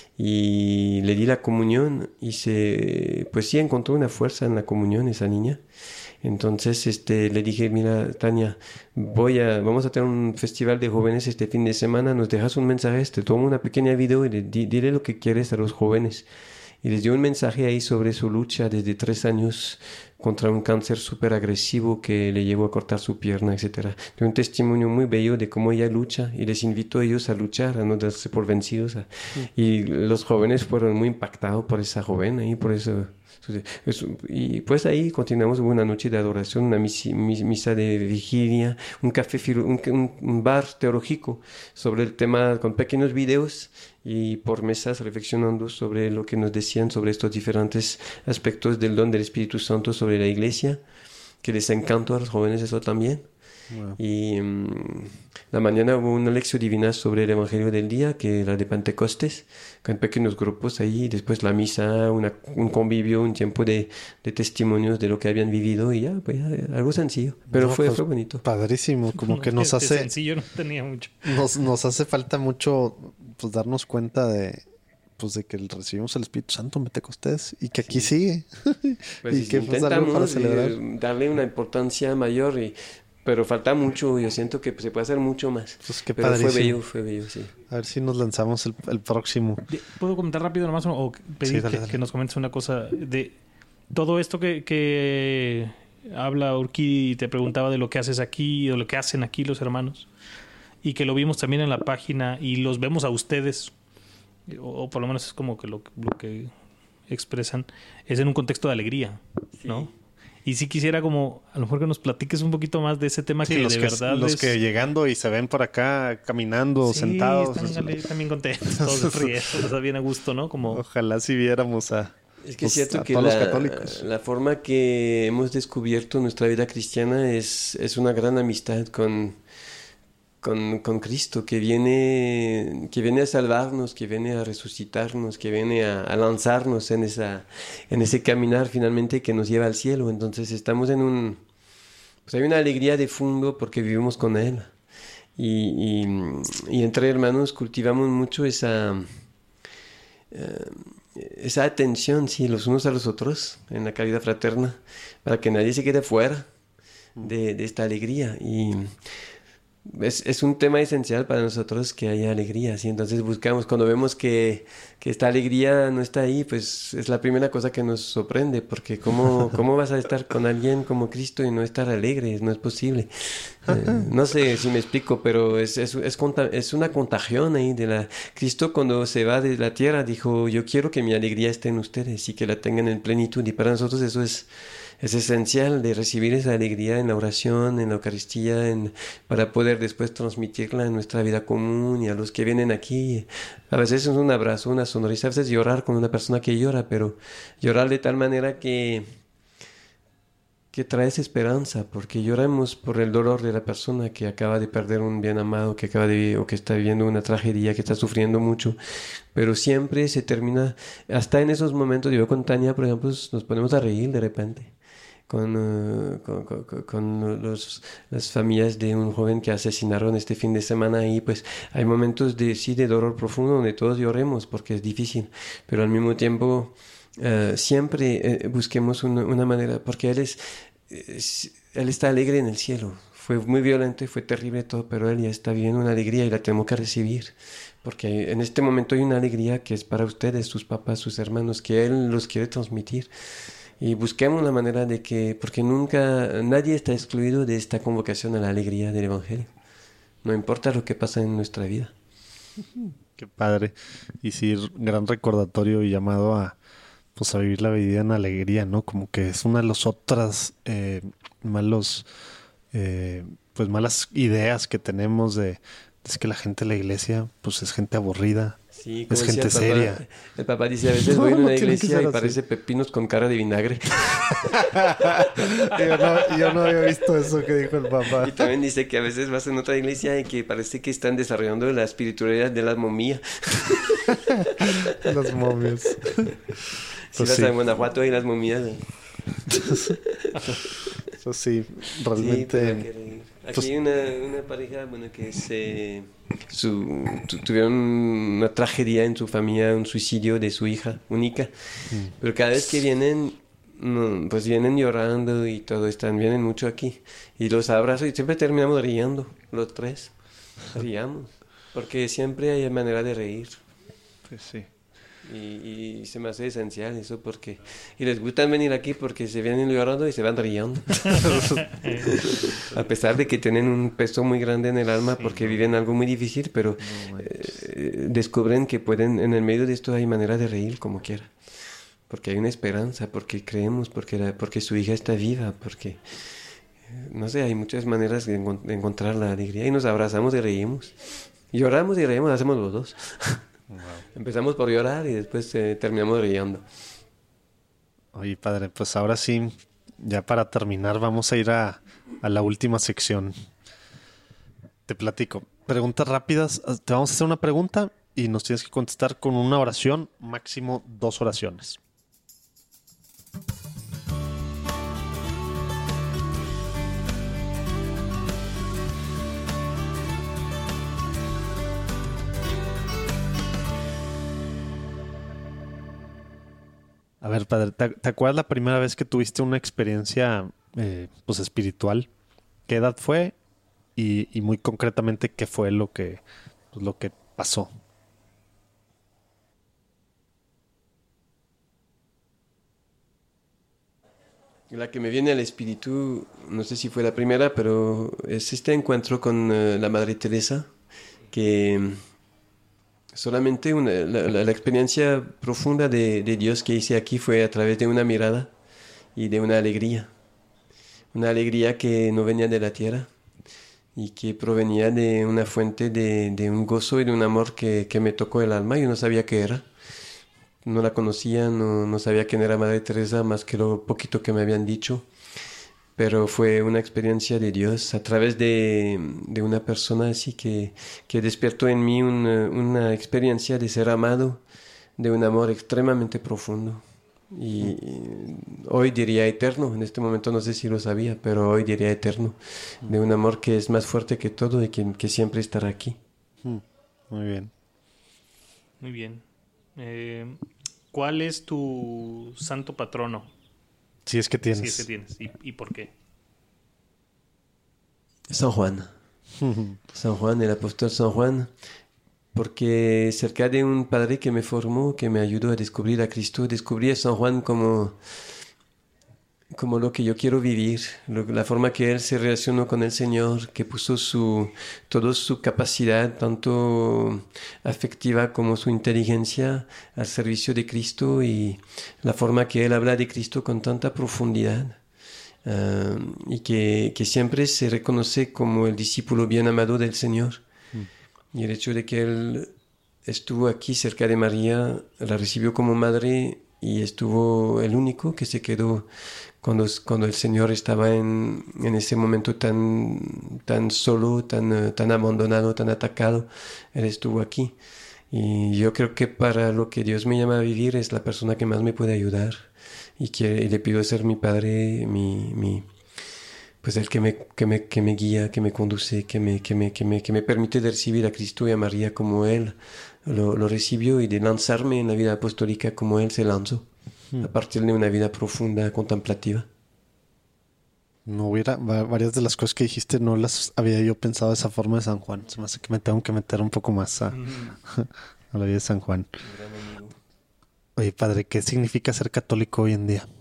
Speaker 1: Y le di la comunión y se, pues sí encontró una fuerza en la comunión esa niña. Entonces este, le dije, mira, Tania, voy a, vamos a tener un festival de jóvenes este fin de semana, nos dejas un mensaje, te tomo una pequeña video y le, di, dile lo que quieres a los jóvenes. Y les dio un mensaje ahí sobre su lucha desde tres años contra un cáncer súper agresivo que le llevó a cortar su pierna, etcétera. Dio un testimonio muy bello de cómo ella lucha y les invitó a ellos a luchar, a no darse por vencidos. A, sí. Y los jóvenes fueron muy impactados por esa joven ahí, por eso... Y pues ahí continuamos, hubo una noche de adoración, una misa, misa de vigilia, un café, un, un bar teológico sobre el tema con pequeños videos y por mesas reflexionando sobre lo que nos decían sobre estos diferentes aspectos del don del Espíritu Santo sobre la iglesia, que les encantó a los jóvenes eso también.
Speaker 5: Wow.
Speaker 1: Y um, la mañana hubo una lección divina sobre el Evangelio del día, que era de Pentecostés, con pequeños grupos ahí, después la misa, una, un convivio, un tiempo de, de testimonios de lo que habían vivido y ya, pues ya, algo sencillo, pero
Speaker 5: No,
Speaker 1: fue,
Speaker 5: pues,
Speaker 1: fue bonito.
Speaker 5: Padrísimo, como que nos
Speaker 4: Este
Speaker 5: hace,
Speaker 4: sencillo no tenía mucho.
Speaker 5: nos, nos hace falta mucho, pues darnos cuenta de, pues de que recibimos el Espíritu Santo en Pentecostés y que aquí sigue.
Speaker 1: Pues
Speaker 5: y
Speaker 1: sí,
Speaker 5: que pues algo para
Speaker 1: intentamos
Speaker 5: celebrar.
Speaker 1: eh, darle una importancia mayor, y, pero falta mucho, yo siento que se puede hacer mucho más.
Speaker 5: Pues qué
Speaker 1: Pero fue
Speaker 5: padrísimo.
Speaker 1: bello, fue bello, sí.
Speaker 5: A ver si nos lanzamos el, el próximo.
Speaker 4: De- ¿Puedo comentar rápido nomás o pedir
Speaker 5: Sí, dale,
Speaker 4: que,
Speaker 5: dale.
Speaker 4: que nos comentes una cosa de todo esto que, que habla Urquidi y te preguntaba de lo que haces aquí, de lo que hacen aquí los hermanos, y que lo vimos también en la página y los vemos a ustedes, o, o por lo menos es como que lo, lo que expresan, es en un contexto de alegría, ¿no? Y si quisiera como, a lo mejor que nos platiques un poquito más de ese tema
Speaker 5: Sí,
Speaker 4: que
Speaker 5: los
Speaker 4: de
Speaker 5: que,
Speaker 4: verdad
Speaker 5: los
Speaker 4: es-
Speaker 5: que llegando y se ven por acá caminando,
Speaker 4: Sí,
Speaker 5: sentados.
Speaker 4: están ale- también contentos, todos riendo, está bien a gusto, ¿no? Como
Speaker 5: Ojalá si viéramos a,
Speaker 1: Es que es
Speaker 5: pues,
Speaker 1: cierto
Speaker 5: a
Speaker 1: que
Speaker 5: todos los
Speaker 1: la,
Speaker 5: católicos.
Speaker 1: la forma que hemos descubierto nuestra vida cristiana es, es una gran amistad con, con, con Cristo, que viene, que viene a salvarnos, que viene a resucitarnos, que viene a, a lanzarnos en, esa, en ese caminar finalmente que nos lleva al cielo. Entonces estamos en un... Pues hay una alegría de fondo porque vivimos con Él. Y, y, y entre hermanos cultivamos mucho esa... eh, esa atención, sí, los unos a los otros en la caridad fraterna, para que nadie se quede fuera de, de esta alegría. Y es, es un tema esencial para nosotros que haya alegría, ¿sí? Entonces buscamos, cuando vemos que, que esta alegría no está ahí, pues es la primera cosa que nos sorprende, porque ¿cómo, cómo vas a estar con alguien como Cristo y no estar alegre? No es posible. Eh, no sé si me explico, pero es, es, es, conta- es una contagión ahí de la... Cristo cuando se va de la tierra dijo, yo quiero que mi alegría esté en ustedes y que la tengan en plenitud, y para nosotros eso es... Es esencial de recibir esa alegría en la oración, en la Eucaristía, en, para poder después transmitirla en nuestra vida común y a los que vienen aquí. A veces es un abrazo, una sonrisa, a veces llorar con una persona que llora, pero llorar de tal manera que, que traes esperanza, porque lloramos por el dolor de la persona que acaba de perder un bien amado, que acaba de o que está viviendo una tragedia, que está sufriendo mucho, pero siempre se termina, hasta en esos momentos, yo con Tania, por ejemplo, nos ponemos a reír de repente. Con, uh, con, con, con los, las familias de un joven que asesinaron este fin de semana, y pues hay momentos de sí de dolor profundo donde todos lloremos porque es difícil, pero al mismo tiempo uh, siempre uh, busquemos una, una manera, porque él es, es él está alegre en el cielo. Fue muy violento y fue terrible todo, pero él ya está viviendo una alegría y la tenemos que recibir, porque en este momento hay una alegría que es para ustedes, sus papás, sus hermanos, que él los quiere transmitir. Y busquemos la manera de que, porque nunca, nadie está excluido de esta convocación a la alegría del Evangelio. No importa lo que pasa en nuestra vida.
Speaker 5: Qué padre. Y sí, gran recordatorio y llamado a, pues, a vivir la vida en alegría, ¿no? Como que es una de las otras eh, malos, eh, pues malas ideas que tenemos de, es que la gente de la iglesia, pues es gente aburrida.
Speaker 1: Sí,
Speaker 5: Es
Speaker 1: como
Speaker 5: gente
Speaker 1: decía el papá,
Speaker 5: seria.
Speaker 1: El papá dice, a veces
Speaker 5: No,
Speaker 1: voy a
Speaker 5: no
Speaker 1: una
Speaker 5: tiene que
Speaker 1: iglesia
Speaker 5: ser
Speaker 1: y
Speaker 5: así.
Speaker 1: parece pepinos con cara de vinagre.
Speaker 5: yo, no, yo no había visto eso que dijo el papá.
Speaker 1: Y también dice que a veces vas en otra iglesia y que parece que están desarrollando la espiritualidad de la momía.
Speaker 5: Las momias.
Speaker 1: Si
Speaker 5: Pues
Speaker 1: vas
Speaker 5: sí.
Speaker 1: a Guanajuato hay las momías. ¿eh?
Speaker 5: Eso sí,
Speaker 1: Sí,
Speaker 5: realmente.
Speaker 1: pero que- aquí
Speaker 5: pues-
Speaker 1: hay una, una pareja, bueno, que se su, tu- tuvieron una tragedia en su familia, un suicidio de su hija única, pero cada vez que vienen, no, pues vienen llorando y todo, están, vienen mucho aquí, y los abrazo y siempre terminamos riendo, los tres, riamos, porque siempre hay manera de reír.
Speaker 5: Pues sí.
Speaker 1: Y, y se me hace esencial eso, porque y les gusta venir aquí porque se vienen llorando y se van riendo a pesar de que tienen un peso muy grande en el alma porque viven algo muy difícil, pero eh, descubren que pueden, en el medio de esto hay manera de reír como quiera, porque hay una esperanza, porque creemos, porque, la, porque su hija está viva, porque eh, no sé, hay muchas maneras de, encont- de encontrar la alegría, y nos abrazamos y reímos, lloramos y reímos, hacemos los dos.
Speaker 5: Wow.
Speaker 1: Empezamos por llorar y después eh, terminamos riendo.
Speaker 5: Oye, padre, pues ahora sí, ya para terminar, vamos a ir a, a la última sección Te platico. Preguntas rápidas. Te vamos a hacer una pregunta y nos tienes que contestar con una oración, máximo dos oraciones. A ver, padre, ¿te, te acuerdas la primera vez que tuviste una experiencia eh, pues espiritual? ¿Qué edad fue? Y, y muy concretamente, ¿qué fue lo que, pues, lo que pasó?
Speaker 1: La que me viene al espíritu, no sé si fue la primera, pero es este encuentro con uh, la Madre Teresa, que solamente una, la, la, la experiencia profunda de, de Dios que hice aquí fue a través de una mirada y de una alegría. Una alegría que no venía de la tierra y que provenía de una fuente de, de un gozo y de un amor que, que me tocó el alma. Yo no sabía qué era. No la conocía, no, no sabía quién era Madre Teresa, más que lo poquito que me habían dicho. Pero fue una experiencia de Dios a través de, de una persona así que, que despertó en mí una, una experiencia de ser amado, de un amor extremadamente profundo. Y, y hoy diría eterno, en este momento no sé si lo sabía, pero hoy diría eterno, de un amor que es más fuerte que todo y que, que siempre estará aquí.
Speaker 5: Muy bien.
Speaker 4: Muy bien. Eh, ¿Cuál es tu santo patrono?
Speaker 5: Si es que tienes.
Speaker 4: Si es que tienes. ¿Y, y por qué?
Speaker 1: San Juan. San Juan, el apóstol San Juan. Porque cerca de un padre que me formó, que me ayudó a descubrir a Cristo, descubrí a San Juan como, como lo que yo quiero vivir, lo, la forma que él se relacionó con el Señor, que puso su, toda su capacidad, tanto afectiva como su inteligencia, al servicio de Cristo, y la forma que él habla de Cristo con tanta profundidad. Uh, y que, que siempre se reconoce como el discípulo bien amado del Señor. Y el hecho de que él estuvo aquí cerca de María, la recibió como madre y estuvo el único que se quedó cuando, cuando el Señor estaba en, en ese momento tan, tan solo, tan, tan abandonado, tan atacado. Él estuvo aquí. Y yo creo que para lo que Dios me llama a vivir es la persona que más me puede ayudar. Y, que, y le pido ser mi padre, mi... mi pues el que me, que me, que me guía, que me conduce, que me, que me, que me, que me permite de recibir a Cristo y a María como Él lo, lo recibió y de lanzarme en la vida apostólica como Él se lanzó, hmm. a partir de una vida profunda, contemplativa.
Speaker 5: No hubiera, varias de las cosas que dijiste no las había yo pensado de esa forma de San Juan. Se me hace que me tengo que meter un poco más a, mm. a la vida de San Juan. Oye, padre, ¿qué significa ser católico hoy en día?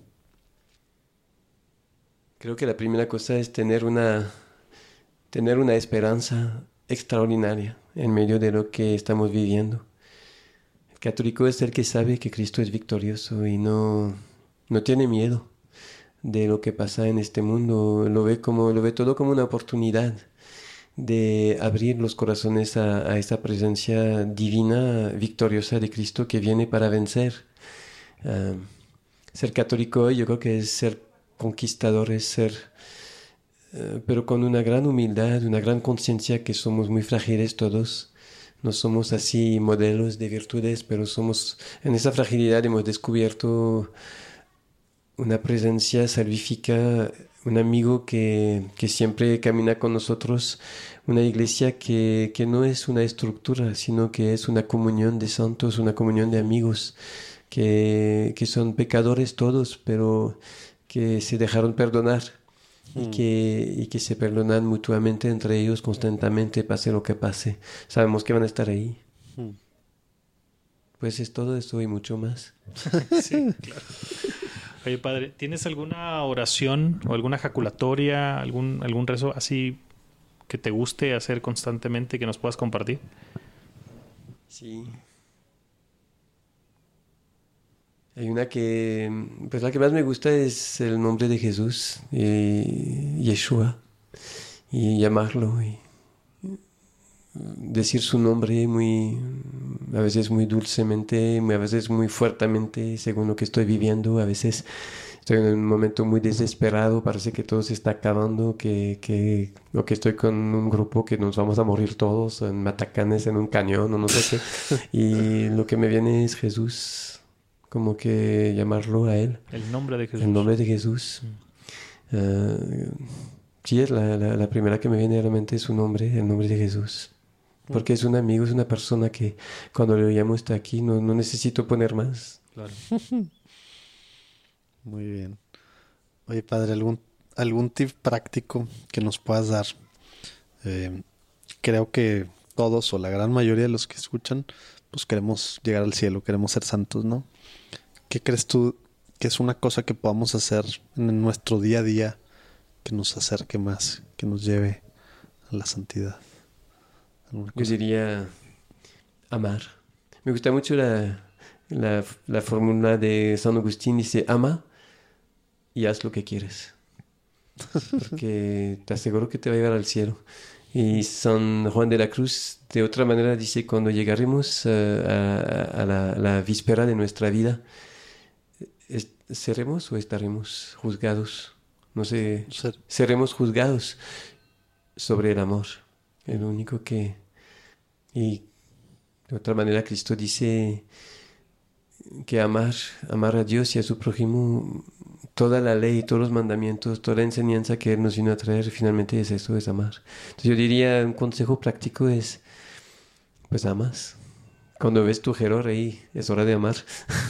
Speaker 1: Creo que la primera cosa es tener una, tener una esperanza extraordinaria en medio de lo que estamos viviendo. El católico es el que sabe que Cristo es victorioso y no, no tiene miedo de lo que pasa en este mundo. Lo ve, como, lo ve todo como una oportunidad de abrir los corazones a, a esa presencia divina, victoriosa de Cristo que viene para vencer. Uh, ser católico hoy yo creo que es ser conquistadores, ser, uh, pero con una gran humildad, una gran conciencia que somos muy frágiles todos. No somos así modelos de virtudes, pero somos, en esa fragilidad hemos descubierto una presencia salvífica, un amigo que, que siempre camina con nosotros, una iglesia que, que no es una estructura, sino que es una comunión de santos, una comunión de amigos, que, que son pecadores todos, pero que se dejaron perdonar mm. y, que, y que se perdonan mutuamente entre ellos constantemente, pase lo que pase. Sabemos que van a estar ahí. Mm. Pues es todo esto y mucho más.
Speaker 4: Sí, claro. Oye, padre, ¿tienes alguna oración o alguna ejaculatoria, algún, algún rezo así que te guste hacer constantemente que nos puedas compartir?
Speaker 1: Sí. Hay una que, pues la que más me gusta es el nombre de Jesús, y Yeshua, y llamarlo, y decir su nombre muy, a veces muy dulcemente, a veces muy fuertemente, según lo que estoy viviendo, a veces estoy en un momento muy desesperado, parece que todo se está acabando, que, que, o que estoy con un grupo que nos vamos a morir todos en matacanes, en un cañón o no sé qué. Y lo que me viene es Jesús, como que llamarlo a Él.
Speaker 4: El nombre de Jesús.
Speaker 1: El nombre de Jesús. Uh, sí, es la, la, la primera que me viene a la mente es su nombre, el nombre de Jesús. Porque es un amigo, es una persona que cuando le llamo está aquí, no, no necesito poner más.
Speaker 4: Claro.
Speaker 5: Muy bien. Oye, padre, ¿algún, algún tip práctico que nos puedas dar? Eh, creo que todos o la gran mayoría de los que escuchan, pues queremos llegar al cielo, queremos ser santos, ¿no? ¿Qué crees tú que es una cosa que podamos hacer en nuestro día a día que nos acerque más, que nos lleve a la santidad?
Speaker 1: Yo diría amar. Me gusta mucho la, la, la fórmula de San Agustín, dice ama y haz lo que quieres. Porque te aseguro que te va a llevar al cielo. Y San Juan de la Cruz, de otra manera, dice, cuando llegaremos uh, a, a la, la víspera de nuestra vida, es, ¿seremos o estaremos juzgados? No sé,
Speaker 5: Ser.
Speaker 1: seremos juzgados sobre el amor. El único que... Y de otra manera Cristo dice que amar, amar a Dios y a su prójimo, toda la ley, todos los mandamientos, toda la enseñanza que Él nos vino a traer, finalmente es eso, es amar. Entonces yo diría, un consejo práctico es, pues amas. Cuando ves tu error ahí, es hora de amar.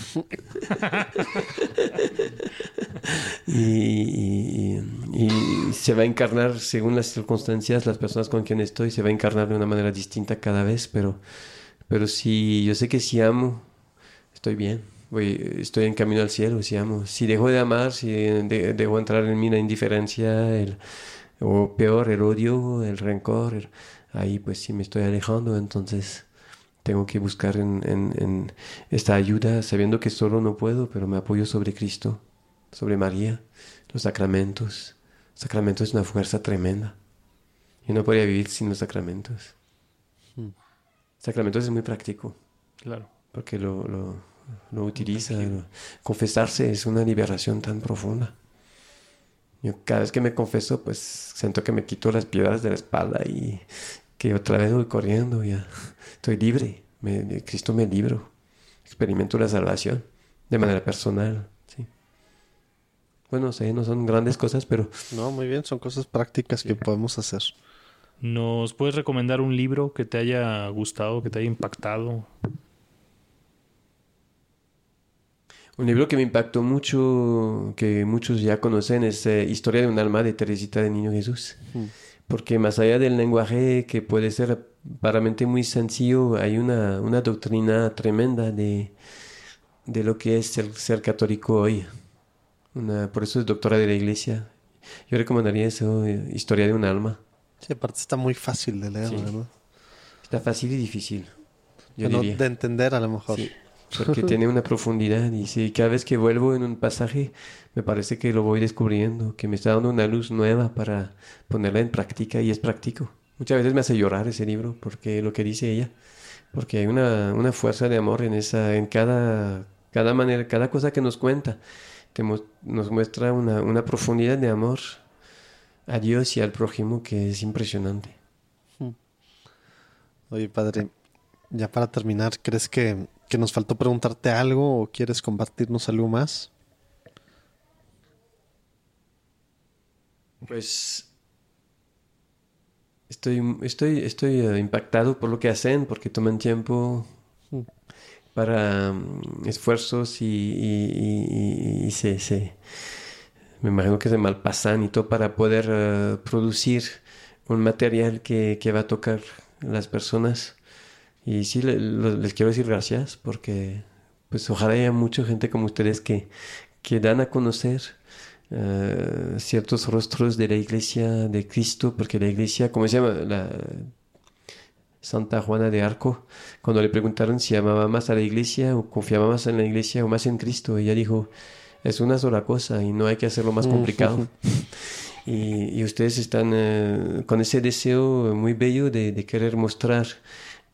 Speaker 1: y, y, y, y se va a encarnar, según las circunstancias, las personas con quien estoy, se va a encarnar de una manera distinta cada vez, pero, pero si yo sé que si amo, estoy bien. Voy, estoy en camino al cielo, si amo. Si dejo de amar, si de, dejo entrar en mí la indiferencia, el, o peor, el odio, el rencor, el, ahí pues sí me estoy alejando, entonces... Tengo que buscar en, en, en esta ayuda, sabiendo que solo no puedo, pero me apoyo sobre Cristo, sobre María, los sacramentos. Los sacramentos es una fuerza tremenda. Yo no podría vivir sin los sacramentos. Hmm. Sacramentos es muy práctico.
Speaker 4: Claro.
Speaker 1: Porque lo, lo, lo utiliza. Lo, confesarse es una liberación tan profunda. Yo cada vez que me confeso, pues siento que me quito las piedras de la espalda y que otra vez voy corriendo ya. Estoy libre, me, Cristo me libro, experimento la salvación de manera personal, ¿sí? Bueno, sé, no son grandes cosas, pero...
Speaker 5: No, muy bien, son cosas prácticas que podemos hacer.
Speaker 4: ¿Nos puedes recomendar un libro que te haya gustado, que te haya impactado?
Speaker 1: Un libro que me impactó mucho, que muchos ya conocen, es eh, Historia de un alma de Teresita del Niño Jesús. Mm. Porque más allá del lenguaje que puede ser aparentemente muy sencillo, hay una, una doctrina tremenda de, de lo que es ser, ser católico hoy. Una, por eso es doctora de la Iglesia. Yo recomendaría eso, Historia de un alma.
Speaker 5: Sí, aparte está muy fácil de leer, sí. ¿Verdad?
Speaker 1: Está fácil y difícil, yo
Speaker 5: bueno,
Speaker 1: diría.
Speaker 5: De entender a lo mejor.
Speaker 1: Sí, porque tiene una profundidad y sí, cada vez que vuelvo en un pasaje me parece que lo voy descubriendo, que me está dando una luz nueva para ponerla en práctica y es práctico. Muchas veces me hace llorar ese libro porque lo que dice ella, porque hay una, una fuerza de amor en esa, en cada, cada manera, cada cosa que nos cuenta, te mo- nos muestra una, una profundidad de amor a Dios y al prójimo que es impresionante.
Speaker 5: Oye, padre, ya para terminar, ¿crees que, que nos faltó preguntarte algo o quieres compartirnos algo más?
Speaker 1: Pues estoy, estoy, estoy uh, impactado por lo que hacen, porque toman tiempo para um, esfuerzos y, y, y, y se, se, me imagino que se malpasan y todo para poder uh, producir un material que, que va a tocar a las personas. Y sí, le, lo, les quiero decir gracias, porque pues ojalá haya mucha gente como ustedes que, que dan a conocer Uh, ciertos rostros de la Iglesia de Cristo, porque la Iglesia, como se llama la Santa Juana de Arco, cuando le preguntaron si amaba más a la Iglesia o confiaba más en la Iglesia o más en Cristo, ella dijo, es una sola cosa y no hay que hacerlo más complicado. y, y ustedes están uh, con ese deseo muy bello de, de querer mostrar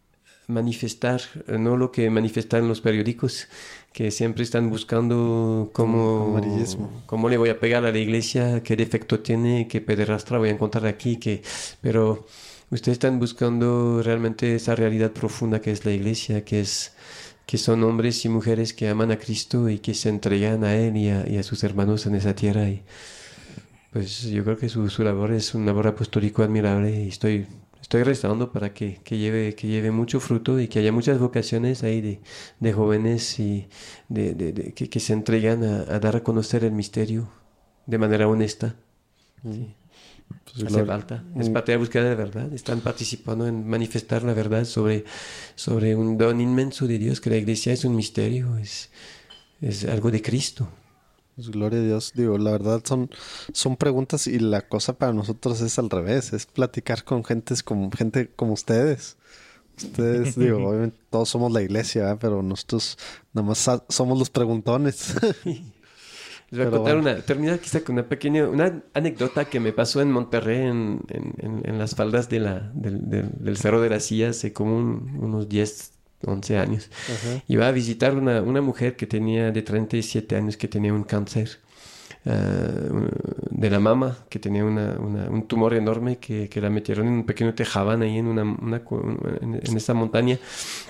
Speaker 1: manifestar, no lo que manifestan los periódicos, que siempre están buscando cómo,
Speaker 5: Amarillismo.
Speaker 1: cómo le voy a pegar a la iglesia, qué defecto tiene, qué pederastra voy a encontrar aquí, que, pero ustedes están buscando realmente esa realidad profunda que es la iglesia, que es que son hombres y mujeres que aman a Cristo y que se entregan a Él y a, y a sus hermanos en esa tierra. Y pues yo creo que su, su labor es una labor apostólico admirable y estoy, estoy rezando para que, que, lleve, que lleve mucho fruto y que haya muchas vocaciones ahí de, de jóvenes y de, de, de, que, que se entregan a, a dar a conocer el misterio de manera honesta. Sí. Pues hace falta. Es parte de la búsqueda de la verdad. Están participando en manifestar la verdad sobre, sobre un don inmenso de Dios, que la iglesia es un misterio, es, es algo de Cristo.
Speaker 5: Pues gloria a Dios. Digo, la verdad son, son preguntas y la cosa para nosotros es al revés. Es platicar con gentes como, gente como ustedes. Ustedes, digo, obviamente todos somos la iglesia, ¿verdad? Pero nosotros nada más sa- somos los preguntones.
Speaker 1: Les voy a
Speaker 5: Pero
Speaker 1: contar
Speaker 5: bueno.
Speaker 1: una, terminar quizá con una pequeña, una anécdota que me pasó en Monterrey, en, en, en, en las faldas de la, del, del, del Cerro de la Silla, hace como un- unos diez, once años.
Speaker 5: Ajá.
Speaker 1: Iba a visitar una, una mujer que tenía de treinta y siete años, que tenía un cáncer uh, de la mama, que tenía una, una, un tumor enorme, que, que la metieron en un pequeño tejabán ahí en, una, una, en, en esa montaña.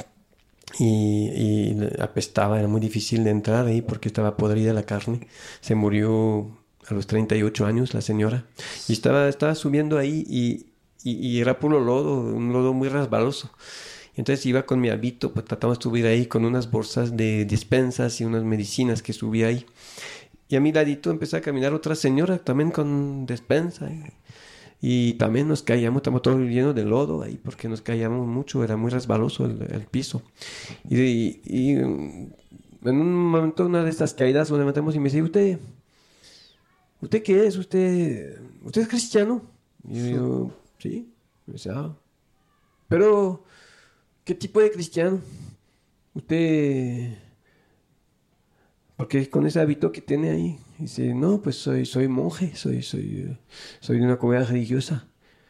Speaker 1: Y, y apestaba, era muy difícil de entrar ahí porque estaba podrida la carne. Se murió a los treinta y ocho años la señora. Y estaba, estaba subiendo ahí y, y, y era puro lodo, un lodo muy resbaloso. Entonces iba con mi hábito, pues tratamos de subir ahí con unas bolsas de despensas y unas medicinas que subí ahí. Y a mi ladito empezó a caminar otra señora también con despensa. Y, y también nos caíamos, estamos todos llenos de lodo ahí porque nos caíamos mucho, era muy resbaloso el, el piso. Y, y, y en un momento, una de estas caídas, nos levantamos y me dice, ¿usted, ¿usted qué es? ¿Usted, ¿usted es cristiano? Y yo digo, sí. Me dice, ah, pero, ¿qué tipo de cristiano? Usted, porque con ese hábito que tiene ahí, dice, no, pues soy, soy monje, soy, soy, soy de una comunidad religiosa.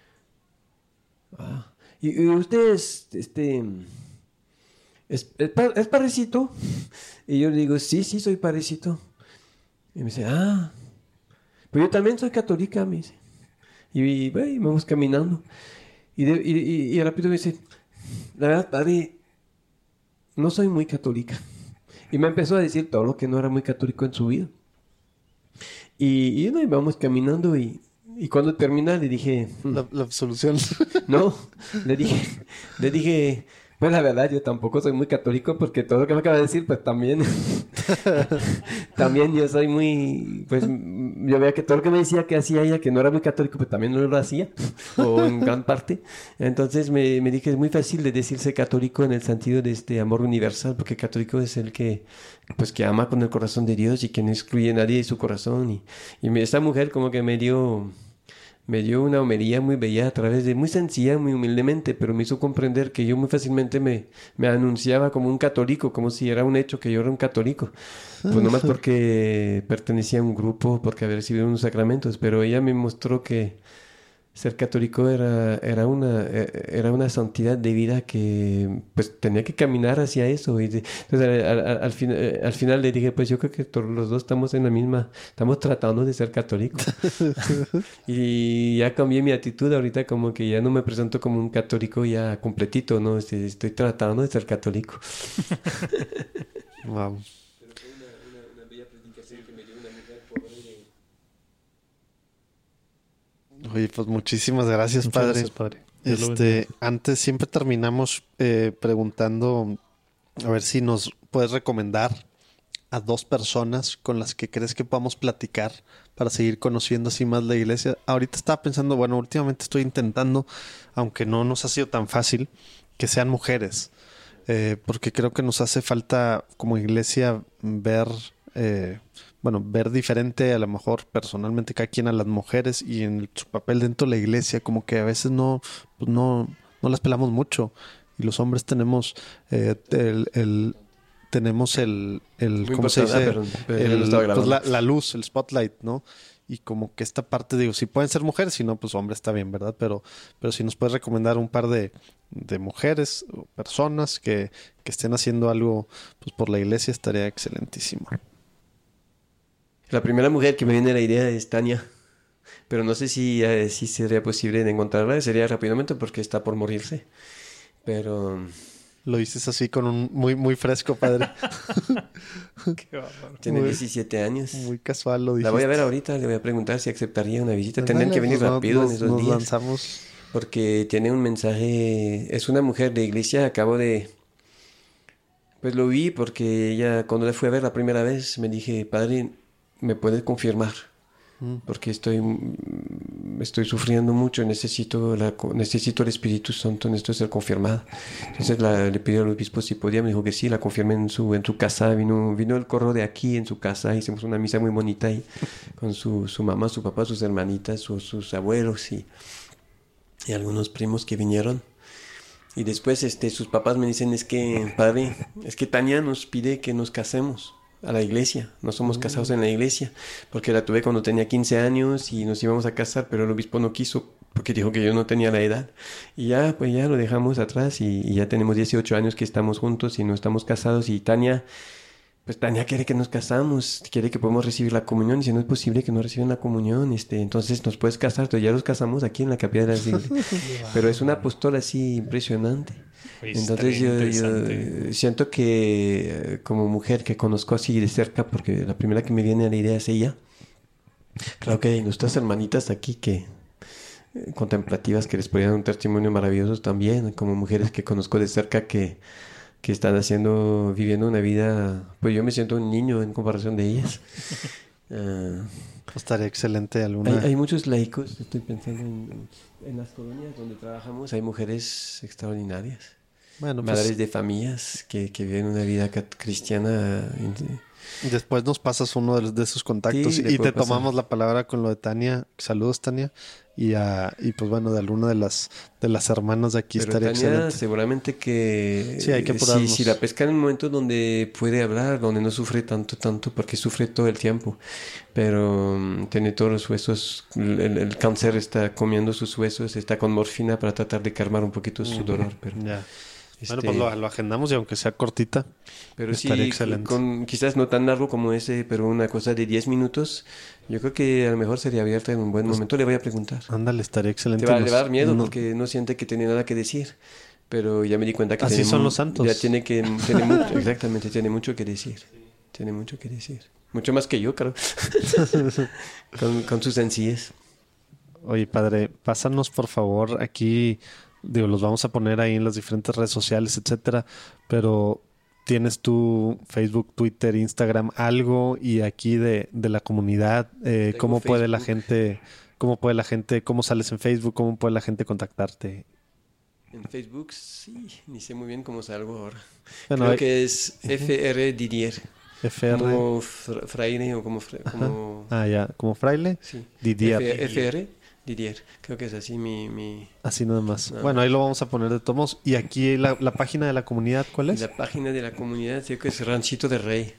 Speaker 1: Ah, y, y usted es, este, es, es, pa- es parecito. Y yo le digo, sí, sí, soy parecito. Y me dice, ah, pues yo también soy católica, me dice. Y, y, bueno, y vamos caminando. Y, de, y, y, y rápido me dice, la verdad, padre, no soy muy católica. Y me empezó a decir todo lo que no era muy católico en su vida. Y, y no, y vamos caminando y, y cuando termina le dije...
Speaker 5: La, la absolución.
Speaker 1: No, le dije, le dije, pues la verdad yo tampoco soy muy católico porque todo lo que me acaba de decir, pues también, también yo soy muy, pues yo veía que todo lo que me decía que hacía ella, que no era muy católico, pues también no lo hacía, o en gran parte. Entonces me, me dije, es muy fácil de decirse católico en el sentido de este amor universal, porque católico es el que, pues que ama con el corazón de Dios y que no excluye a nadie de su corazón. Y, y me- esta mujer como que me dio... Me dio una homería muy bella a través de, muy sencilla, muy humildemente, pero me hizo comprender que yo muy fácilmente me, me anunciaba como un católico, como si era un hecho que yo era un católico. Pues nomás porque pertenecía a un grupo, porque había recibido unos sacramentos, pero ella me mostró que ser católico era, era, una, eh, era una santidad de vida que pues tenía que caminar hacia eso. Y de- entonces al, al, al fin- eh, al final le dije, pues yo creo que todos los dos estamos en la misma, estamos tratando de ser católicos. Y ya cambié mi actitud ahorita, como que ya no me presento como un católico ya completito, ¿no? Este, Estoy tratando de ser católico.
Speaker 5: Wow. Oye, pues muchísimas gracias,
Speaker 4: Muchas
Speaker 5: padre.
Speaker 4: gracias, padre. Dios lo
Speaker 5: Este,
Speaker 4: bendiga.
Speaker 5: antes siempre terminamos eh, preguntando a ver si nos puedes recomendar a dos personas con las que crees que podamos platicar para seguir conociendo así más la iglesia. Ahorita estaba pensando, bueno, últimamente estoy intentando, aunque no nos ha sido tan fácil, que sean mujeres, eh, porque creo que nos hace falta como iglesia ver, eh, bueno, ver diferente a lo mejor personalmente cada quien a las mujeres y en su papel dentro de la iglesia, como que a veces no, pues no, no las pelamos mucho y los hombres tenemos eh, el, el tenemos el, el
Speaker 1: Muy
Speaker 5: ¿cómo se
Speaker 1: importante.
Speaker 5: dice?
Speaker 1: Ah, perdón, pero yo
Speaker 5: El-
Speaker 1: lo estaba
Speaker 5: pues
Speaker 1: grabando.
Speaker 5: la, la luz, el spotlight, ¿no? y como que esta parte, digo, si pueden ser mujeres, si no, pues hombre está bien, ¿verdad? Pero, pero si nos puedes recomendar un par de, de mujeres o personas que, que estén haciendo algo pues por la iglesia, estaría excelentísimo.
Speaker 1: La primera mujer que me viene a la idea es Tania, pero no sé si, eh, si sería posible de encontrarla, sería rápidamente porque está por morirse, pero...
Speaker 5: Lo dices así con un muy muy fresco, padre.
Speaker 4: Qué bárbaro.
Speaker 1: Tiene
Speaker 5: Muy-
Speaker 1: diecisiete años.
Speaker 5: Muy casual lo dijiste.
Speaker 1: La voy a ver ahorita, le voy a preguntar si aceptaría una visita.
Speaker 5: Pues
Speaker 1: Tendrían
Speaker 5: dale,
Speaker 1: que venir
Speaker 5: pues, no-
Speaker 1: rápido
Speaker 5: nos,
Speaker 1: en esos
Speaker 5: nos
Speaker 1: días.
Speaker 5: lanzamos.
Speaker 1: Porque tiene un mensaje, es una mujer de iglesia, acabo de... Pues lo vi porque ella, cuando la fui a ver la primera vez, me dije, padre, ¿me puedes confirmar?
Speaker 5: Mm.
Speaker 1: Porque estoy, mm, estoy sufriendo mucho, necesito, la, necesito el Espíritu Santo, necesito ser confirmada. Entonces la, le pedí al obispo si podía, me dijo que sí, la confirmé en su, en su casa, vino, vino el coro de aquí en su casa, hicimos una misa muy bonita ahí, con su, su mamá, su papá, sus hermanitas, su- sus abuelos y, y algunos primos que vinieron. Y después este, sus papás me dicen, es que, padre, es que Tania nos pide que nos casemos a la iglesia. No somos casados en la iglesia, porque la tuve cuando tenía quince años y nos íbamos a casar, pero el obispo no quiso, porque dijo que yo no tenía la edad. Y ya, pues ya lo dejamos atrás y, y ya tenemos dieciocho años que estamos juntos y no estamos casados. Y Tania, pues Tania quiere que nos casamos, quiere que podamos recibir la comunión, y si no es posible que no reciban la comunión, este, entonces nos puedes casar. Entonces ya los casamos aquí en la capilla de la iglesia. Pero es una apóstola así impresionante.
Speaker 4: Oye, está
Speaker 1: Entonces
Speaker 4: bien
Speaker 1: yo, yo,
Speaker 4: interesante.
Speaker 1: eh, siento que eh, como mujer que conozco así de cerca, porque la primera que me viene a la idea es ella. Claro que hay nuestras hermanitas aquí que eh, contemplativas que les podrían dar un testimonio maravilloso también, como mujeres que conozco de cerca que, que están haciendo, viviendo una vida, pues yo me siento un niño en comparación de ellas. Ah,
Speaker 5: Estaría excelente alguna.
Speaker 1: hay, hay muchos laicos, estoy pensando en, en las colonias donde trabajamos, hay mujeres extraordinarias.
Speaker 5: Bueno, pues
Speaker 1: Madres de familias que, que viven una vida cat- cristiana. eh,
Speaker 5: después nos pasas uno de, los- de esos contactos
Speaker 1: Sí, le
Speaker 5: y
Speaker 1: puedo
Speaker 5: te
Speaker 1: pasar.
Speaker 5: tomamos la palabra con lo de Tania. Saludos, Tania. Y, a, y pues bueno, de alguna de las de las hermanas de aquí
Speaker 1: Pero
Speaker 5: estaría
Speaker 1: Tania,
Speaker 5: excelente.
Speaker 1: seguramente que
Speaker 5: Sí, hay que
Speaker 1: eh, si,
Speaker 5: apurarnos.
Speaker 1: si la pescan en un momento donde puede hablar, donde no sufre tanto, tanto, porque sufre todo el tiempo, pero mm, tiene todos los huesos, el, el- el cáncer está comiendo sus huesos, está con morfina para tratar de calmar un poquito su dolor, pero...
Speaker 5: Ya.
Speaker 1: este,
Speaker 5: Bueno, pues lo, lo agendamos y aunque sea cortita,
Speaker 1: Pero sí,
Speaker 5: estaría excelente.
Speaker 1: con, quizás no tan largo como ese, pero una cosa de diez minutos, yo creo que a lo mejor sería abierta en un buen momento. Le voy a preguntar.
Speaker 5: ándale, estaría excelente.
Speaker 1: Te va,
Speaker 5: Nos-
Speaker 1: le va a dar miedo
Speaker 5: no-
Speaker 1: porque no siente que tiene nada que decir. Pero ya me di cuenta que
Speaker 5: Así
Speaker 1: tiene
Speaker 5: son
Speaker 1: mu-
Speaker 5: los santos.
Speaker 1: Ya tiene que tiene mucho, exactamente, tiene mucho que decir. Tiene mucho que decir. Mucho más que yo, claro. con, con su sencillez.
Speaker 5: Oye, padre, pásanos por favor aquí, digo, los vamos a poner ahí en las diferentes redes sociales, etcétera, pero tienes tú Facebook, Twitter, Instagram, algo y aquí de, de la comunidad, eh,
Speaker 1: Tengo
Speaker 5: ¿cómo puede la
Speaker 1: Facebook.
Speaker 5: gente, cómo puede la gente, cómo sales en Facebook, cómo puede la gente contactarte?
Speaker 1: En Facebook, sí, ni sé muy bien cómo salgo ahora.
Speaker 5: Bueno,
Speaker 1: Creo
Speaker 5: hay-
Speaker 1: que es F R Didier.
Speaker 5: F R,
Speaker 1: Como fra- fraile o como... fra- como
Speaker 5: ah ya, como fraile,
Speaker 1: sí.
Speaker 5: Didier,
Speaker 1: F- FR Didier. Creo que es así mi... mi...
Speaker 5: así nada más.
Speaker 1: Ah.
Speaker 5: Bueno, ahí lo vamos a poner de tomos. Y aquí la, la página de la comunidad, ¿cuál
Speaker 1: Y
Speaker 5: es?
Speaker 1: la página de la comunidad, creo que es Ranchito de Rey.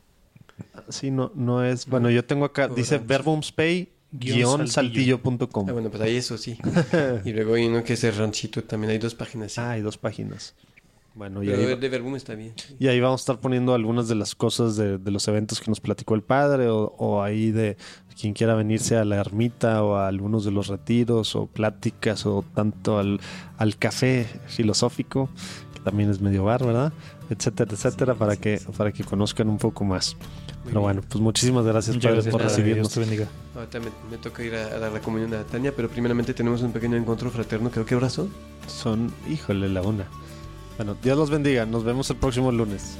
Speaker 5: Sí, no, no es, bueno, yo tengo acá,
Speaker 1: Todo
Speaker 5: dice
Speaker 1: rancho.
Speaker 5: verbumspay guion saltillo punto com.
Speaker 1: Ah, bueno, pues hay eso, sí. Y luego hay uno que es el Ranchito, también hay dos páginas, sí.
Speaker 5: Ah, hay dos páginas. Bueno, y
Speaker 1: Pero
Speaker 5: ahí,
Speaker 1: el de Verbum está bien. sí.
Speaker 5: y ahí vamos a estar poniendo algunas de las cosas de, de los eventos que nos platicó el padre o, o ahí de quien quiera venirse a la ermita o a algunos de los retiros o pláticas o tanto al, al café filosófico, que también es medio bar, ¿verdad? Etcétera, etcétera, para que para que conozcan un poco más. Pero
Speaker 1: bien.
Speaker 5: bueno, pues muchísimas gracias,
Speaker 4: Muchas
Speaker 5: padre,
Speaker 4: gracias,
Speaker 5: por
Speaker 4: padre.
Speaker 5: recibirnos.
Speaker 4: Dios te bendiga.
Speaker 1: Ahorita me, me toca ir a, a dar la comunión a Tania, pero primeramente tenemos un pequeño encuentro fraterno. Creo que ahora son.
Speaker 5: Son, híjole, la una. Bueno, Dios los bendiga. Nos vemos el próximo lunes.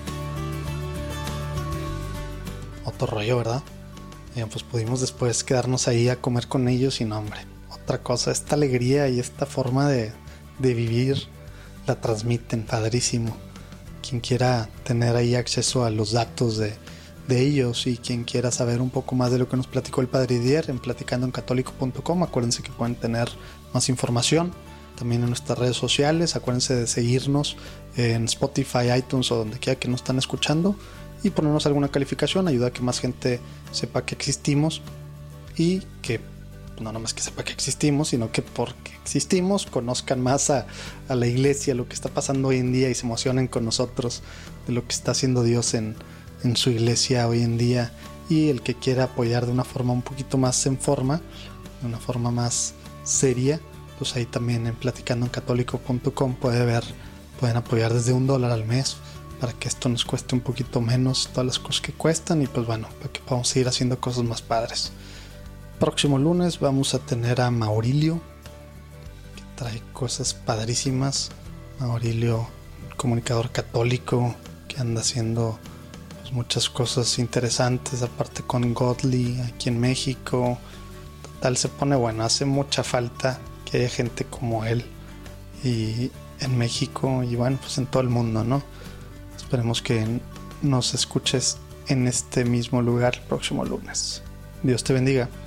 Speaker 3: Otro rollo, ¿verdad? Eh, pues pudimos después quedarnos ahí a comer con ellos y no, hombre. Otra cosa, esta alegría y esta forma de, de vivir la transmiten, padrísimo. Quien quiera tener ahí acceso a los datos de, de ellos y quien quiera saber un poco más de lo que nos platicó el Padre Didier en platicando en católico punto com, acuérdense que pueden tener más información. También en nuestras redes sociales, acuérdense de seguirnos en Spotify, iTunes o donde quiera que nos están escuchando y ponernos alguna calificación, ayuda a que más gente sepa que existimos y que no nomás que sepa que existimos, sino que porque existimos conozcan más a, a la iglesia, lo que está pasando hoy en día y se emocionen con nosotros de lo que está haciendo Dios en, en su iglesia hoy en día. Y el que quiera apoyar de una forma un poquito más en forma, de una forma más seria, pues ahí también en platicando en católico punto com puede ver, pueden apoyar desde un dólar al mes para que esto nos cueste un poquito menos todas las cosas que cuestan y pues bueno, para que podamos seguir haciendo cosas más padres. Próximo lunes vamos a tener a Maurilio, que trae cosas padrísimas. Maurilio, comunicador católico, que anda haciendo pues, muchas cosas interesantes, aparte con Godly aquí en México. Total, se pone bueno, hace mucha falta que haya gente como él y en México y bueno, pues en todo el mundo, ¿no? Esperemos que nos escuches en este mismo lugar el próximo lunes. Dios te bendiga.